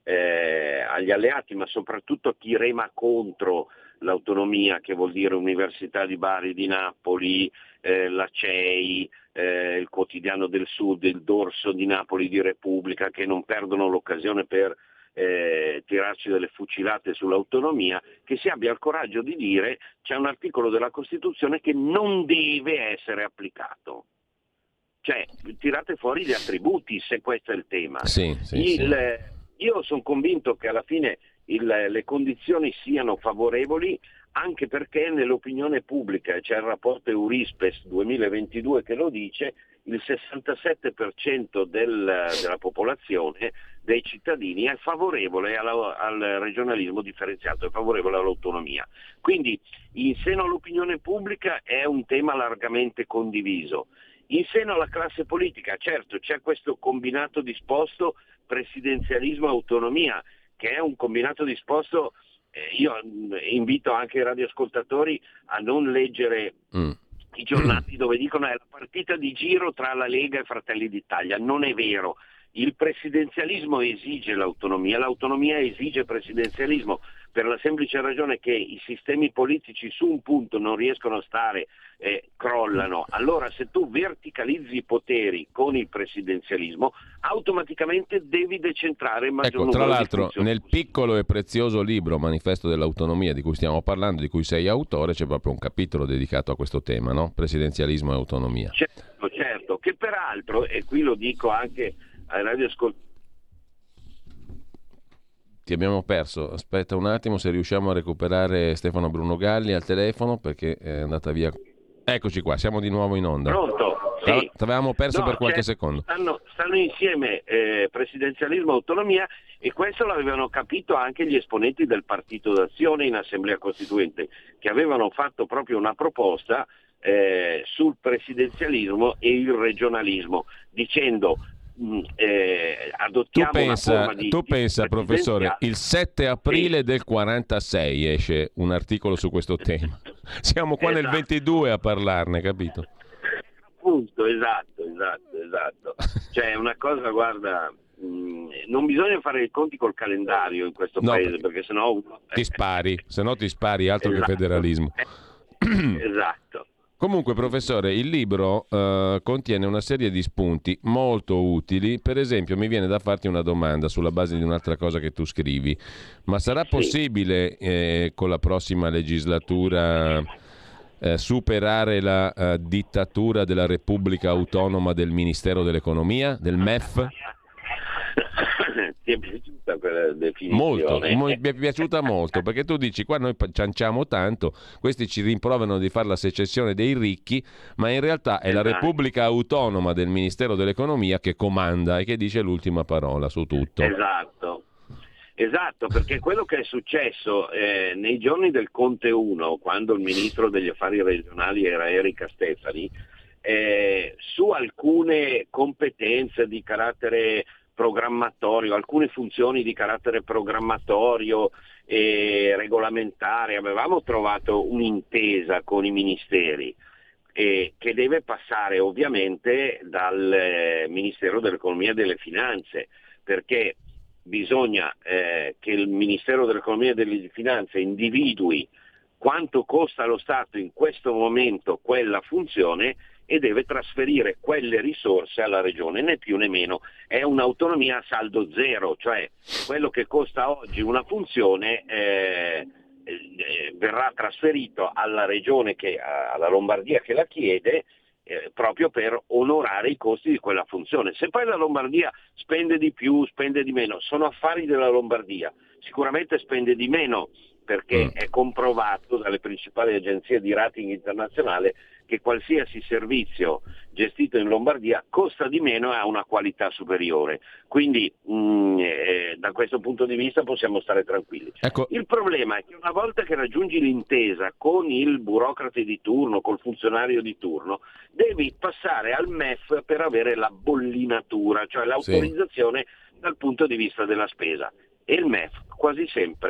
agli alleati, ma soprattutto a chi rema contro l'autonomia, che vuol dire Università di Bari, di Napoli, la CEI, il Quotidiano del Sud, il Dorso di Napoli di Repubblica, che non perdono l'occasione per tirarci delle fucilate sull'autonomia, che si abbia il coraggio di dire c'è un articolo della Costituzione che non deve essere applicato. Cioè, tirate fuori gli attributi, se questo è il tema. Io sono convinto che alla fine le condizioni siano favorevoli, anche perché nell'opinione pubblica, c'è il rapporto Eurispes 2022 che lo dice, il 67% della popolazione, dei cittadini, è favorevole al regionalismo differenziato, è favorevole all'autonomia. Quindi in seno all'opinione pubblica è un tema largamente condiviso. In seno alla classe politica, certo, c'è questo combinato disposto presidenzialismo-autonomia, che è un combinato disposto. Io invito anche i radioascoltatori a non leggere i giornali dove dicono è la partita di giro tra la Lega e Fratelli d'Italia. Non è vero. Il presidenzialismo esige l'autonomia esige presidenzialismo, per la semplice ragione che i sistemi politici su un punto non riescono a stare, crollano. Allora se tu verticalizzi i poteri con il presidenzialismo, automaticamente devi decentrare il maggior numero tra di l'altro, funzioni. nel piccolo e prezioso libro Manifesto dell'autonomia di cui stiamo parlando, di cui sei autore, c'è proprio un capitolo dedicato a questo tema, no? Presidenzialismo e autonomia. Certo, che peraltro, e qui lo dico anche ai radioascoltatori. Ti abbiamo perso, aspetta un attimo se riusciamo a recuperare Stefano Bruno Galli al telefono, perché è andata via. Eccoci qua, siamo di nuovo in onda. Pronto? Sì. T'avevamo perso per qualche secondo. Stanno insieme presidenzialismo e autonomia, e questo l'avevano capito anche gli esponenti del Partito d'Azione in Assemblea Costituente, che avevano fatto proprio una proposta sul presidenzialismo e il regionalismo, dicendo adottiamo una forma di pensa professore, il 7 aprile del 46 esce un articolo su questo tema, siamo qua nel 22 a parlarne, capito? Appunto, esatto. Cioè è una cosa, guarda, non bisogna fare i conti col calendario in questo paese, perché sennò ti spari, altro che federalismo. Esatto. Comunque, professore, il libro contiene una serie di spunti molto utili. Per esempio, mi viene da farti una domanda sulla base di un'altra cosa che tu scrivi. Ma sarà possibile con la prossima legislatura superare la dittatura della Repubblica Autonoma del Ministero dell'Economia, del MEF? Ti è piaciuta quella definizione? Molto, mi è piaciuta molto, perché tu dici qua noi cianciamo tanto, questi ci rimproverano di fare la secessione dei ricchi, ma in realtà è la Repubblica Autonoma del Ministero dell'Economia che comanda e che dice l'ultima parola su tutto. Esatto, perché quello che è successo nei giorni del Conte 1, quando il ministro degli affari regionali era Erika Stefani, su alcune competenze di carattere programmatorio, alcune funzioni di carattere programmatorio e regolamentare, avevamo trovato un'intesa con i ministeri che deve passare ovviamente dal Ministero dell'Economia e delle Finanze, perché bisogna che il Ministero dell'Economia e delle Finanze individui quanto costa allo Stato in questo momento quella funzione e deve trasferire quelle risorse alla regione, né più né meno. È un'autonomia a saldo zero, cioè quello che costa oggi una funzione verrà trasferito alla regione, alla Lombardia che la chiede, proprio per onorare i costi di quella funzione. Se poi la Lombardia spende di più, spende di meno, sono affari della Lombardia. Sicuramente spende di meno, perché è comprovato dalle principali agenzie di rating internazionale che qualsiasi servizio gestito in Lombardia costa di meno e ha una qualità superiore. Quindi da questo punto di vista possiamo stare tranquilli. Ecco. Il problema è che una volta che raggiungi l'intesa con il burocrate di turno, col funzionario di turno, devi passare al MEF per avere la bollinatura, cioè l'autorizzazione dal punto di vista della spesa. E il MEF quasi sempre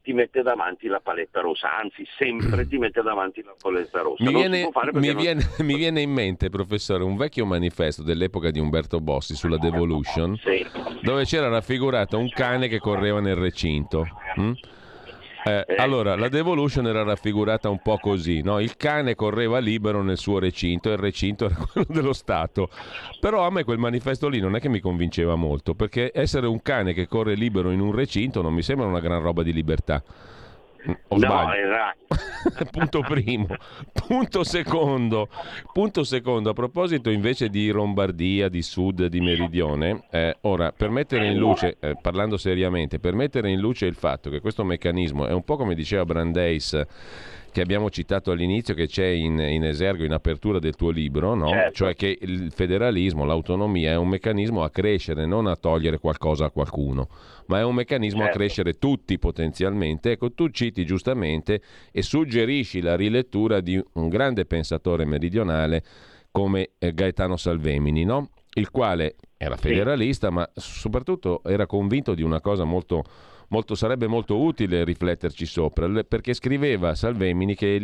ti mette davanti la paletta rossa, anzi sempre ti mette davanti la paletta rossa. Mi viene in mente, professore, un vecchio manifesto dell'epoca di Umberto Bossi sulla devolution, sì, dove c'era raffigurato un cane che correva nel recinto. Allora, la devolution era raffigurata un po' così, no? Il cane correva libero nel suo recinto e il recinto era quello dello Stato. Però a me quel manifesto lì non è che mi convinceva molto, perché essere un cane che corre libero in un recinto non mi sembra una gran roba di libertà. O sbaglio? No, esatto. Punto primo. Punto secondo, a proposito invece di Lombardia, di Sud, di Meridione, ora, per mettere in luce, parlando seriamente, per mettere in luce il fatto che questo meccanismo è un po' come diceva Brandeis, che abbiamo citato all'inizio, che c'è in esergo, in apertura del tuo libro, no? Certo. Cioè che il federalismo, l'autonomia è un meccanismo a crescere, non a togliere qualcosa a qualcuno, ma è un meccanismo a crescere tutti potenzialmente. Ecco, tu citi giustamente e suggerisci la rilettura di un grande pensatore meridionale come Gaetano Salvemini, no? Il quale era federalista, ma soprattutto era convinto di una cosa molto sarebbe molto utile rifletterci sopra, perché scriveva Salvemini che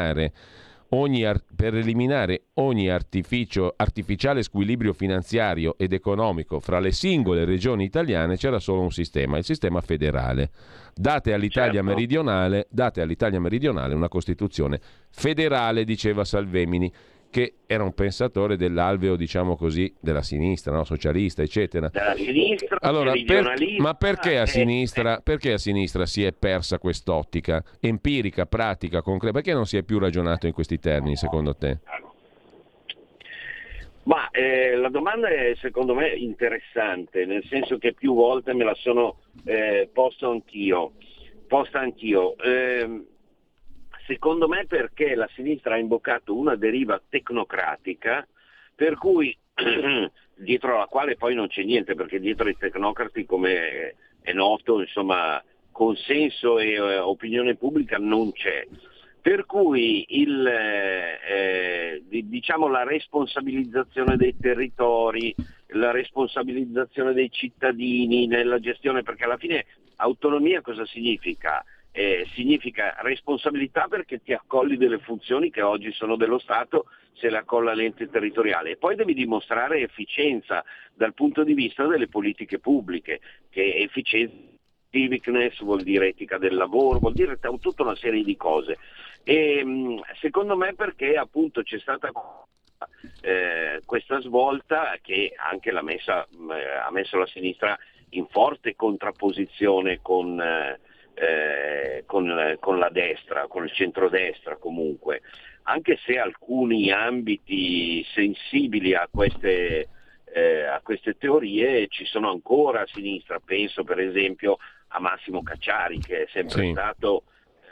per eliminare ogni artificiale squilibrio finanziario ed economico fra le singole regioni italiane c'era solo un sistema, il sistema federale. Date all'Italia meridionale una Costituzione federale, diceva Salvemini, che era un pensatore dell'alveo, diciamo così, della sinistra, no? Socialista, eccetera. Della sinistra, allora, ma perché a sinistra si è persa quest'ottica empirica, pratica, concreta? Perché non si è più ragionato in questi termini, secondo te? Ma la domanda è secondo me interessante, nel senso che più volte me la sono posta anch'io. Secondo me perché la sinistra ha imboccato una deriva tecnocratica, per cui dietro la quale poi non c'è niente, perché dietro ai tecnocrati, come è noto, insomma, consenso e opinione pubblica non c'è. Per cui diciamo la responsabilizzazione dei territori, la responsabilizzazione dei cittadini nella gestione, perché alla fine autonomia cosa significa? Significa responsabilità, perché ti accolli delle funzioni che oggi sono dello Stato, se le accolla l'ente territoriale, e poi devi dimostrare efficienza dal punto di vista delle politiche pubbliche, che efficienza, civicness vuol dire etica del lavoro, vuol dire tutta una serie di cose. E secondo me perché appunto c'è stata questa svolta che anche ha messo la sinistra in forte contrapposizione con la destra, con il centrodestra comunque, anche se alcuni ambiti sensibili a queste teorie ci sono ancora a sinistra. Penso per esempio a Massimo Cacciari, che è sempre stato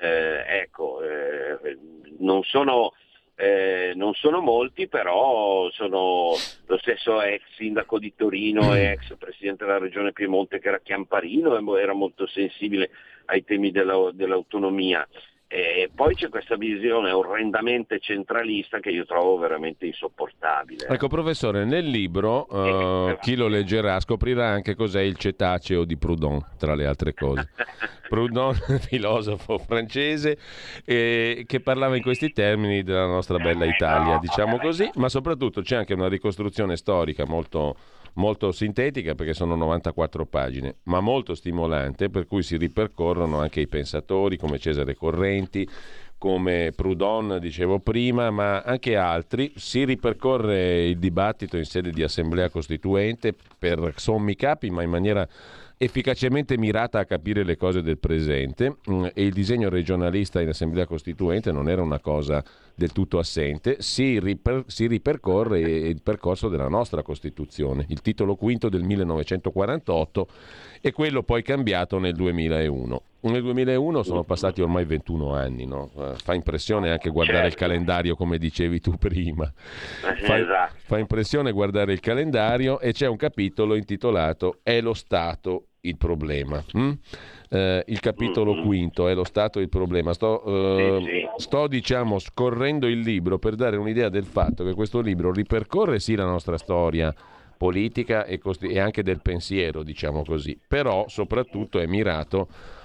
non sono molti, però sono lo stesso ex sindaco di Torino e ex presidente della regione Piemonte, che era Chiamparino, era molto sensibile ai temi dell'autonomia. E poi c'è questa visione orrendamente centralista che io trovo veramente insopportabile. Ecco, professore, nel libro chi lo leggerà scoprirà anche cos'è il cetaceo di Proudhon, tra le altre cose. Proudhon, filosofo francese, che parlava in questi termini della nostra bella Italia, diciamo così, ma soprattutto c'è anche una ricostruzione storica molto sintetica, perché sono 94 pagine, ma molto stimolante, per cui si ripercorrono anche i pensatori come Cesare Correnti, come Proudhon, dicevo prima, ma anche altri. Si ripercorre il dibattito in sede di assemblea costituente per sommi capi, ma in maniera efficacemente mirata a capire le cose del presente, e il disegno regionalista in assemblea costituente non era una cosa del tutto assente. Si ripercorre il percorso della nostra Costituzione, il titolo quinto del 1948 e quello poi cambiato nel 2001. Nel 2001 sono passati ormai 21 anni, no? Fa impressione anche guardare il calendario, come dicevi tu prima. Fa impressione guardare il calendario, e c'è un capitolo intitolato "È lo Stato il problema". Il capitolo quinto, "È lo Stato il problema". Sto diciamo scorrendo il libro per dare un'idea del fatto che questo libro ripercorre sì la nostra storia politica e anche del pensiero, diciamo così, però soprattutto è mirato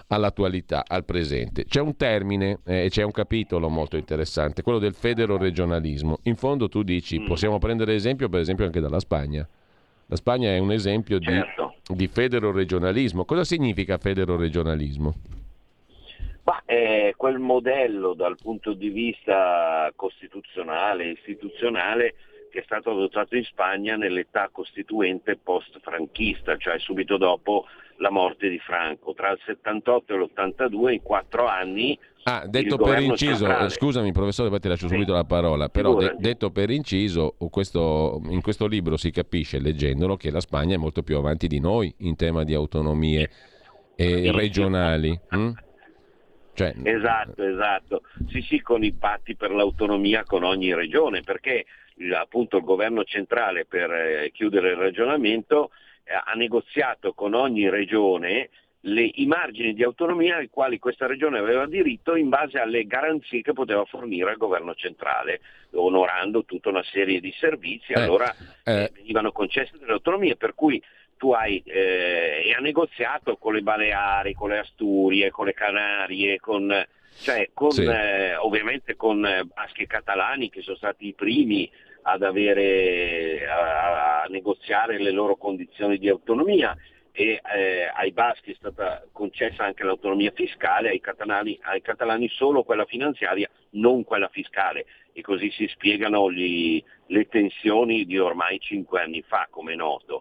all'attualità, al presente. C'è un termine e c'è un capitolo molto interessante, quello del federal-regionalismo. In fondo tu dici, possiamo prendere esempio per esempio anche dalla Spagna. La Spagna è un esempio di federal-regionalismo. Cosa significa federal-regionalismo? Ma è quel modello dal punto di vista costituzionale, istituzionale, che è stato adottato in Spagna nell'età costituente post-franchista, cioè subito dopo la morte di Franco. Tra il 78 e l'82, in 4 anni. Detto per inciso, centrale... scusami professore, poi ti lascio subito la parola, però detto per inciso, in questo libro si capisce, leggendolo, che la Spagna è molto più avanti di noi in tema di autonomie regionali. Cioè... Esatto. Sì, con i patti per l'autonomia con ogni regione, perché appunto il governo centrale, per chiudere il ragionamento, ha negoziato con ogni regione i margini di autonomia ai quali questa regione aveva diritto in base alle garanzie che poteva fornire al governo centrale, onorando tutta una serie di servizi. Allora venivano concesse delle autonomie, per cui tu hai ha negoziato con le Baleari, con le Asturie, con le Canarie, ovviamente con baschi e catalani, che sono stati i primi ad avere a negoziare le loro condizioni di autonomia, e ai baschi è stata concessa anche l'autonomia fiscale, ai catalani solo quella finanziaria, non quella fiscale, e così si spiegano le tensioni di ormai 5 anni fa, come è noto.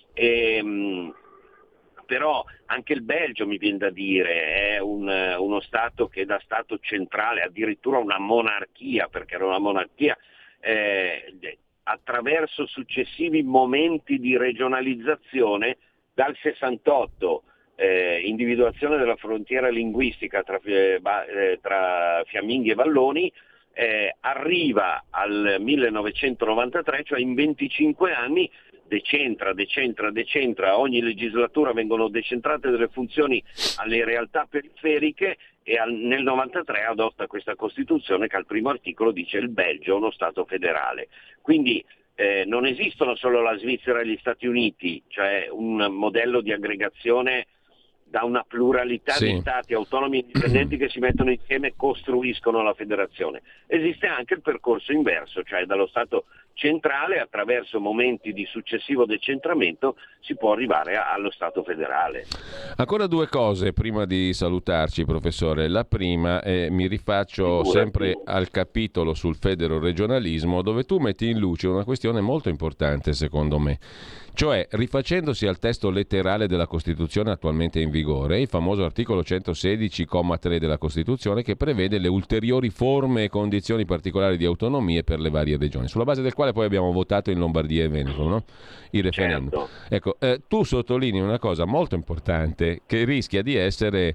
Però anche il Belgio, mi viene da dire, è uno Stato che da Stato centrale, addirittura una monarchia, perché era una monarchia, attraverso successivi momenti di regionalizzazione, dal 68, individuazione della frontiera linguistica tra fiamminghi e valloni, arriva al 1993, cioè in 25 anni decentra, ogni legislatura vengono decentrate delle funzioni alle realtà periferiche, e nel 93 adotta questa Costituzione che al primo articolo dice il Belgio è uno Stato federale. Quindi non esistono solo la Svizzera e gli Stati Uniti, cioè un modello di aggregazione da una pluralità di Stati autonomi e indipendenti che si mettono insieme e costruiscono la federazione. Esiste anche il percorso inverso, cioè dallo Stato centrale, attraverso momenti di successivo decentramento, si può arrivare allo Stato federale. Ancora 2 cose prima di salutarci, professore. La prima, mi rifaccio sempre al capitolo sul federal-regionalismo, dove tu metti in luce una questione molto importante secondo me, cioè rifacendosi al testo letterale della Costituzione attualmente in vigore, il famoso articolo 116,3 della Costituzione, che prevede le ulteriori forme e condizioni particolari di autonomie per le varie regioni, sulla base del quale poi abbiamo votato in Lombardia e Veneto, no? Il referendum. Certo. Ecco, tu sottolinei una cosa molto importante che rischia di essere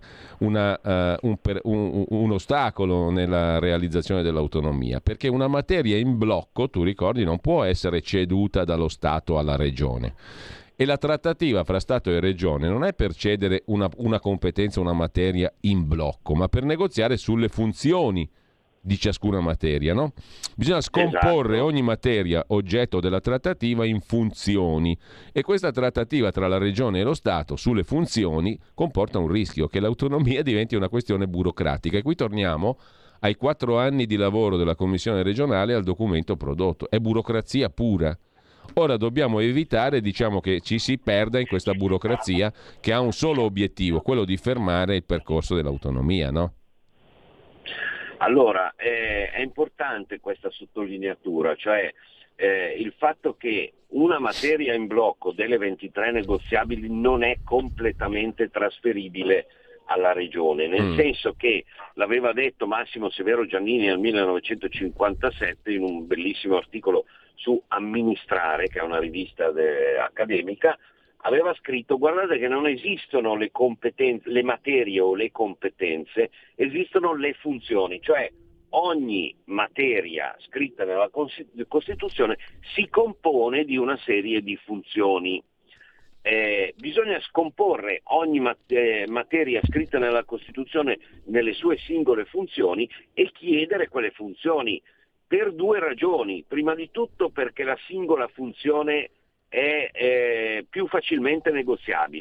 un ostacolo nella realizzazione dell'autonomia, perché una materia in blocco, tu ricordi, non può essere ceduta dallo Stato alla regione. E la trattativa fra Stato e Regione non è per cedere una competenza, una materia in blocco, ma per negoziare sulle funzioni di ciascuna materia, no? Bisogna scomporre ogni materia oggetto della trattativa in funzioni, e questa trattativa tra la Regione e lo Stato sulle funzioni comporta un rischio che l'autonomia diventi una questione burocratica. E qui torniamo ai 4 anni di lavoro della Commissione regionale al documento prodotto. È burocrazia pura. Ora dobbiamo evitare, che ci si perda in questa burocrazia che ha un solo obiettivo, quello di fermare il percorso dell'autonomia, no? Allora, è importante questa sottolineatura, cioè il fatto che una materia in blocco delle 23 negoziabili non è completamente trasferibile alla regione, nel senso che l'aveva detto Massimo Severo Giannini nel 1957 in un bellissimo articolo su Amministrare, che è una rivista accademica, aveva scritto: guardate che non esistono le competenze, le materie o le competenze, esistono le funzioni, cioè ogni materia scritta nella Costituzione si compone di una serie di funzioni. Bisogna scomporre ogni materia scritta nella Costituzione nelle sue singole funzioni e chiedere quelle funzioni per 2 ragioni. Prima di tutto perché la singola funzione è più facilmente negoziabile,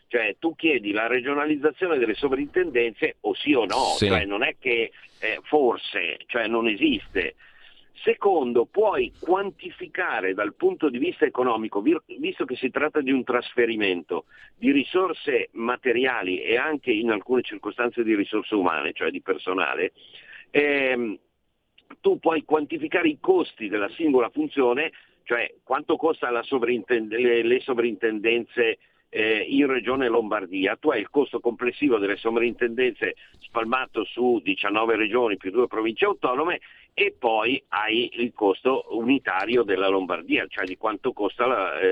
Cioè tu chiedi la regionalizzazione delle sovrintendenze o sì o no, sì. Cioè non è che forse, cioè non esiste. Secondo, puoi quantificare dal punto di vista economico, visto che si tratta di un trasferimento di risorse materiali e anche in alcune circostanze di risorse umane, cioè di personale, tu puoi quantificare i costi della singola funzione, cioè quanto costa le sovrintendenze in Regione Lombardia. Tu hai il costo complessivo delle sovrintendenze spalmato su 19 regioni più 2 province autonome e poi hai il costo unitario della Lombardia, cioè di quanto costa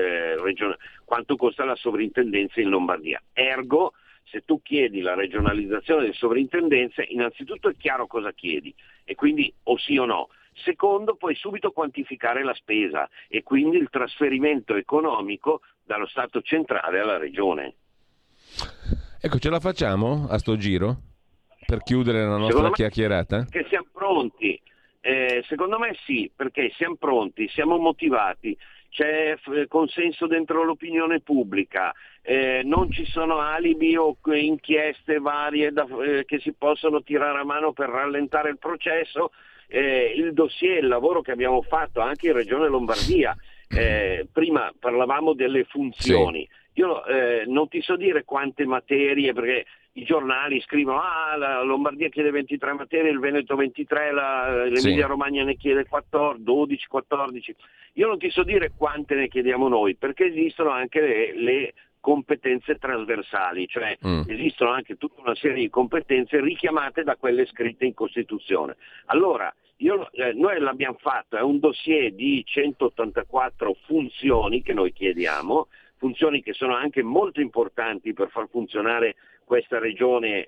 quanto costa la sovrintendenza in Lombardia. Ergo, se tu chiedi la regionalizzazione delle sovrintendenze, innanzitutto è chiaro cosa chiedi e quindi o sì o no. Secondo, puoi subito quantificare la spesa e quindi il trasferimento economico dallo Stato centrale alla Regione. Ecco, ce la facciamo a sto giro per chiudere la nostra chiacchierata? Che siamo pronti. Secondo me sì, perché siamo pronti, siamo motivati, c'è consenso dentro l'opinione pubblica, non ci sono alibi o inchieste varie che si possono tirare a mano per rallentare il processo. Il dossier, il lavoro che abbiamo fatto anche in Regione Lombardia, prima parlavamo delle funzioni. Sì. Io non ti so dire quante materie, perché i giornali scrivono la Lombardia chiede 23 materie, il Veneto 23, l'Emilia Romagna ne chiede 12, 14. Io non ti so dire quante ne chiediamo noi, perché esistono anche le competenze trasversali, cioè esistono anche tutta una serie di competenze richiamate da quelle scritte in Costituzione. Allora, noi l'abbiamo fatto, è un dossier di 184 funzioni che noi chiediamo, funzioni che sono anche molto importanti per far funzionare questa regione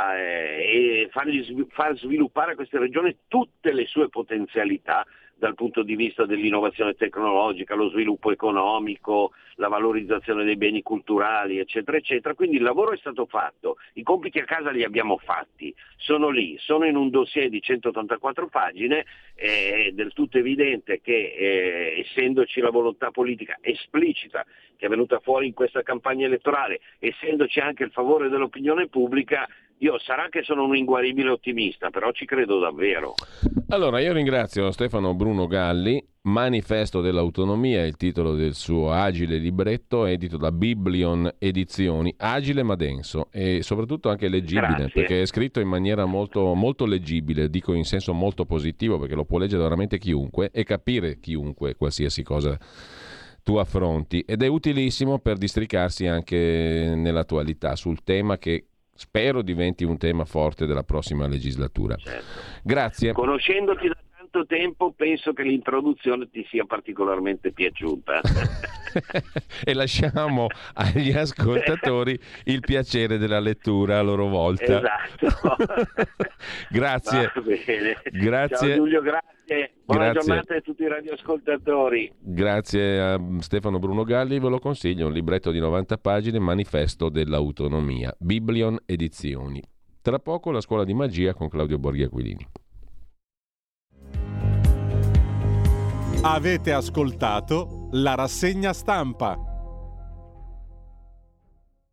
e far sviluppare a questa regione tutte le sue potenzialità dal punto di vista dell'innovazione tecnologica, lo sviluppo economico, la valorizzazione dei beni culturali, eccetera, eccetera. Quindi il lavoro è stato fatto, i compiti a casa li abbiamo fatti, sono lì, sono in un dossier di 184 pagine, è del tutto evidente che essendoci la volontà politica esplicita che è venuta fuori in questa campagna elettorale, essendoci anche il favore dell'opinione pubblica, io sarà che sono un inguaribile ottimista, però ci credo davvero. Allora, io ringrazio Stefano Bruno Galli. Manifesto dell'autonomia è il titolo del suo agile libretto, edito da Biblion Edizioni, agile ma denso e soprattutto anche leggibile. Grazie. Perché è scritto in maniera molto, molto leggibile, dico in senso molto positivo, perché lo può leggere veramente chiunque e capire chiunque qualsiasi cosa tu affronti, ed è utilissimo per districarsi anche nell'attualità sul tema che spero diventi un tema forte della prossima legislatura. Certo. Grazie. Conoscendoti da tanto tempo, penso che l'introduzione ti sia particolarmente piaciuta. E lasciamo agli ascoltatori il piacere della lettura a loro volta. Esatto. Grazie. Va bene. Grazie. Ciao Giulio, grazie. Buona Grazie. giornata a tutti i radioascoltatori. Grazie a Stefano Bruno Galli, ve lo consiglio, un libretto di 90 pagine, Manifesto dell'autonomia, Biblion Edizioni. Tra poco la scuola di magia con Claudio Borghi Aquilini. Avete ascoltato la rassegna stampa.